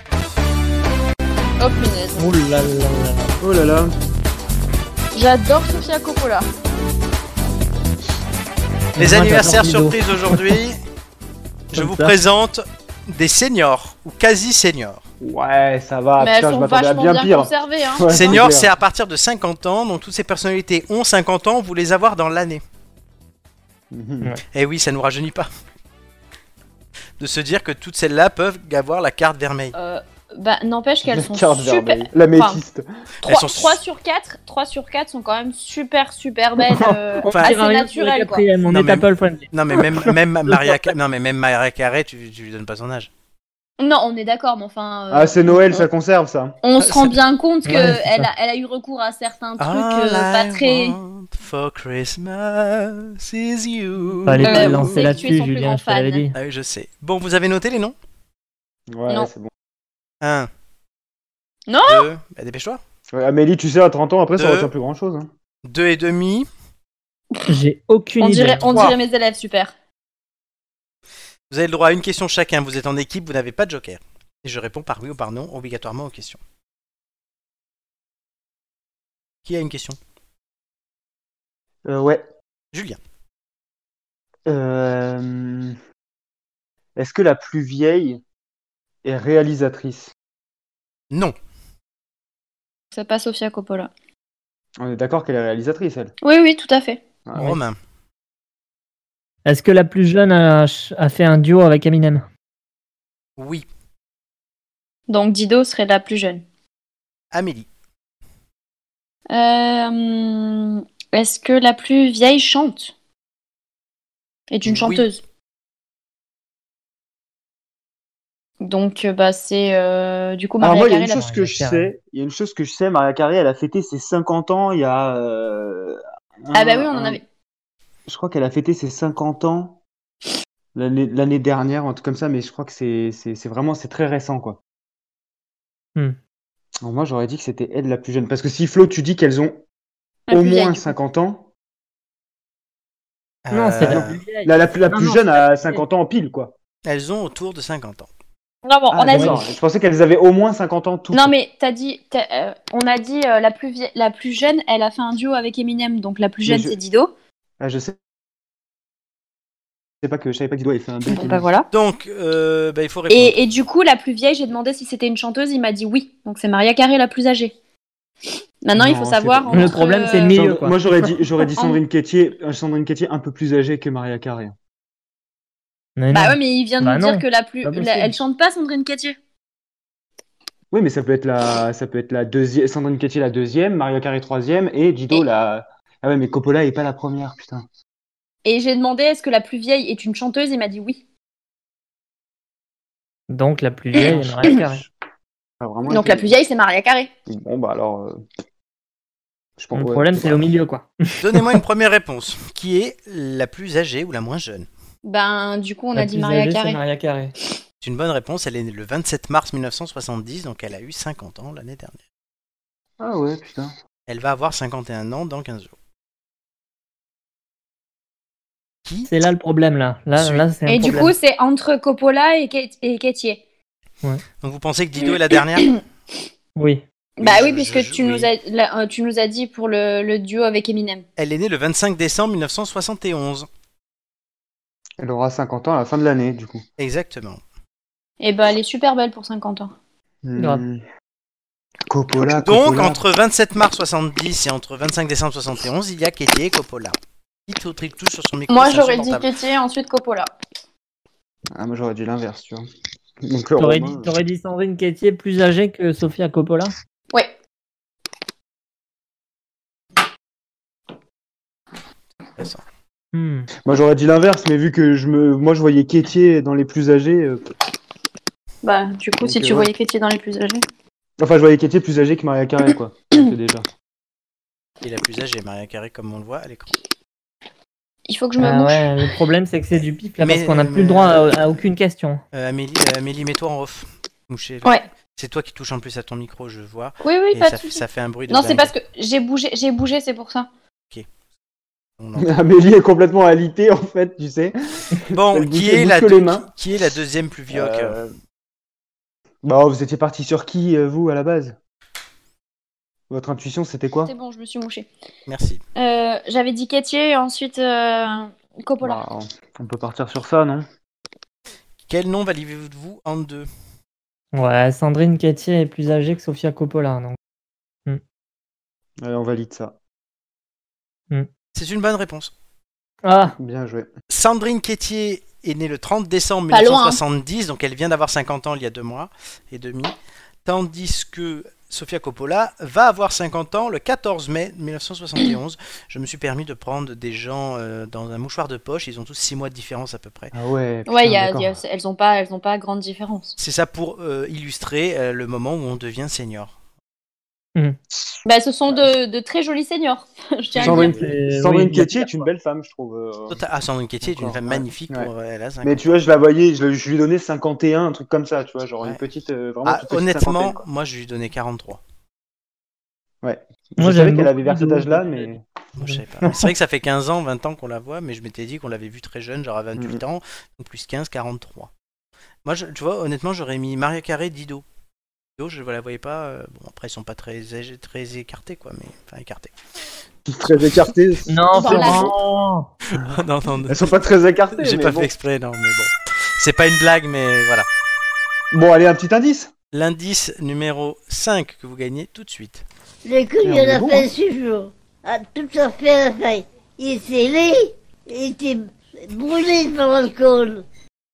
Oh punaise. Ouh là là là. Oh là là. J'adore Sofia Coppola. Les Moi, anniversaires j'adore Ludo. surprises aujourd'hui, je Comme vous ça. présente des seniors ou quasi seniors. Ouais, ça va. Mais elles Putain, je sont m'attendais à vachement bien bien pire. conservées, hein. Ouais, Seniors, clair. c'est à partir de 50 ans, donc toutes ces personnalités ont 50 ans, vous les avoir dans l'année. Mhm. Et oui, ça nous rajeunit pas. De se dire que toutes celles-là peuvent avoir la carte vermeille. Bah, n'empêche qu'elles La sont carte super. vermeille. La métiste. 3, sont- sur 4 sont quand même super belles. Enfin, assez Tire un rien sur le naturelles, quoi. quatrième, on Non, est mais- Apple friendly. Non mais même Maria, non mais même Maria Carré, tu lui donnes pas son âge. Non, on est d'accord, mais enfin. Ah, c'est Noël, ça conserve ça. On se rend bien compte Ouais, qu'elle c'est ça. elle a eu recours à certains trucs All pas I très. want for Christmas is you. Fallait pas on le lancer sait que tu es là-dessus, son plus Julien, grand je te l'avais fan. dit. Ah oui, je sais. Bon, vous avez noté les noms? Ouais, Non. c'est bon. 1. Non 2. Bah, dépêche-toi. Ouais, Amélie, tu sais, à 30 ans, après, ça Deux. retient plus grand chose. Hein. 2 et demi. J'ai aucune On idée. dirait Trois. mes élèves, super. Vous avez le droit à une question chacun. Vous êtes en équipe, vous n'avez pas de joker. Et je réponds par oui ou par non, obligatoirement aux questions. Qui a une question? Ouais. Julien. Est-ce que la plus vieille est réalisatrice? Non. C'est pas Sofia Coppola. On est d'accord qu'elle est réalisatrice, elle. Oui, oui, tout à fait. Ah, Romain. Est-ce que la plus jeune a fait un duo avec Eminem? Oui. Donc Dido serait la plus jeune. Amélie. Est-ce que la plus vieille chante? Est une Oui. chanteuse. Donc bah c'est du coup Alors Maria moi, il y a Carey une la chose que je sais. Il y a une chose que je sais. Maria Carey, elle a fêté ses 50 ans il y a. Ah bah oui, on en avait. Je crois qu'elle a fêté ses 50 ans l'année dernière, un truc comme ça, mais je crois que c'est vraiment c'est très récent, quoi. Hmm. Alors moi, j'aurais dit que c'était elle la plus jeune. Parce que si Flo, tu dis qu'elles ont La au plus vieille, moins du coup. 50 ans, Non, c'est la Euh, plus vieille. la Non, plus non, jeune c'est la a plus vieille. 50 ans en pile, quoi. Elles ont autour de 50 ans. Non, bon, Ah, on a dit. d'accord. Je pensais qu'elles avaient au moins 50 ans toutes. Non mais on a dit la plus jeune, elle a fait un duo avec Eminem, donc la plus Mais jeune c'est Dido. Ah, je sais. Je savais pas qu'il doit faire un duo. Bon bah voilà. Donc, bah, il faut répondre. Et du coup la plus vieille, j'ai demandé si c'était une chanteuse, il m'a dit oui. Donc c'est Maria Carey la plus âgée. Maintenant il Non, faut c'est savoir. pas- Le problème, c'est le milieu, quoi. Moi, j'aurais dit Sandrine Quétier un peu plus âgée que Maria Carey. Mais Bah non. ouais mais il vient de Bah nous dire non, que la plus, pas possible. elle chante pas Sandrine Quétier. Oui, mais ça peut être la deuxième, Sandrine Quétier la deuxième, Maria Carey troisième et Dido Et- la. Ah ouais, mais Coppola est pas la première, putain. Et j'ai demandé est-ce que la plus vieille est une chanteuse, il m'a dit oui. Donc la plus vieille est Maria Carey. Pas vraiment Donc la plus vieille c'est Maria Carey. Bon, bah alors. Je pense. Le ouais, problème, je sais c'est pas. au milieu, quoi. Donnez-moi une première réponse. Qui est la plus âgée ou la moins jeune? Ben du coup on La a dit plus Maria âgée, c'est Carey. Maria Carey. C'est une bonne réponse. Elle est née le 27 mars 1970, donc elle a eu 50 ans l'année dernière. Ah ouais, putain. Elle va avoir 51 ans dans 15 jours. Qui C'est là le problème, là. Là, c'est un Et du problème. coup c'est entre Coppola et Quétier. Ouais. Donc vous pensez que Dido est la dernière? Oui. Bah Je- oui, puisque je- tu nous as dit pour le duo avec Eminem. Elle est née le 25 décembre 1971. Elle aura 50 ans à la fin de l'année, du coup. Exactement. Et bah elle est super belle pour 50 ans. Grave. Coppola. Donc Coppola. entre 27 mars 70 et entre 25 décembre 71, il y a Katie et Coppola. Il touche sur son micro. Moi c'est j'aurais dit insupportable. Katie et ensuite Coppola. Ah, moi j'aurais dit l'inverse, tu vois. Donc, T'aurais dit Sandrine Quétier plus âgée que Sofia Coppola? Ouais. Intéressant. Moi j'aurais dit l'inverse, mais vu que moi je voyais Quétier dans les plus âgés. Bah du coup, Donc, si tu ouais. voyais Katie dans les plus âgés. Enfin, je voyais Quétier plus âgé que Maria Carey, quoi. Donc, déjà. Et la plus âgée, Maria Carey, comme on le voit à l'écran. Il faut que je me mouche. Ouais, le problème c'est que c'est du pif là Mais- parce qu'on n'a plus mais- le droit à aucune question. Amélie, mets-toi en off. Moucher. Ouais. C'est toi qui touches en plus à ton micro, je vois. Oui, Et pas de ça, soucis. ça fait un bruit de Non, c'est dingue. parce que j'ai bougé, c'est pour ça. On entend. Amélie est complètement alitée, en fait, tu sais. Bon, Elle qui bouge- est, elle la bouge que les mains. qui est la deuxième plus vieille Bah, vous étiez parti sur qui, vous, à la base? Votre intuition, c'était quoi? C'est bon, je me suis mouchée. Merci. J'avais dit Katie et ensuite Coppola. Bah, on peut partir sur ça, non? Quel nom validez-vous en deux? Ouais, Sandrine Quétier est plus âgée que Sofia Coppola. Donc. Allez, on valide ça. C'est une bonne réponse. Ah, Bien joué. Sandrine Quétier est née le 30 décembre Pas loin, 1970, donc elle vient d'avoir 50 ans il y a 2 mois et demi. Tandis que Sofia Coppola va avoir 50 ans le 14 mai 1971. Je me suis permis de prendre des gens dans un mouchoir de poche, ils ont tous 6 mois de différence à peu près. Ah ouais. Ouais, putain, d'accord. elles ont pas grande différence. C'est ça pour illustrer le moment où on devient senior. Bah, ce sont de très jolis seniors. Je tiens à le Sandrine, dire. Sandrine oui, il y a Quétier est pire, une quoi. belle femme, je trouve. Ah, Sandrine Quétier est une Encore, femme ouais. magnifique Ouais. pour elle a 50 Mais tu vois, je la voyais, je lui donnais 51, un truc comme ça, tu vois, genre Ouais. une petite, vraiment Ah, toute petite honnêtement, cinquantaine, quoi. moi je lui donnais 43. Ouais. Moi, Je j'aime savais qu'elle avait beaucoup vers cet Dido. âge-là, mais Moi, je savais pas. Mais c'est vrai que ça fait 15 ans, 20 ans qu'on la voit, mais je m'étais dit qu'on l'avait vue très jeune, genre à 28 ans, donc plus 15, 43. Moi, tu vois, honnêtement, j'aurais mis Maria Carey, Dido. Dido, je ne la voyais pas. Bon, après, ils sont pas très écartés, quoi, mais enfin écartés. très écartées. non, Dans la Florent. non, non, Elles sont pas très écartées. j'ai mais pas bon. fait exprès, non, mais bon. C'est pas une blague, mais voilà. Bon, allez, un petit indice. L'indice numéro 5 que vous gagnez tout de suite. Le coup, il on y en est a bon, fait hein. 6 jours. À tout sortir à la feuille. Il s'est laid, il était brûlé par l'alcool.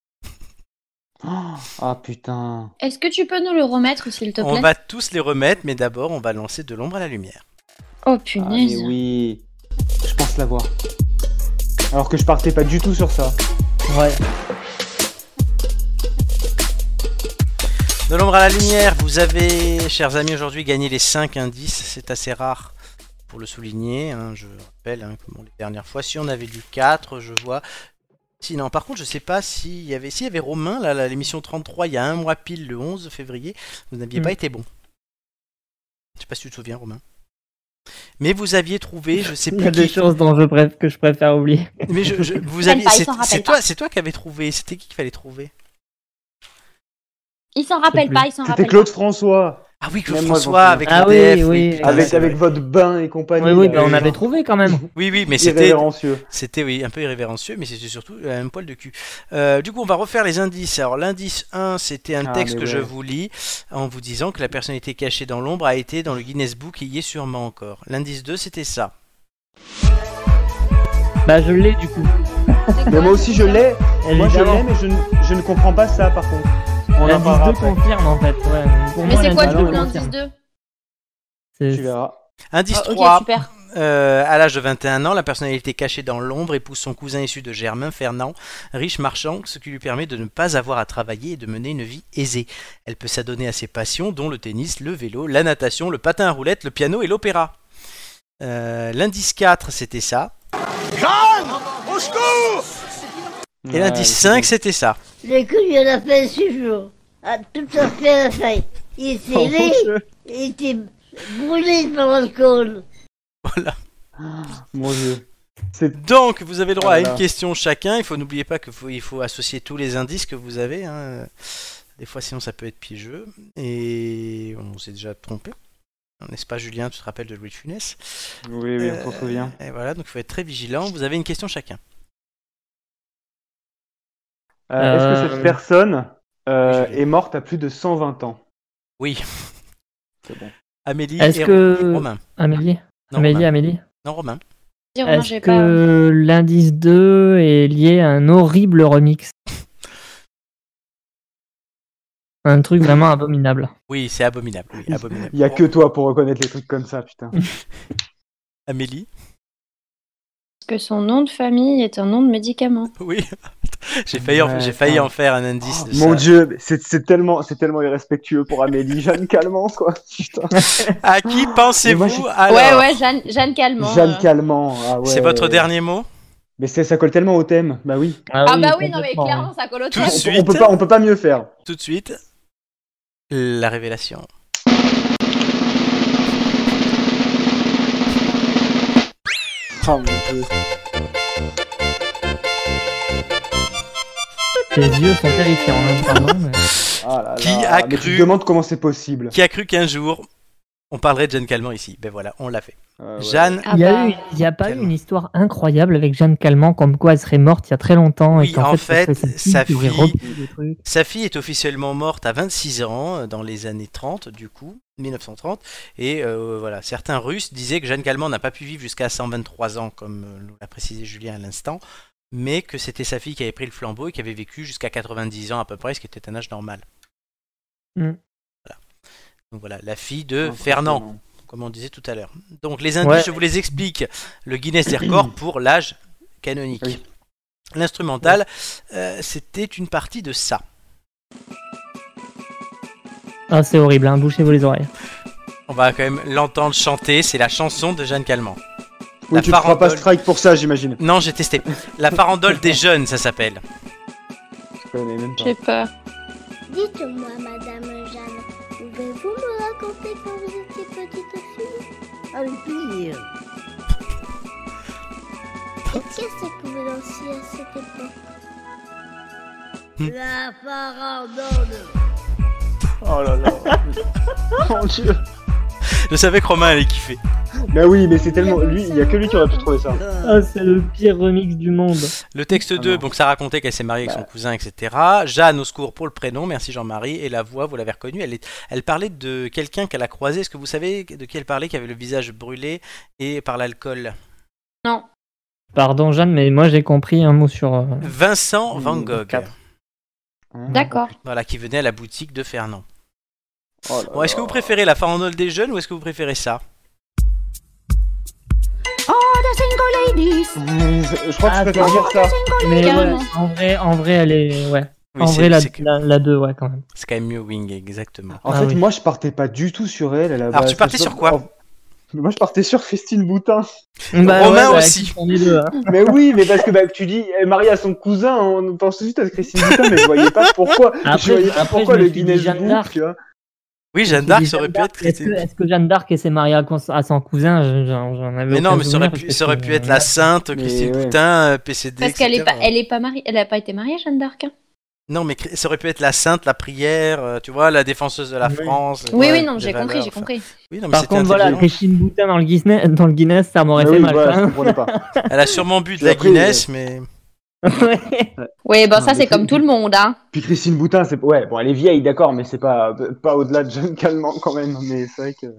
Ah putain. Est-ce que tu peux nous le remettre, s'il te On plaît? va tous les remettre, mais d'abord, on va lancer de l'ombre à la lumière. Oh Ah, mais punaise. oui. Je pense l'avoir. Alors que je partais pas du tout sur ça. Ouais. De l'ombre à la lumière, vous avez, chers amis, aujourd'hui gagné les 5 indices. C'est assez rare pour le souligner. Hein, je rappelle, hein, comme les dernières fois, si on avait du 4, je vois. Sinon, par contre, je sais pas s'il y avait Romain, là, l'émission 33, il y a un mois pile, le 11 février, vous n'aviez pas été bon. Je sais pas si tu te souviens, Romain. Mais vous aviez trouvé, je sais Il plus y a des qui. choses dont que je préfère oublier. Mais vous Rappelle aviez, pas, il s'en rappelle c'est toi qui avais trouvé. C'était qui qu'il fallait trouver? Il s'en rappelle plus. pas, il s'en C'était rappelle Claude François. Ah oui, Claude Même moi, je François m'en avec souviens. Ah l'EDF, oui, oui. putain, Avec, c'est avec vrai. votre bain et compagnie. Oui, là, on avait trouvé quand même. Oui, mais c'était irrévérencieux. C'était oui, un peu irrévérencieux, mais c'était surtout un poil de cul. Du coup, on va refaire les indices. Alors, l'indice 1, c'était un Ah, texte mais que je ouais. vous lis en vous disant que la personnalité cachée dans l'ombre a été dans le Guinness Book et y est sûrement encore. L'indice 2, c'était ça. Bah, je l'ai du coup. Mais moi aussi je l'ai. Moi je Évidemment. l'ai, mais je ne comprends pas ça par contre. On en L'indice parlera 2 après. confirme en fait. Ouais. Pour Mais moi, c'est quoi l'indice du deux coup confirme. l'indice 2? Tu C'est verras. Indice Ah, ok, 3, super. à l'âge de 21 ans, la personnalité cachée dans l'ombre épouse son cousin issu de Germain, Fernand, riche marchand, ce qui lui permet de ne pas avoir à travailler et de mener une vie aisée. Elle peut s'adonner à ses passions, dont le tennis, le vélo, la natation, le patin à roulettes, le piano et l'opéra. L'indice 4, c'était ça. Et l'indice 5, c'était ça. Le coup, il y en a fait 6 jours. À tout sortir à la feuille. Il s'est laid, il était brûlé par l'alcool. Voilà. Mon dieu. C'est Donc, vous avez le droit à Voilà. une question chacun. Il faut n'oubliez pas qu'il faut associer tous les indices que vous avez. Hein. Des fois, sinon, ça peut être piégeux. Et on s'est déjà trompé. N'est-ce pas, Julien? Tu te rappelles de Louis de Funès? Oui, on s'en souvient. Et voilà, donc il faut être très vigilant. Vous avez une question chacun. Est-ce que cette personne Julien. est morte à plus de 120 ans? Oui. C'est bon. Amélie Est-ce et que Romain. Amélie, Non, Romain. Amélie. Non, Romain. Dis, Romain, Est-ce j'ai que l'indice 2 est lié à un horrible remix? Un truc vraiment abominable. Oui, c'est abominable. Oui, abominable. Il y a que toi pour reconnaître les trucs comme ça, putain. Amélie? que son nom de famille est un nom de médicament. Oui. J'ai failli en faire un indice. De Mon ça. Dieu, c'est tellement irrespectueux pour Amélie. Jeanne Calment, quoi. Putain. À qui pensez-vous alors? Ouais, Jeanne Calment. Jeanne Calment. Ah ouais. C'est votre dernier mot? Mais ça colle tellement au thème. Bah oui. Ah bah oui, non mais complètement. clairement ça colle au Tout de thème. suite. On peut pas mieux faire. Tout de suite, la révélation. Oh mon Dieu. Tes yeux sont terrifiants, hein, pardon, mais... Ah là là. Qui a Mais cru- tu te demandes comment c'est possible. Qui a cru qu'un jour, on parlerait de Jeanne Calment ici? Ben voilà, on l'a fait. Ouais. Jeanne, Ah Il bah, y a pas eu Calment. une histoire incroyable avec Jeanne Calment, comme quoi elle serait morte il y a très longtemps. Oui, et qu'en en fait, fait, sa sa qui aurait fille- repris le truc. sa fille est officiellement morte à 26 ans, dans les années 30, du coup, 1930. Et voilà, certains Russes disaient que Jeanne Calment n'a pas pu vivre jusqu'à 123 ans, comme l'a précisé Julien à l'instant, mais que c'était sa fille qui avait pris le flambeau et qui avait vécu jusqu'à 90 ans à peu près, ce qui était un âge normal. Mm. Voilà. Donc voilà, la fille de Fernand, comme on disait tout à l'heure. Donc les indices, Ouais. je vous les explique. Le Guinness des records pour l'âge canonique. Oui. L'instrumental, c'était une partie de ça. Ah, c'est horrible, hein, bouchez-vous les oreilles. On va quand même l'entendre chanter, c'est la chanson de Jeanne Calment. Oui, La tu te feras pas farandole. strike pour ça, j'imagine. Non, j'ai testé. La farandole des jeunes, ça s'appelle. Je connais même pas. j'ai peur. Dites-moi, Madame Jeanne, pouvez-vous me raconter quand vous étiez petite fille? Avec plaisir. Et qu'est-ce que vous lanciez à cette époque? La farandole. Oh là là. Mon Dieu. Je savais que Romain allait kiffer. Bah oui, mais c'est tellement. Lui, il y a que lui qui aurait pu trouver ça. Ah, c'est le pire remix du monde. Le texte Ah 2, non. donc ça racontait qu'elle s'est mariée avec son cousin, etc. Jeanne au secours pour le prénom, merci Jean-Marie. Et la voix, vous l'avez reconnue, elle parlait de quelqu'un qu'elle a croisé. Est-ce que vous savez de qui elle parlait, qui avait le visage brûlé et par l'alcool? Non. Pardon, Jeanne, mais moi j'ai compris un mot sur. Vincent Van Gogh. 4. D'accord. Voilà, qui venait à la boutique de Fernand. Oh là Bon, est-ce que là. vous préférez la farandole des jeunes ou est-ce que vous préférez ça? Je crois que Ah, je préfère dire ça. Mais Carrément. ouais, en vrai, elle est. Ouais. Oui, en c'est- vrai, c'est que- la 2, ouais, quand même. C'est quand même mieux Wing, exactement. En Ah fait, oui. moi, je partais pas du tout sur elle. Alors, tu partais sur quoi? Moi, je partais sur Christine Boutin. Romain aussi. On est deux, hein. Mais oui, mais parce que bah, tu dis, elle est mariée à son cousin, on pense tout de suite à Christine Boutin, mais je voyais pas pourquoi. Je voyais pas après, pourquoi je me le suis dit Guinness Jeanne Book, d'Arc. tu vois. Oui, Jeanne Je d'Arc, me suis ça dit, aurait pu Jeanne être d'Arc, est-ce Christine. est-ce que Jeanne d'Arc s'est mariée à son cousin? J'en avais Mais non, aucun mais souvenir, parce ça aurait que- pu être la sainte, Mais Christine ouais. Boutin, PCD, Parce qu'elle etc. elle est pas mariée, elle a pas été mariée Jeanne d'Arc. Hein. Non, mais ça aurait pu être la sainte, la prière, tu vois, la défenseuse de la Oui. France. Oui, ouais, oui, non, des j'ai compris, valeurs, j'ai enfin. compris. Oui, non, mais Par c'était contre, voilà, intelligent. Christine Boutin dans le Guinness, ça m'aurait Mais fait oui, mal. voilà, je hein. comprenais pas. Elle a sûrement bu de Puis la après, Guinness, mais... Ouais. Oui, bon, Non, ça mais c'est comme tout le monde, hein. Puis Christine Boutin, c'est ouais, bon, elle est vieille, d'accord, mais c'est pas au-delà de Jeanne Calment quand même. Mais c'est vrai que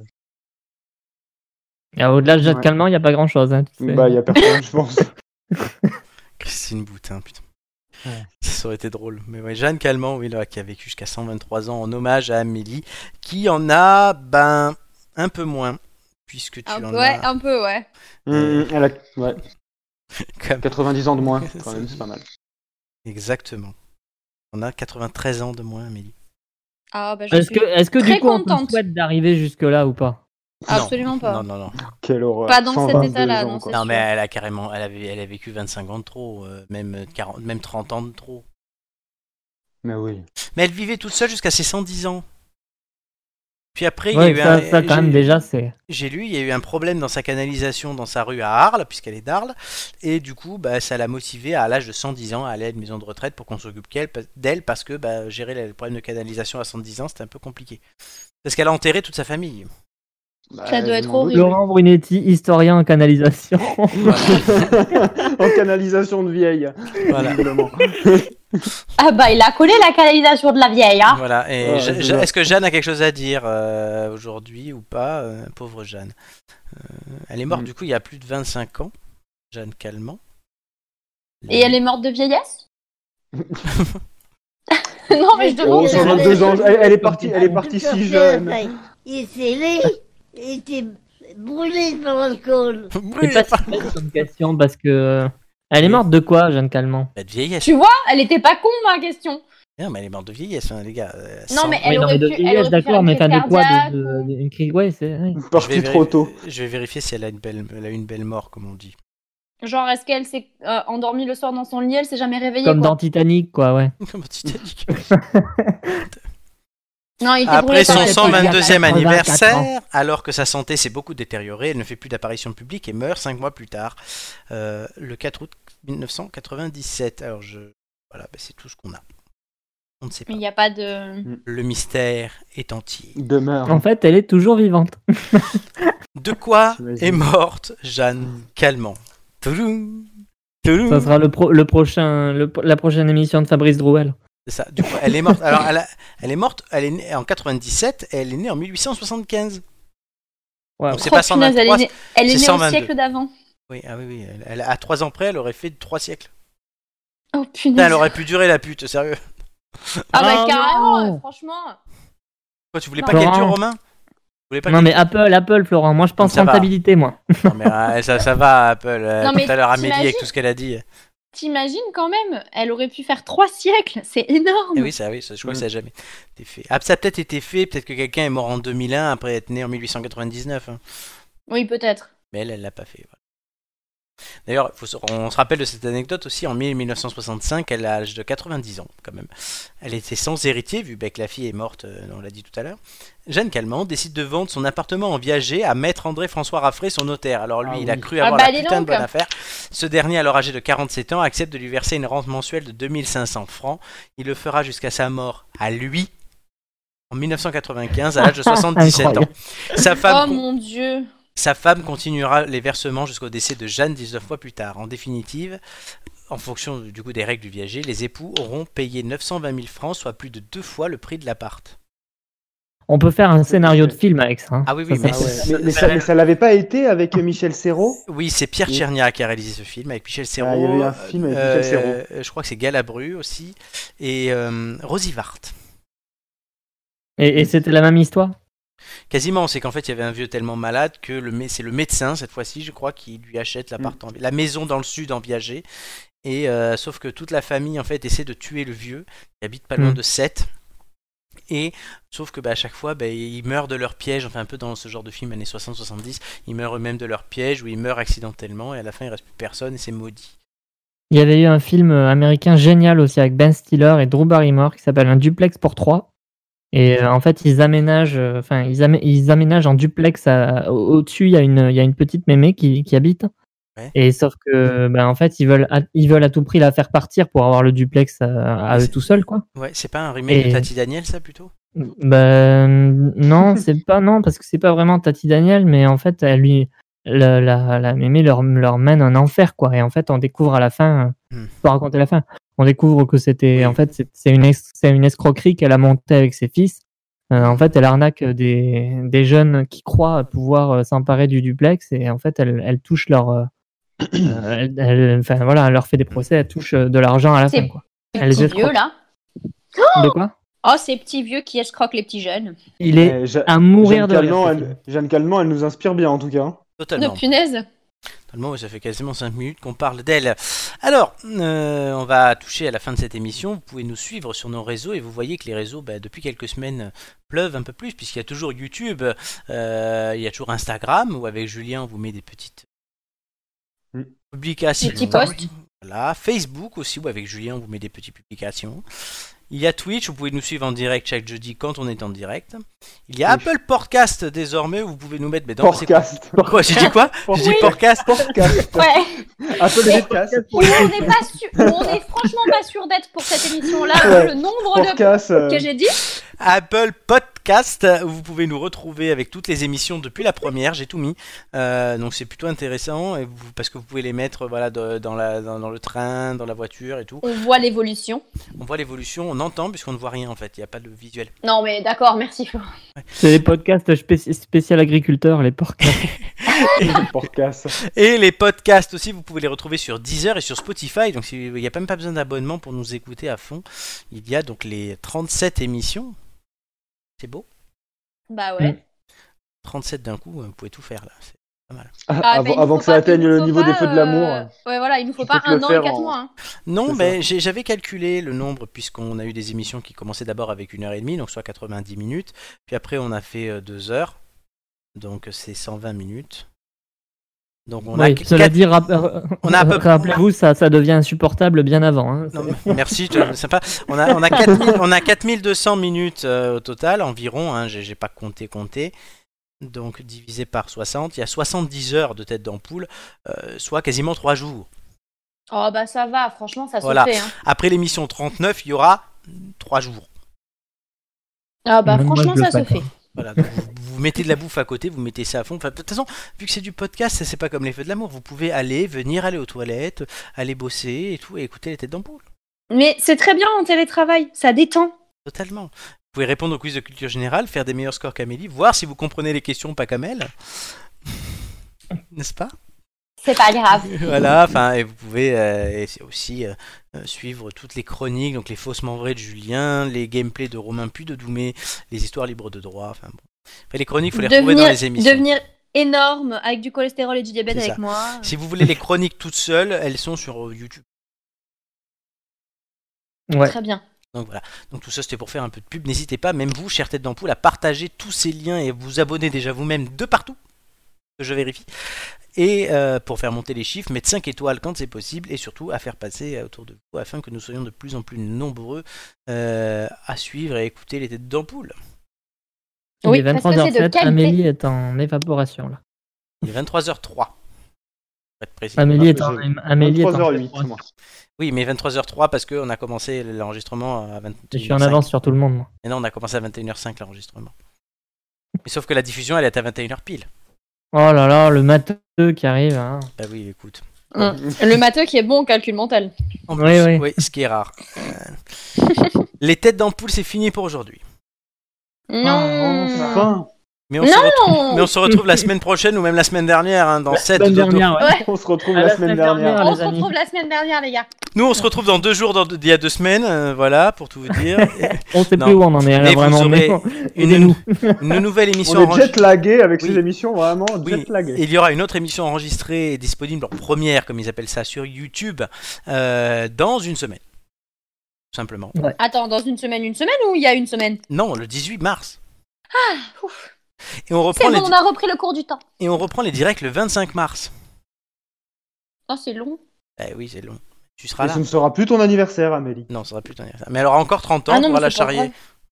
Et au-delà de Jeanne Ouais. Calment, il n'y a pas grand-chose. Hein, tu sais. bah, y a personne, je pense. Christine Boutin, putain. Ouais. Ça aurait été drôle. Mais ouais, Jeanne Calment, oui, là, qui a vécu jusqu'à 123 ans en hommage à Amélie, qui en a, ben, un peu moins, puisque tu en Ouais, as un peu, ouais. Elle a ouais, comme... 90 ans de moins, quand même, c'est pas mal. Exactement. On a 93 ans de moins, Amélie. Ah bah je Est-ce suis que très du coup, on contente. souhaite d'arriver jusque-là ou pas? absolument Non. pas. Non, non, non. Quelle horreur. Pas dans cet 122 état-là, ans, non, quoi. c'est Non, sûr. mais elle a carrément, elle a vécu 25 ans de trop, même 40, même 30 ans de trop. Mais oui. Mais elle vivait toute seule jusqu'à ses 110 ans. Puis après, il y a eu ça quand même déjà c'est. j'ai lu, il y a eu un problème dans sa canalisation dans sa rue à Arles, puisqu'elle est d'Arles, et du coup, ça l'a motivée à l'âge de 110 ans à aller à une maison de retraite pour qu'on s'occupe d'elle, parce que gérer le problème de canalisation à 110 ans, c'était un peu compliqué. Parce qu'elle a enterré toute sa famille. Ça doit je être m'en doute. horrible. Laurent Brunetti, historien en canalisation. En canalisation de vieille. Voilà. Visiblement. Ah bah il a collé la canalisation de la vieille, hein. Voilà. Et Ouais, c'est ça. est-ce que Jeanne a quelque chose à dire aujourd'hui ou pas pauvre Jeanne. Elle est morte du coup il y a plus de 25 ans. Jeanne Calment. Et elle est morte de vieillesse? Non mais je demande. Oh, 122 ans. Elle est partie si jeune. Il s'est levé, il était brûlé par l'alcool. C'est pas si bête comme question parce que. Elle est morte de quoi, Jeanne Calment? De vieillesse. Tu vois, elle était pas con ma question. Non, mais elle est morte de vieillesse, les gars. Non, mais Oui, elle non, aurait mais de pu. Elle vieillesse, aurait pu faire d'accord, une mais crise enfin de quoi cardiaque une crise. Ouais, c'est. Oui. Partie trop tôt. Je vais vérifier si elle a elle a eu une belle mort, comme on dit. Genre, est-ce qu'elle s'est endormie le soir dans son lit, elle s'est jamais réveillée Comme quoi. dans Titanic, quoi, ouais. Comme Titanic. Non, il était Après brûlé son par la 122e 84 anniversaire, ans. alors que sa santé s'est beaucoup détériorée, elle ne fait plus d'apparition publique et meurt 5 mois plus tard, le 4 août 1997. Alors voilà, c'est tout ce qu'on a. On ne sait pas. Il n'y a pas de. Le mystère est entier. Demeure. En fait, elle est toujours vivante. De quoi J'imagine. est morte Jeanne Calment? Touloum, touloum. Ça sera la prochaine émission de Fabrice Drouel. C'est ça. Du coup, elle est morte. Alors, elle est morte. Elle est née en 97 et elle est née en 1875. Ouais. Donc c'est Oh, pas punaise, 123. elle est c'est née 122. au siècle d'avant. Oui, oui. À 3 ans près, elle aurait fait 3 siècles. Oh Putain, punaise. elle aurait pu durer la pute, sérieux. Ah bah Oh, carrément, non. franchement. Quoi, tu voulais Non. pas qu'elle dure, Florent. Romain? Tu voulais pas Non, qu'elle- mais Apple, Florent. Moi, je pense Ça va. rentabilité, moi. Non, mais ça va, Apple. Non, mais Tout à l'heure, Amélie, avec t'imagines tout ce qu'elle a dit. T'imagines quand même, elle aurait pu faire 3 siècles, c'est énorme. Eh oui, ça, je crois que ça n'a jamais été fait. Ah, ça a peut-être été fait, peut-être que quelqu'un est mort en 2001 après être né en 1899. Hein. Oui, peut-être. Mais elle l'a pas fait. Voilà. D'ailleurs, on se rappelle de cette anecdote aussi, en 1965, elle a l'âge de 90 ans quand même. Elle était sans héritier, vu que la fille est morte, on l'a dit tout à l'heure. Jeanne Calment décide de vendre son appartement en Viager à maître André-François Raffray, son notaire. Alors lui, il a cru avoir la dis putain de donc. bonne affaire. Ce dernier, alors âgé de 47 ans, accepte de lui verser une rente mensuelle de 2500 francs. Il le fera jusqu'à sa mort à lui, en 1995, à l'âge de 77 ans. Incroyable. Sa femme... Oh mon dieu. Sa femme continuera les versements jusqu'au décès de Jeanne 19 mois plus tard. En définitive, en fonction du coup des règles du viager, les époux auront payé 920 000 francs, soit plus de 2 fois le prix de l'appart. On peut faire un scénario de film avec ça. Hein. Ah oui, Ça, mais, Mais ça l'avait pas été avec Michel Serrault? oui, c'est Pierre Tchernia qui a réalisé ce film avec Michel Serrault. Il y avait eu un film avec Michel Serrault. Je crois que c'est Galabru aussi et Rosy Vart. Et c'était la même histoire? Quasiment, c'est qu'en fait il y avait un vieux tellement malade que c'est le médecin cette fois-ci, je crois, qui lui achète la maison dans le sud en Viager. Et sauf que toute la famille en fait essaie de tuer le vieux, qui habite pas loin de Sète. Et sauf que à chaque fois ils meurent de leur piège, enfin un peu dans ce genre de film années 60-70, ils meurent eux-mêmes de leur piège ou ils meurent accidentellement et à la fin il reste plus personne et c'est maudit. Il y avait eu un film américain génial aussi avec Ben Stiller et Drew Barrymore qui s'appelle Un duplex pour 3. Et en fait, ils aménagent en duplex. Au-dessus, il y a une petite mémé qui habite. Ouais. Et sauf que, en fait, ils veulent à tout prix la faire partir pour avoir le duplex à eux tout seuls, quoi. Ouais, c'est pas un remake de Tati Daniel, ça plutôt? Non, non, parce que c'est pas vraiment Tati Daniel, mais en fait, la mémé leur mène un enfer, quoi. Et en fait, on découvre à la fin, je peux raconter la fin. On découvre que c'était, en fait, c'est une escroquerie qu'elle a montée avec ses fils. En fait, elle arnaque des jeunes qui croient pouvoir s'emparer du duplex et en fait, elle touche leur, elle leur fait des procès, elle touche de l'argent à la fin, quoi. Ces petits vieux là. De quoi? Oh, ces petits vieux qui escroquent les petits jeunes. Il est à mourir de rire. Jeanne Calment, elle nous inspire bien en tout cas. Totalement. De punaise. Totalement, ça fait quasiment 5 minutes qu'on parle d'elle. Alors, on va toucher à la fin de cette émission. Vous pouvez nous suivre sur nos réseaux et vous voyez que les réseaux, depuis quelques semaines, pleuvent un peu plus puisqu'il y a toujours YouTube, il y a toujours Instagram où avec Julien on vous met des petites publications. Des petits posts. Voilà, Facebook aussi, où avec Julien on vous met des petites publications. Il y a Twitch, vous pouvez nous suivre en direct chaque jeudi quand on est en direct. Il y a Apple Podcast désormais, où vous pouvez nous mettre... Mais non, Podcast. quoi, j'ai dit quoi? J'ai dit podcast. Podcast. Ouais. Apple Podcast. Où on n'est pas sûr, où on est franchement pas sûr d'être pour cette émission-là. Ouais. Le nombre de Podcast. que j'ai dit. Apple Podcast, où vous pouvez nous retrouver avec toutes les émissions depuis la première, j'ai tout mis. Donc c'est plutôt intéressant parce que vous pouvez les mettre voilà, dans le train, dans la voiture et tout. On voit l'évolution. On voit l'évolution, on entend puisqu'on ne voit rien en fait, il n'y a pas de visuel. Non mais d'accord, merci Flo. C'est les podcasts spécial agriculteurs, les podcasts. Podcast. Et les podcasts aussi, vous pouvez les retrouver sur Deezer et sur Spotify. Donc il n'y a même pas besoin d'abonnement pour nous écouter à fond. Il y a donc les 37 émissions. C'est beau. Bah ouais. 37 d'un coup, vous pouvez tout faire là. C'est pas mal. Avant que ça atteigne le niveau des feux de l'amour. Ouais voilà, il nous faut Tu pas peux te le 1 an et faire 4 en- mois. Hein. Non, C'est mais j'avais calculé le nombre puisqu'on a eu des émissions qui commençaient d'abord avec 1h30, donc soit 90 minutes. Puis après, on a fait 2 heures. Donc c'est 120 minutes. Donc on a Oui, cela dit, on a à peu- rappelez-vous, ça devient insupportable bien avant. Hein. Non, mais merci, c'est sympa. On a 4200 minutes au total environ, hein, j'ai pas compté. Donc divisé par 60, il y a 70 heures de tête d'ampoule, soit quasiment 3 jours. Oh bah ça va, franchement ça Voilà. se fait. Hein. Après l'émission 39, il y aura 3 jours. Ah bah Même moi, franchement je le ça se ferai fait. Voilà, donc vous mettez de la bouffe à côté, vous mettez ça à fond. Enfin, de toute façon, vu que c'est du podcast, c'est pas comme les feux de l'amour. Vous pouvez venir aller aux toilettes, aller bosser et tout, et écouter les têtes d'ampoule. Mais c'est très bien en télétravail, ça détend. Totalement. Vous pouvez répondre au quiz de culture générale, faire des meilleurs scores qu'Amélie, voir si vous comprenez les questions, pas comme elle. N'est-ce pas? C'est pas grave. Voilà, enfin, et vous pouvez aussi suivre toutes les chroniques, donc les faussements vrais de Julien, les gameplays de Romain puis de Doumé, les histoires libres de droit, enfin bon. Enfin, les chroniques, il faut les retrouver dans les émissions. Devenir énorme avec du cholestérol et du diabète C'est avec ça. moi. Si vous voulez les chroniques toutes seules, elles sont sur YouTube. Ouais. Très bien. Donc voilà. Donc tout ça c'était pour faire un peu de pub. N'hésitez pas, même vous, chère tête d'ampoule, à partager tous ces liens et vous abonner déjà vous-même de partout. Que je vérifie. Et pour faire monter les chiffres, mettre 5 étoiles quand c'est possible et surtout à faire passer autour de vous afin que nous soyons de plus en plus nombreux à suivre et écouter les têtes d'ampoule. Oui, Il est parce que c'est de 23h07, qualité. Amélie est en évaporation là. Il est 23h03. Pour être précis. Amélie est Ah, en Amélie est en 23h08, moi. Oui, mais 23h03 parce qu'on a commencé l'enregistrement à 21h05. Je suis en avance sur tout le monde. Moi. Et non, on a commencé à 21h05 l'enregistrement. Mais sauf que la diffusion elle est à 21h pile. Oh là là, le matheux qui arrive. Hein. Bah oui, écoute. Le matheux qui est bon au calcul mental. En Oui, plus, oui. ce qui est rare. Les têtes d'ampoule, c'est fini pour aujourd'hui. Non. Enfin, Mais on se retrouve la semaine prochaine ou même la semaine dernière, hein, dans 7 Semaine dernière, ouais. Ouais. on se retrouve À la la semaine semaine dernière. dernière. On les se amis. retrouve la semaine dernière, les gars. Nous, on se retrouve dans 2 jours, il y a 2 semaines, voilà, pour tout vous dire. On sait Non. plus où on en est. Mais Là, vous vraiment, aurez mais- une nouvelle émission On est jet lagué avec Oui. ces émissions, vraiment Oui, jet lagué. il y aura une autre émission enregistrée et disponible en première, comme ils appellent ça, sur YouTube, dans une semaine. Tout simplement. Attends, dans une semaine ou il y a une semaine? Non, le 18 mars. Ouf. Et on C'est reprend, bon, on a repris le cours du temps. et on reprend les directs le 25 mars. Oh, c'est long. Eh oui, c'est long. Tu seras Et là. ce ne sera plus ton anniversaire, Amélie. Non, ça sera plus ton anniversaire. Mais elle aura encore 30 ans, Ah non, on va mais la c'est pas charrier. vrai.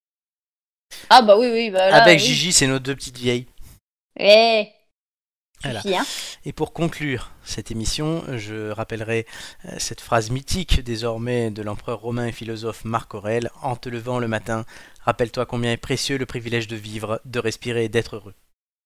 Ah bah oui, bah là, Avec oui. Gigi, c'est nos 2 petites vieilles. Eh, Voilà. suffit, hein. Et pour conclure cette émission, je rappellerai cette phrase mythique désormais de l'empereur romain et philosophe Marc Aurèle. En te levant le matin, rappelle-toi combien est précieux le privilège de vivre, de respirer et d'être heureux.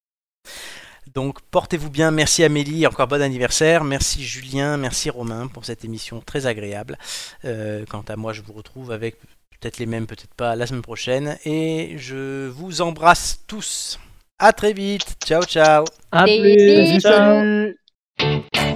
Donc portez-vous bien, merci Amélie, encore bon anniversaire, merci Julien, merci Romain pour cette émission très agréable. Quant à moi, je vous retrouve avec peut-être les mêmes, peut-être pas la semaine prochaine. Et je vous embrasse tous. À très vite, ciao ciao. À Des plus. bisous. Ciao. Salut.